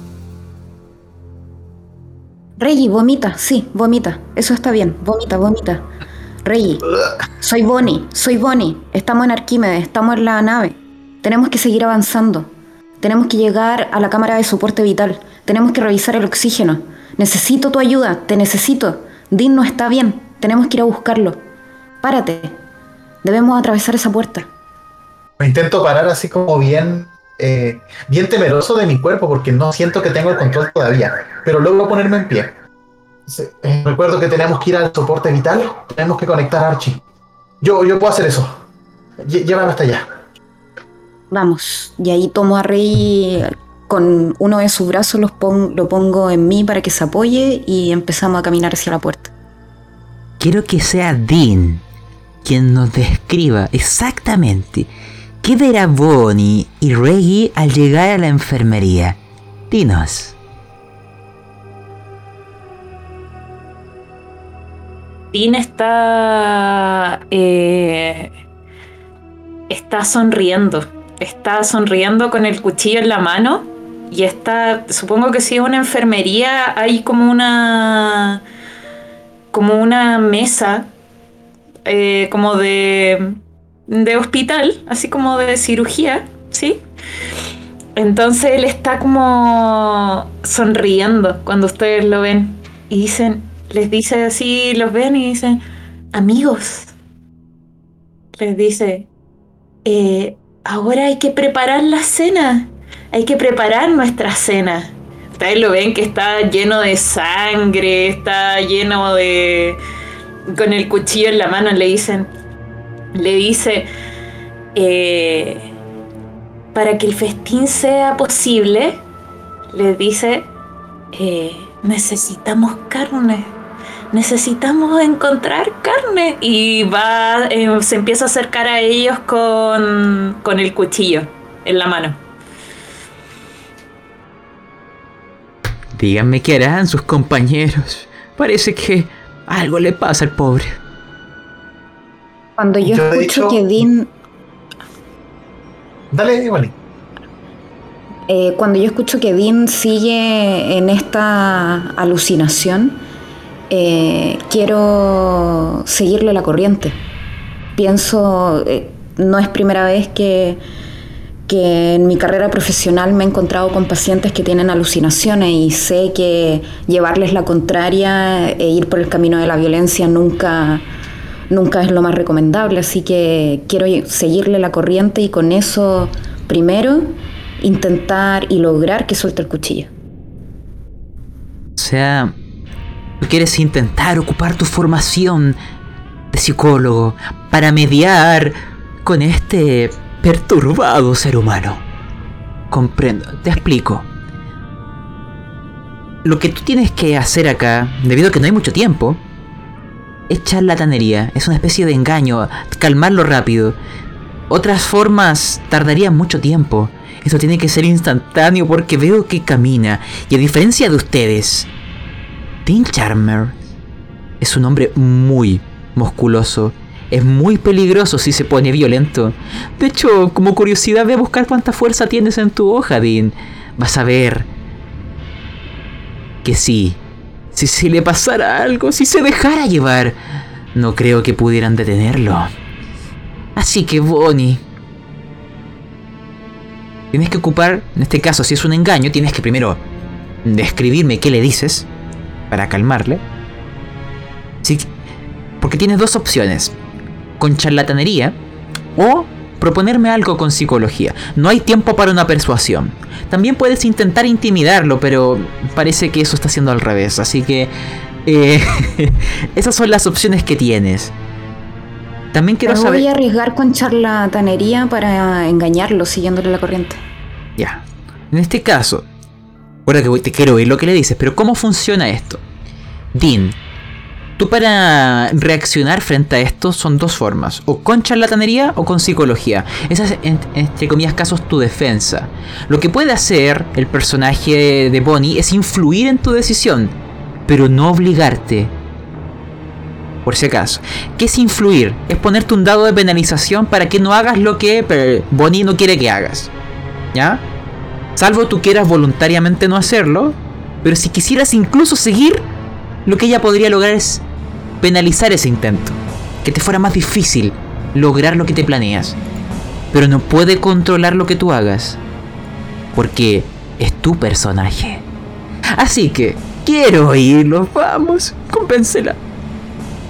Reggie, vomita, sí, vomita, eso está bien, vomita, vomita. Reggie, soy Bonnie, soy Bonnie, estamos en Arquímedes, estamos en la nave, tenemos que seguir avanzando, tenemos que llegar a la cámara de soporte vital, tenemos que revisar el oxígeno, necesito tu ayuda, te necesito, Dean no está bien, tenemos que ir a buscarlo, párate, debemos atravesar esa puerta. Me intento parar así como bien, eh, bien temeroso de mi cuerpo porque no siento que tengo el control todavía, pero logro ponerme en pie. Eh, recuerdo que tenemos que ir al soporte vital, tenemos que conectar a Archie. Yo, yo puedo hacer eso. Lle- Llévame hasta allá. Vamos, y ahí tomo a Rey con uno de sus brazos, los pon- lo pongo en mí para que se apoye y empezamos a caminar hacia la puerta. Quiero que sea Dean quien nos describa exactamente qué verá Bonnie y Reggie al llegar a la enfermería. Dinos. Dean está eh, está sonriendo, está sonriendo con el cuchillo en la mano y está, supongo que si es una enfermería, hay como una como una mesa eh, como de de hospital, así como de cirugía, ¿sí? Entonces él está como sonriendo cuando ustedes lo ven y dicen, les dice así, los ven y dicen, amigos, les dice, eh, ahora hay que preparar la cena, hay que preparar nuestra cena. Ustedes lo ven que está lleno de sangre, está lleno de... con el cuchillo en la mano, le dicen, le dice, eh, para que el festín sea posible, le dice, eh, necesitamos carne, necesitamos encontrar carne. Y va, eh, se empieza a acercar a ellos con, con el cuchillo en la mano. Díganme qué harán sus compañeros. Parece que algo le pasa al pobre. Cuando yo, Yo he escucho dicho- que Dean, Dale, Wally. eh, cuando yo escucho que Dean sigue en esta alucinación, eh, quiero seguirle la corriente. Pienso, eh, no es primera vez que, que en mi carrera profesional me he encontrado con pacientes que tienen alucinaciones y sé que llevarles la contraria e ir por el camino de la violencia nunca, nunca es lo más recomendable, así que quiero seguirle la corriente y con eso, primero, intentar y lograr que suelte el cuchillo. O sea, tú quieres intentar ocupar tu formación de psicólogo para mediar con este perturbado ser humano. Comprendo, te explico. Lo que tú tienes que hacer acá, debido a que no hay mucho tiempo, es charlatanería, es una especie de engaño, calmarlo rápido. Otras formas tardarían mucho tiempo. Esto tiene que ser instantáneo porque veo que camina. Y a diferencia de ustedes, Dean Charmer es un hombre muy musculoso. Es muy peligroso si se pone violento. De hecho, como curiosidad, ve a buscar cuánta fuerza tienes en tu hoja, Dean. Vas a ver que sí. Si se le pasara algo, si se dejara llevar, no creo que pudieran detenerlo. Así que, Bonnie, tienes que ocupar, en este caso, si es un engaño, tienes que primero describirme qué le dices para calmarle. Sí, porque tienes dos opciones: con charlatanería o proponerme algo con psicología. No hay tiempo para una persuasión. También puedes intentar intimidarlo, pero parece que eso está haciendo al revés. Así que eh, esas son las opciones que tienes. También quiero Me saber... voy a arriesgar con charlatanería para engañarlo siguiéndole la corriente. Ya. En este caso, ahora que voy, te quiero oír lo que le dices, pero ¿cómo funciona esto? Dean, tú para reaccionar frente a esto son dos formas: o con charlatanería o con psicología. Esa es, en, entre comillas, casos, tu defensa. Lo que puede hacer el personaje de Bonnie es influir en tu decisión, pero no obligarte. Por si acaso. ¿Qué es influir? Es ponerte un dado de penalización para que no hagas lo que Bonnie no quiere que hagas. ¿Ya? Salvo tú quieras voluntariamente no hacerlo, pero si quisieras incluso seguir, lo que ella podría lograr es penalizar ese intento, que te fuera más difícil lograr lo que te planeas. Pero no puede controlar lo que tú hagas, porque es tu personaje. Así que quiero oírlo, vamos, convéncela.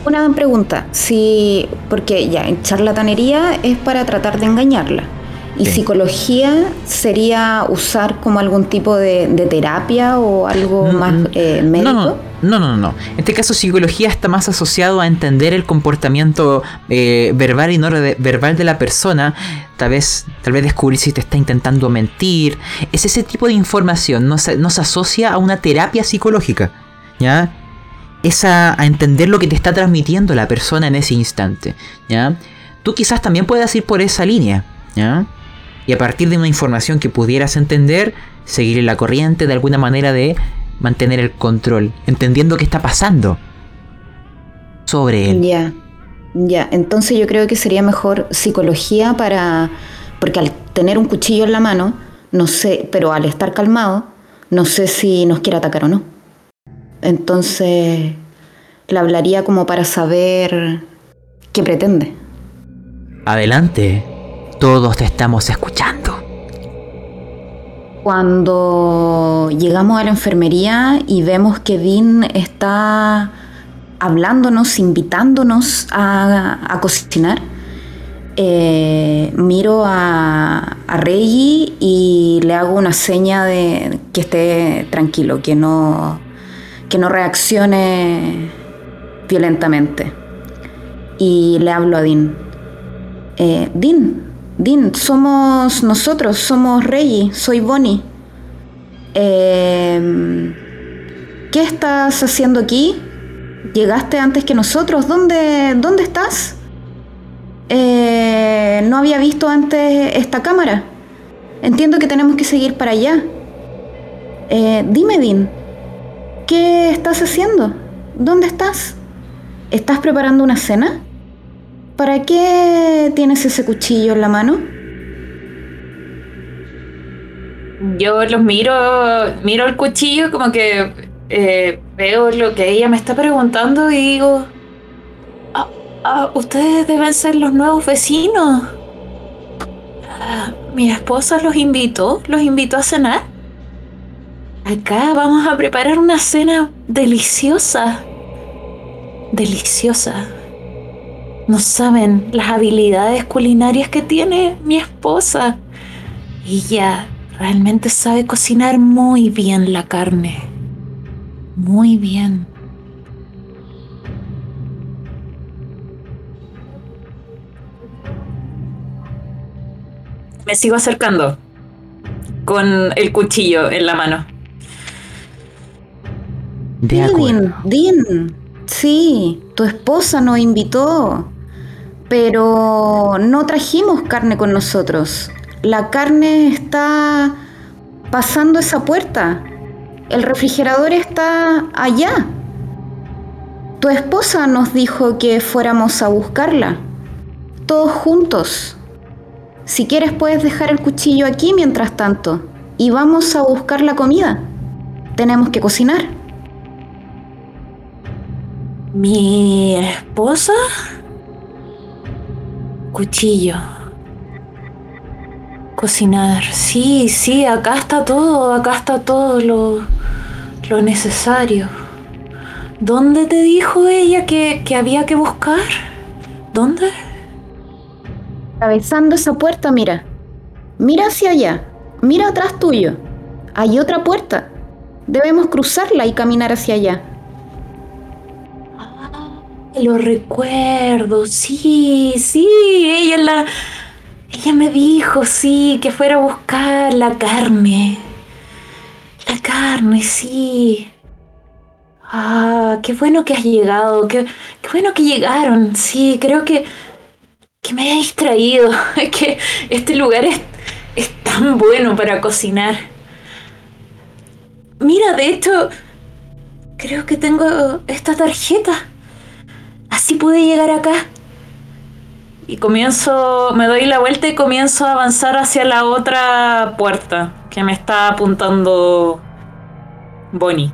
Una pregunta, si, porque ya, en charlatanería es para tratar de engañarla. ¿Y Sí. psicología sería usar como algún tipo de, de terapia o algo Mm, más mm, eh, No, médico? no, no, no, no. En este caso, psicología está más asociado a entender el comportamiento eh, verbal y no re- verbal de la persona. Tal vez, tal vez descubrir si te está intentando mentir. Es ese tipo de información. No se, no se asocia a una terapia psicológica, ¿ya? Es a, a entender lo que te está transmitiendo la persona en ese instante, ¿ya? Tú quizás también puedas ir por esa línea, ¿ya? Y a partir de una información que pudieras entender, seguir la corriente de alguna manera de mantener el control, entendiendo qué está pasando sobre él. Ya, ya. Entonces yo creo que sería mejor psicología para... Porque al tener un cuchillo en la mano, no sé, pero al estar calmado, no sé si nos quiere atacar o no. Entonces le hablaría como para saber qué pretende. Adelante, todos te estamos escuchando. Cuando llegamos a la enfermería y vemos que Dean está hablándonos, invitándonos a, a cocinar, eh, miro a, a Reggie y le hago una seña de que esté tranquilo, que no, que no reaccione violentamente. Y le hablo a Dean. Eh, Dean, Dean, somos nosotros, somos Reggie, soy Bonnie. Eh, ¿Qué estás haciendo aquí? ¿Llegaste antes que nosotros? ¿Dónde, dónde estás? Eh, no había visto antes esta cámara. Entiendo que tenemos que seguir para allá. Eh, dime, Dean, ¿qué estás haciendo? ¿Dónde estás? ¿Estás preparando una cena? ¿Para qué tienes ese cuchillo en la mano? Yo los miro, miro el cuchillo como que eh, veo lo que ella me está preguntando y digo, ah, ah, ustedes deben ser los nuevos vecinos. Ah, mi esposa los invitó, los invitó a cenar. Acá vamos a preparar una cena deliciosa, deliciosa. No saben las habilidades culinarias que tiene mi esposa. Ella realmente sabe cocinar muy bien la carne. Muy bien. Me sigo acercando con el cuchillo en la mano. De Sí, acuerdo. Dean, Dean, sí, tu esposa nos invitó, pero no trajimos carne con nosotros. La carne está pasando esa puerta. El refrigerador está allá. Tu esposa nos dijo que fuéramos a buscarla, todos juntos. Si quieres puedes dejar el cuchillo aquí mientras tanto y vamos a buscar la comida. Tenemos que cocinar. ¿Mi esposa? Cuchillo. Cocinar. Sí, sí, acá está todo, acá está todo lo, lo necesario. ¿Dónde te dijo ella que, que había que buscar? ¿Dónde? Atravesando esa puerta, mira. Mira hacia allá. Mira atrás tuyo. Hay otra puerta. Debemos cruzarla y caminar hacia allá. Lo recuerdo, sí, sí, ella la... Ella me dijo, sí, que fuera a buscar la carne. La carne, sí. Ah, qué bueno que has llegado, qué, qué bueno que llegaron, sí, creo que... que me he distraído. Es que este lugar es, es tan bueno para cocinar. Mira, de hecho, creo que tengo esta tarjeta. Así pude llegar acá. Y comienzo, me doy la vuelta y comienzo a avanzar hacia la otra puerta que me está apuntando Bonnie.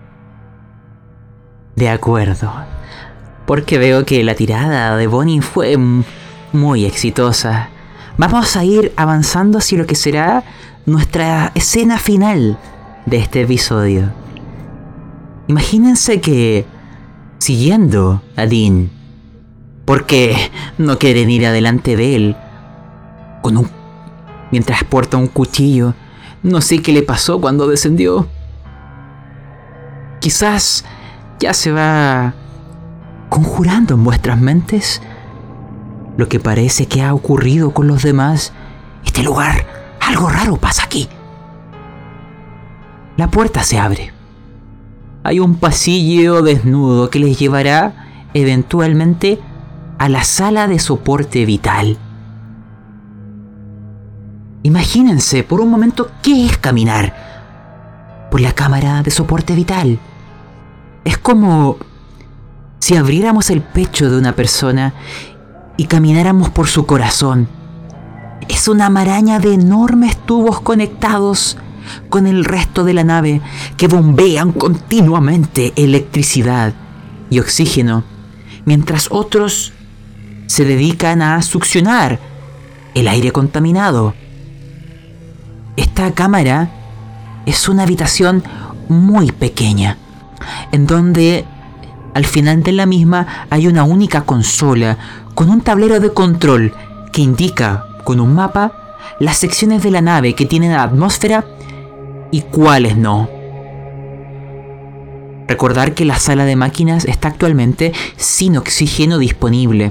De acuerdo. Porque veo que la tirada de Bonnie fue m- muy exitosa. Vamos a ir avanzando hacia lo que será nuestra escena final de este episodio. Imagínense que siguiendo a Dean, porque no quieren ir adelante de él con un mientras porta un cuchillo. No sé qué le pasó cuando descendió. Quizás ya se va conjurando en vuestras mentes lo que parece que ha ocurrido con los demás. Este lugar, algo raro pasa aquí. La puerta se abre. Hay un pasillo desnudo que les llevará eventualmente a la sala de soporte vital. Imagínense por un momento qué es caminar por la cámara de soporte vital. Es como si abriéramos el pecho de una persona y camináramos por su corazón. Es una maraña de enormes tubos conectados con el resto de la nave que bombean continuamente electricidad y oxígeno, mientras otros se dedican a succionar el aire contaminado. Esta cámara es una habitación muy pequeña, en donde al final de la misma hay una única consola con un tablero de control que indica con un mapa las secciones de la nave que tienen atmósfera y cuáles no. Recordar que la sala de máquinas está actualmente sin oxígeno disponible.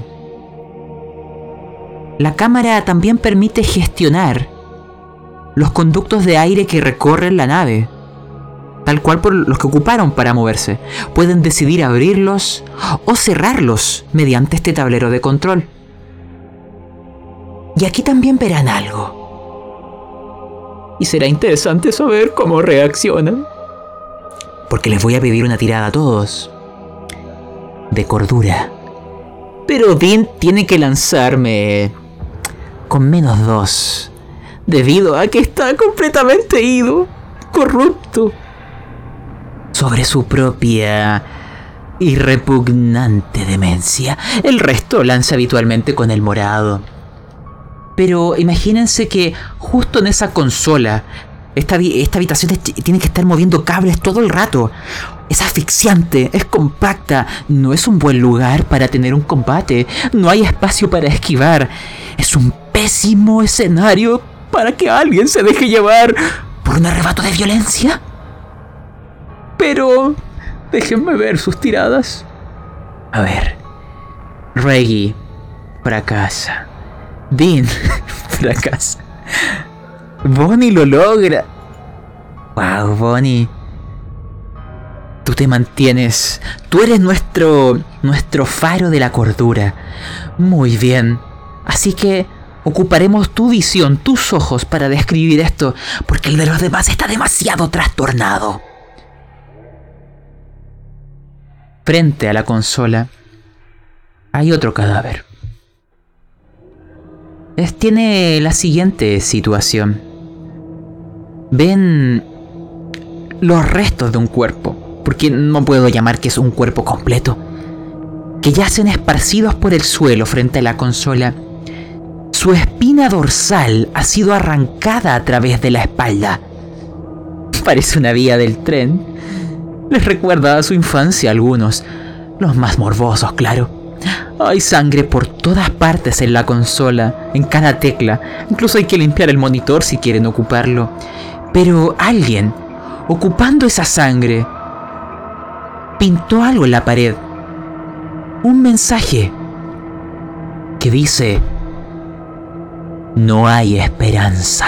La cámara también permite gestionar los conductos de aire que recorren la nave, tal cual por los que ocuparon para moverse. Pueden decidir abrirlos o cerrarlos mediante este tablero de control. Y aquí también verán algo. Y será interesante saber cómo reaccionan, porque les voy a pedir una tirada a todos de cordura. Pero Dean tiene que lanzarme con menos dos, debido a que está completamente ido, corrupto, sobre su propia y repugnante demencia. El resto lanza habitualmente con el morado. Pero imagínense que justo en esa consola, esta, esta habitación tiene que estar moviendo cables todo el rato. Es asfixiante, es compacta, no es un buen lugar para tener un combate, no hay espacio para esquivar. Es un pésimo escenario para que alguien se deje llevar por un arrebato de violencia. Pero déjenme ver sus tiradas. A ver. Reggie fracasa. Dean fracasa. Bonnie lo logra. Wow, Bonnie. Tú te mantienes. Tú eres nuestro nuestro faro de la cordura. Muy bien. Así que ocuparemos tu visión, tus ojos para describir esto, porque el de los demás está demasiado trastornado. Frente a la consola hay otro cadáver. Es, tiene la siguiente situación. Ven los restos de un cuerpo, porque no puedo llamar que es un cuerpo completo, que yacen esparcidos por el suelo frente a la consola. Su espina dorsal ha sido arrancada a través de la espalda. Parece una vía del tren. Les recuerda a su infancia a algunos, los más morbosos, claro. Hay sangre por todas partes en la consola, en cada tecla. Incluso hay que limpiar el monitor si quieren ocuparlo. Pero alguien, ocupando esa sangre, pintó algo en la pared. Un mensaje que dice: no hay esperanza.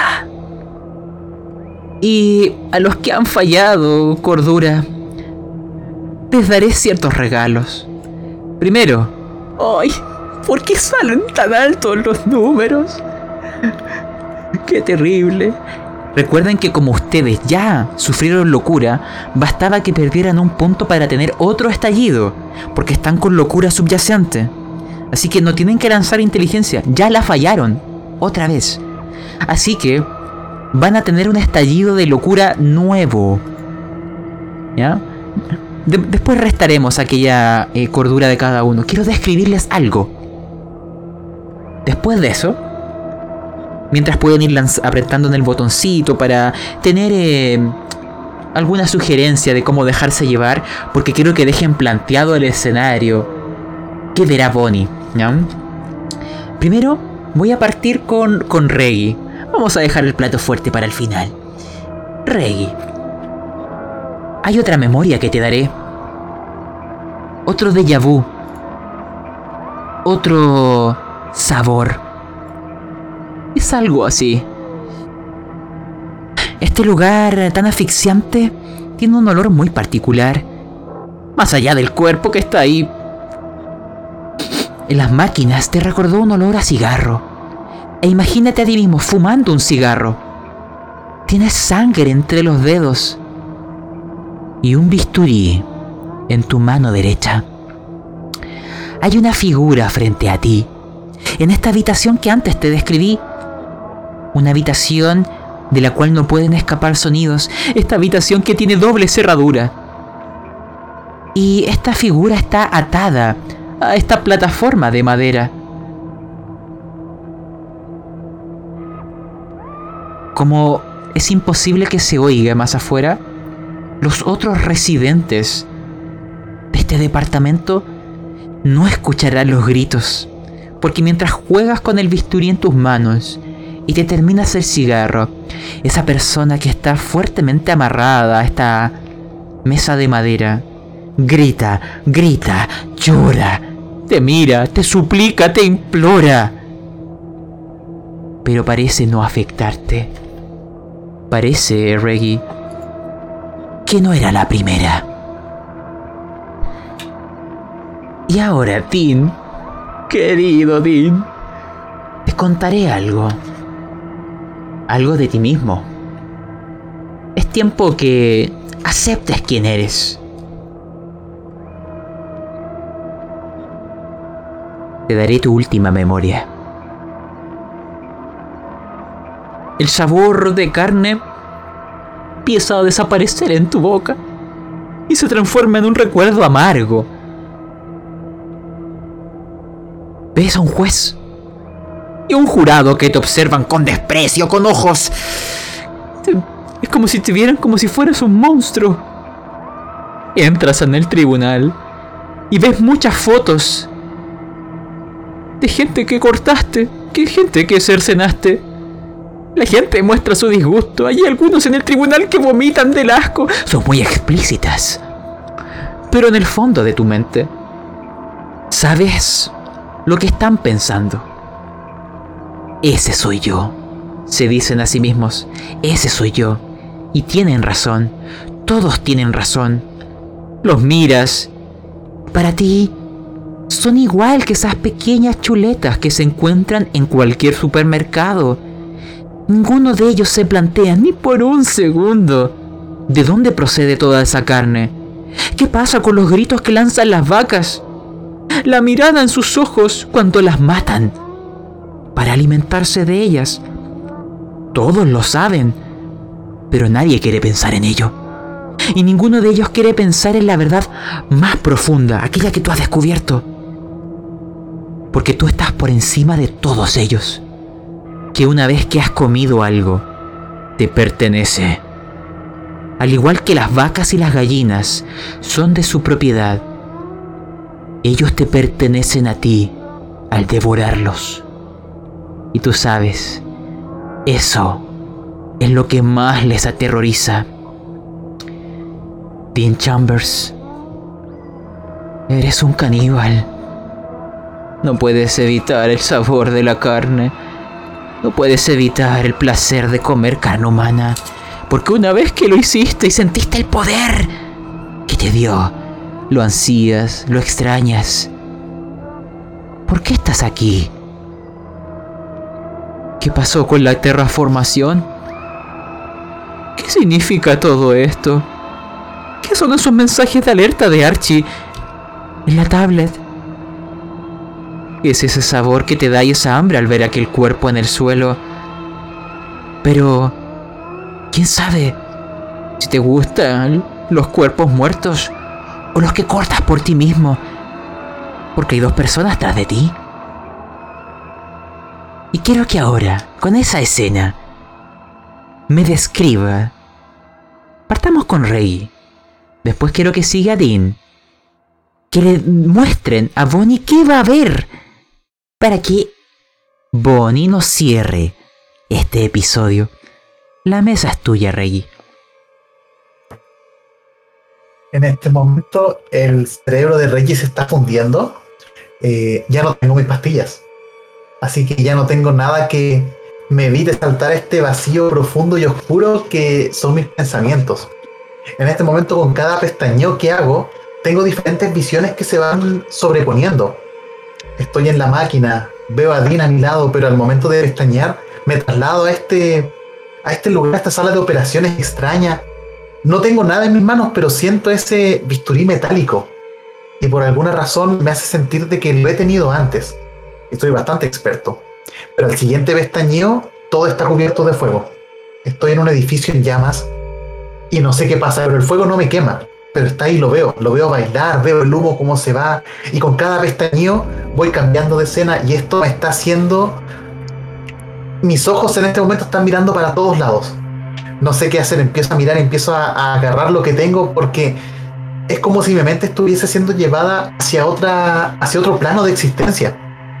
Y a los que han fallado, cordura, les daré ciertos regalos. Primero, ¡ay! ¿Por qué salen tan altos los números? ¡Qué terrible! Recuerden que como ustedes ya sufrieron locura, bastaba que perdieran un punto para tener otro estallido, porque están con locura subyacente. Así que no tienen que lanzar inteligencia, ya la fallaron, otra vez. Así que van a tener un estallido de locura nuevo. ¿Ya? De- después restaremos aquella eh, cordura de cada uno. Quiero describirles algo. Después de eso, mientras pueden ir lanz- apretando en el botoncito para tener eh, alguna sugerencia de cómo dejarse llevar, porque quiero que dejen planteado el escenario. ¿Qué verá Bonnie? ¿No? Primero voy a partir con, con Reggie. Vamos a dejar el plato fuerte para el final. Reggie, hay otra memoria que te daré. Otro déjà vu. Otro sabor. Es algo así. Este lugar tan asfixiante tiene un olor muy particular. Más allá del cuerpo que está ahí. En las máquinas te recordó un olor a cigarro. E imagínate a ti mismo fumando un cigarro. Tienes sangre entre los dedos. Y un bisturí en tu mano derecha. Hay una figura frente a ti. En esta habitación que antes te describí. Una habitación de la cual no pueden escapar sonidos. Esta habitación que tiene doble cerradura. Y esta figura está atada a esta plataforma de madera. Como es imposible que se oiga más afuera, los otros residentes de este departamento no escucharán los gritos, porque mientras juegas con el bisturí en tus manos y te terminas el cigarro, esa persona que está fuertemente amarrada a esta mesa de madera grita, grita, llora, te mira, te suplica, te implora, pero parece no afectarte. Parece, Reggie, que no era la primera. Y ahora, Dean, querido Dean, te contaré algo. Algo de ti mismo. Es tiempo que aceptes quién eres. Te daré tu última memoria. El sabor de carne empieza a desaparecer en tu boca y se transforma en un recuerdo amargo. Ves a un juez y a un jurado que te observan con desprecio, con ojos. Es como si te vieran como si fueras un monstruo. Entras en el tribunal y ves muchas fotos de gente que cortaste, que gente que cercenaste. La gente muestra su disgusto. Hay algunos en el tribunal que vomitan del asco. Son muy explícitas. Pero en el fondo de tu mente, sabes lo que están pensando. Ese soy yo. Se dicen a sí mismos. Ese soy yo. Y tienen razón. Todos tienen razón. Los miras. Para ti, son igual que esas pequeñas chuletas que se encuentran en cualquier supermercado. Ninguno de ellos se plantea ni por un segundo de dónde procede toda esa carne. ¿Qué pasa con los gritos que lanzan las vacas? La mirada en sus ojos cuando las matan para alimentarse de ellas. Todos lo saben, pero nadie quiere pensar en ello. Y ninguno de ellos quiere pensar en la verdad más profunda, aquella que tú has descubierto. Porque tú estás por encima de todos ellos. Que una vez que has comido algo, te pertenece. Al igual que las vacas y las gallinas son de su propiedad, ellos te pertenecen a ti al devorarlos. Y tú sabes, eso es lo que más les aterroriza. Dean Chambers, eres un caníbal. No puedes evitar el sabor de la carne. No puedes evitar el placer de comer carne humana, porque una vez que lo hiciste y sentiste el poder que te dio, lo ansías, lo extrañas. ¿Por qué estás aquí? ¿Qué pasó con la terraformación? ¿Qué significa todo esto? ¿Qué son esos mensajes de alerta de Archie en la tablet? Es ese sabor que te da y esa hambre al ver aquel cuerpo en el suelo. Pero, ¿quién sabe si te gustan los cuerpos muertos o los que cortas por ti mismo? Porque hay dos personas tras de ti. Y quiero que ahora, con esa escena, me describa Partamos con Reggie. Después quiero que siga Dean. Que le muestren a Bonnie qué va a ver. Para que Bonnie nos cierre este episodio. La mesa es tuya, Reggie. En este momento el cerebro de Reggie se está fundiendo. Eh, ya no tengo mis pastillas. Así que ya no tengo nada que me evite saltar este vacío profundo y oscuro que son mis pensamientos. En este momento, con cada pestañeo que hago, tengo diferentes visiones que se van sobreponiendo. Estoy en la máquina, veo a Dean a mi lado, pero al momento de pestañear me traslado a este, a este lugar, a esta sala de operaciones extraña. No tengo nada en mis manos, pero siento ese bisturí metálico. Y por alguna razón me hace sentir de que lo he tenido antes. Estoy bastante experto. Pero al siguiente pestañeo, todo está cubierto de fuego. Estoy en un edificio en llamas y no sé qué pasa, pero el fuego no me quema. Pero está ahí, lo veo. Lo veo bailar, veo el humo cómo se va. Y con cada pestañeo voy cambiando de escena y esto me está haciendo... Mis ojos en este momento están mirando para todos lados. No sé qué hacer, empiezo a mirar, empiezo a, a agarrar lo que tengo porque es como si mi mente estuviese siendo llevada hacia otra, hacia otro plano de existencia.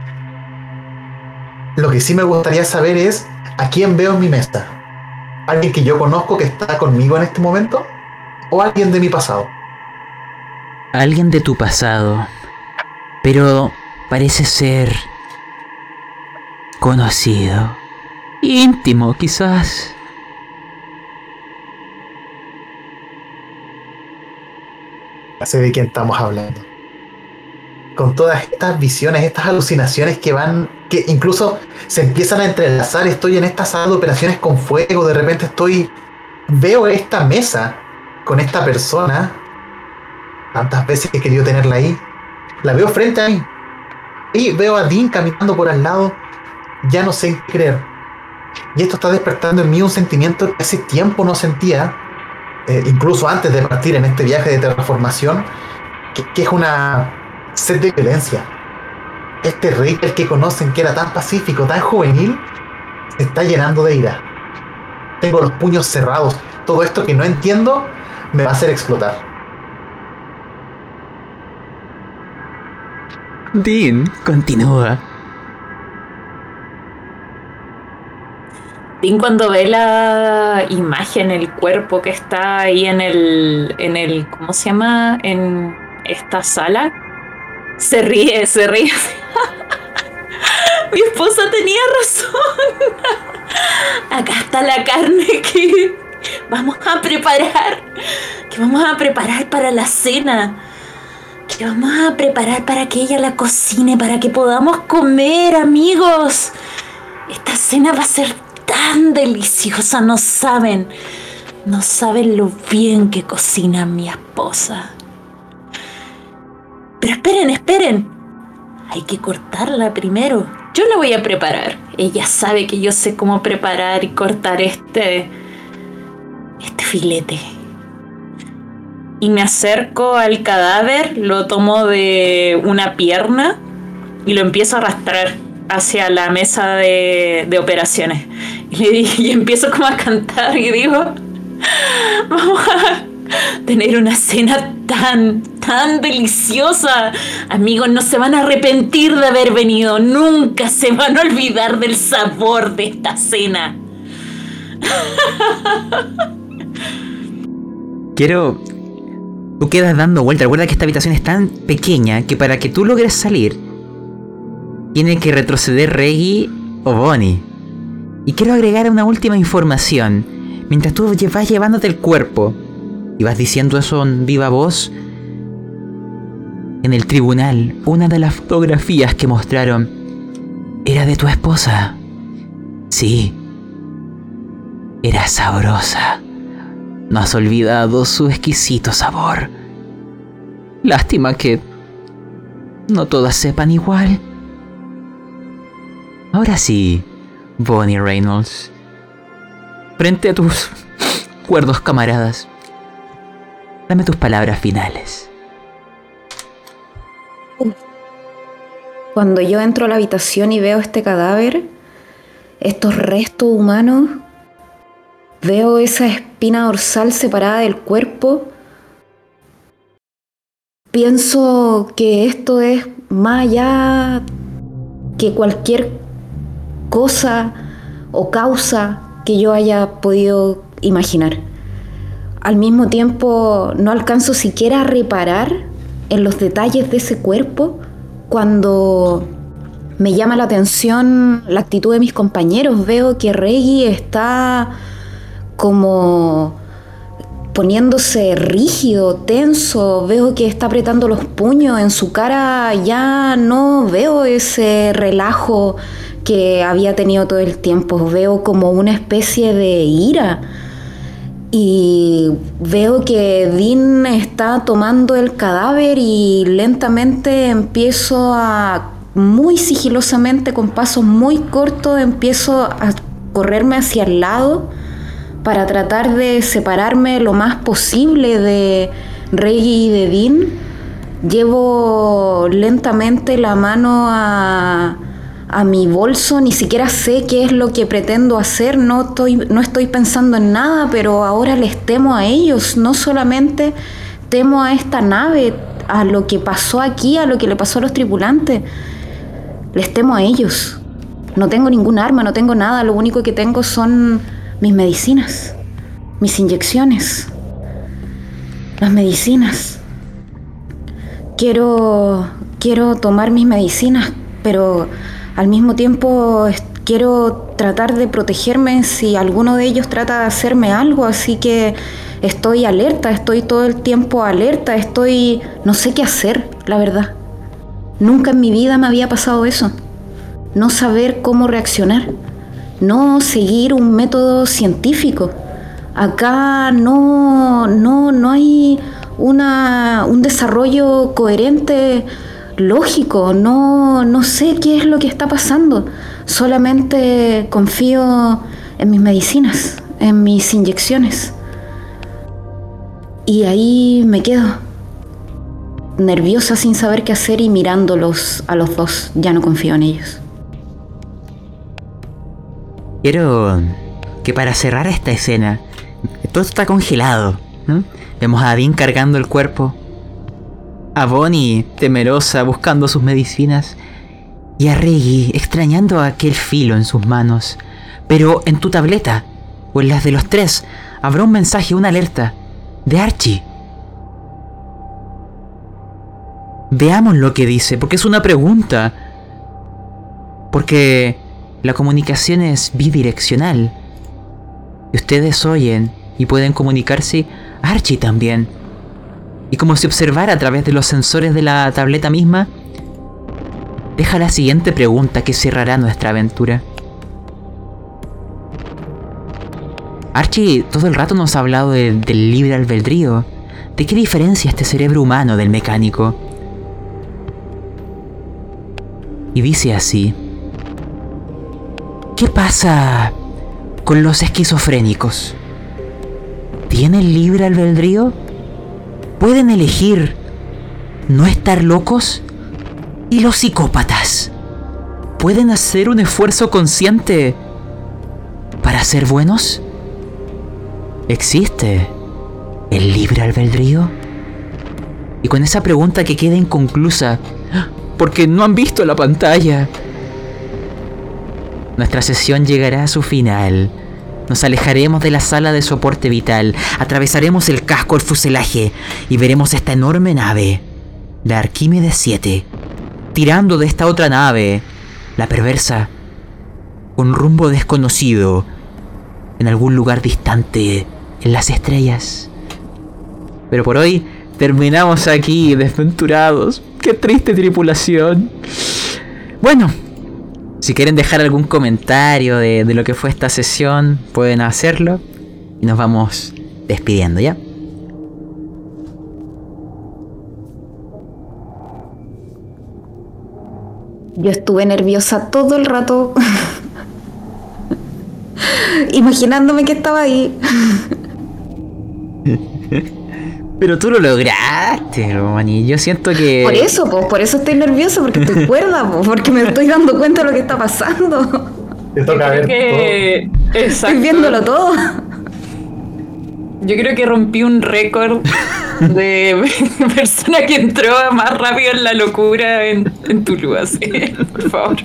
Lo que sí me gustaría saber es a quién veo en mi mesa. ¿Alguien que yo conozco que está conmigo en este momento? ¿O alguien de mi pasado? Alguien de tu pasado. Pero parece ser conocido. Íntimo, quizás. Ya sé de quién estamos hablando. Con todas estas visiones, estas alucinaciones que van, que incluso se empiezan a entrelazar. Estoy en esta sala de operaciones con fuego, de repente estoy, veo esta mesa con esta persona, tantas veces que he querido tenerla ahí, la veo frente a mí, y veo a Dean caminando por al lado, ya no sé qué creer, y esto está despertando en mí un sentimiento que hace tiempo no sentía, eh, incluso antes de partir en este viaje de terraformación, que, que es una sed de violencia. Este rey, el que conocen, que era tan pacífico, tan juvenil, se está llenando de ira. Tengo los puños cerrados. Todo esto que no entiendo me va a hacer explotar. Dean, continúa. Dean, cuando ve la imagen, el cuerpo que está ahí en el, en el, ¿cómo se llama? En esta sala, se ríe, se ríe. Mi esposa tenía razón. Acá está la carne que vamos a preparar, que vamos a preparar para la cena, que vamos a preparar para que ella la cocine, para que podamos comer, amigos. Esta cena va a ser tan deliciosa, no saben, no saben lo bien que cocina mi esposa. Pero esperen, esperen. Hay que cortarla primero. Yo la voy a preparar. Ella sabe que yo sé cómo preparar y cortar este... este filete. Y me acerco al cadáver, lo tomo de una pierna y lo empiezo a arrastrar hacia la mesa de, de operaciones. Y, le digo, y empiezo como a cantar y digo... Vamos a... tener una cena tan, tan deliciosa. Amigos, no se van a arrepentir de haber venido. Nunca se van a olvidar del sabor de esta cena. Quiero... Tú quedas dando vuelta. Recuerda que esta habitación es tan pequeña que para que tú logres salir tiene que retroceder Reggie o Bonnie. Y quiero agregar una última información. Mientras tú vas llevándote el cuerpo y vas diciendo eso en viva voz, en el tribunal, una de las fotografías que mostraron era de tu esposa. Sí, era sabrosa. No has olvidado su exquisito sabor. Lástima que no todas sepan igual. Ahora sí, Bonnie Reynolds, frente a tus cuerdos camaradas, dame tus palabras finales. Cuando yo entro a la habitación y veo este cadáver, estos restos humanos, Veo esa espina dorsal separada del cuerpo. Pienso que esto es más allá que cualquier cosa o causa que yo haya podido imaginar. Al mismo tiempo, no alcanzo siquiera a reparar en los detalles de ese cuerpo cuando me llama la atención la actitud de mis compañeros. Veo que Reggie está como poniéndose rígido, tenso. Veo que está apretando los puños. En su cara ya no veo ese relajo que había tenido todo el tiempo. Veo como una especie de ira. Y veo que Dean está tomando el cadáver y lentamente empiezo a, muy sigilosamente, con pasos muy cortos, empiezo a correrme hacia el lado para tratar de separarme lo más posible de Reggie y de Dean. Llevo lentamente la mano a... a mi bolso, ni siquiera sé qué es lo que pretendo hacer, no estoy, no estoy pensando en nada, pero ahora les temo a ellos, no solamente temo a esta nave, a lo que pasó aquí, a lo que le pasó a los tripulantes, les temo a ellos. No tengo ningún arma, no tengo nada, lo único que tengo son mis medicinas, mis inyecciones, las medicinas. Quiero, quiero tomar mis medicinas, pero al mismo tiempo quiero tratar de protegerme si alguno de ellos trata de hacerme algo, así que estoy alerta, estoy todo el tiempo alerta, estoy... no sé qué hacer, la verdad. Nunca en mi vida me había pasado eso. No saber cómo reaccionar, no seguir un método científico. Acá no, no, no hay una, un desarrollo coherente, lógico, no, no sé qué es lo que está pasando. Solamente confío en mis medicinas, en mis inyecciones. Y ahí me quedo, nerviosa sin saber qué hacer y mirándolos a los dos. Ya no confío en ellos. Quiero que para cerrar esta escena, todo está congelado, ¿no? Vemos a Dean cargando el cuerpo, a Bonnie temerosa buscando sus medicinas y a Reggie extrañando aquel filo en sus manos. Pero en tu tableta o en las de los tres habrá un mensaje, una alerta de Archie. Veamos lo que dice, porque es una pregunta, porque la comunicación es bidireccional y ustedes oyen y pueden comunicarse. Archie también. Y como si observara a través de los sensores de la tableta misma, deja la siguiente pregunta que cerrará nuestra aventura. Archie todo el rato nos ha hablado de, del libre albedrío. ¿De qué diferencia este cerebro humano del mecánico? Y dice así: ¿qué pasa con los esquizofrénicos? ¿Tienen libre albedrío? ¿Pueden elegir no estar locos? ¿Y los psicópatas? ¿Pueden hacer un esfuerzo consciente para ser buenos? ¿Existe el libre albedrío? Y con esa pregunta que queda inconclusa, porque no han visto la pantalla, nuestra sesión llegará a su final. Nos alejaremos de la sala de soporte vital, atravesaremos el casco, el fuselaje, y veremos esta enorme nave, la Arquímedes siete, tirando de esta otra nave, la perversa, con rumbo desconocido, en algún lugar distante, en las estrellas. Pero por hoy terminamos aquí, desventurados. ¡Qué triste tripulación! Bueno, si quieren dejar algún comentario de, de lo que fue esta sesión, pueden hacerlo. Y nos vamos despidiendo, ¿ya? Yo estuve nerviosa todo el rato, imaginándome que estaba ahí. Pero tú lo lograste, Romani. Yo siento que... Por eso, pues, por eso estoy nerviosa, porque estoy cuerda, pues, porque me estoy dando cuenta de lo que está pasando. Te toca ver que... todo. Exacto. Estoy viéndolo todo. Yo creo que rompí un récord de persona que entró más rápido en la locura en, en Tulu, así. Por favor.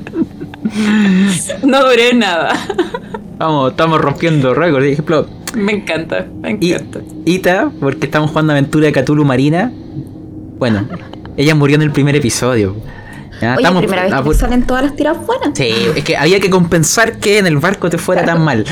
No duré nada. Vamos, estamos rompiendo récords. Por ejemplo, me encanta, me encanta. I, Ita, porque estamos jugando Aventura de Cthulhu Marina. Bueno, ella murió en el primer episodio. Ya, Oye, estamos, primera vez que a, te salen todas las tiras buenas. Sí, es que había que compensar que en el barco te fuera tan mal.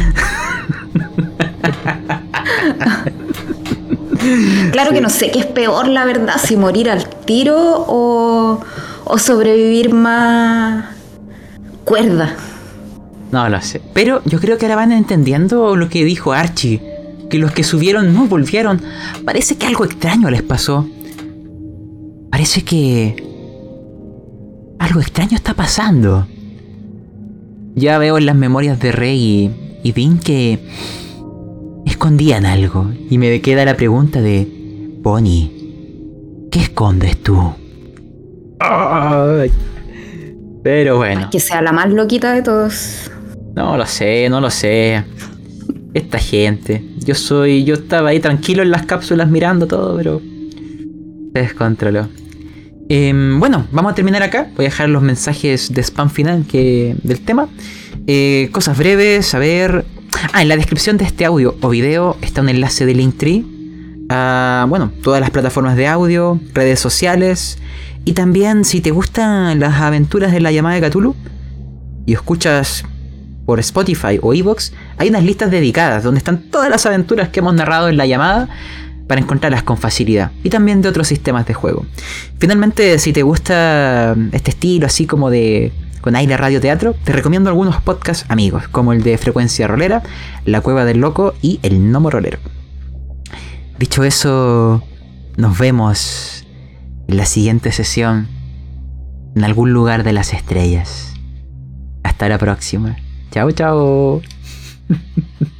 Claro sí. Que no sé qué es peor, la verdad, si morir al tiro o, o sobrevivir más cuerda. No lo sé. Pero yo creo que ahora van entendiendo lo que dijo Archie. Que los que subieron no volvieron. Parece que algo extraño les pasó. Parece que algo extraño está pasando. Ya veo en las memorias de Rey y, y Dean que escondían algo. Y me queda la pregunta de... Bonnie, ¿qué escondes tú? Ay. Pero bueno. Que sea la más loquita de todos. No lo sé, no lo sé. Esta gente. Yo soy... Yo estaba ahí tranquilo en las cápsulas mirando todo, pero... se descontroló. Eh, bueno, vamos a terminar acá. Voy a dejar los mensajes de spam final que, del tema. Eh, cosas breves, a ver... Ah, en la descripción de este audio o video está un enlace de Linktree a, bueno, todas las plataformas de audio, redes sociales. Y también, si te gustan las aventuras de la llamada de Cthulhu y escuchas por Spotify o iVoox, hay unas listas dedicadas donde están todas las aventuras que hemos narrado en la llamada para encontrarlas con facilidad, y también de otros sistemas de juego. Finalmente, si te gusta este estilo así como de con aire radioteatro, te recomiendo algunos podcasts amigos, como el de Frecuencia Rolera, La Cueva del Loco y El Gnomo Rolero. Dicho eso, nos vemos en la siguiente sesión en algún lugar de las estrellas. Hasta la próxima. Chao, chao.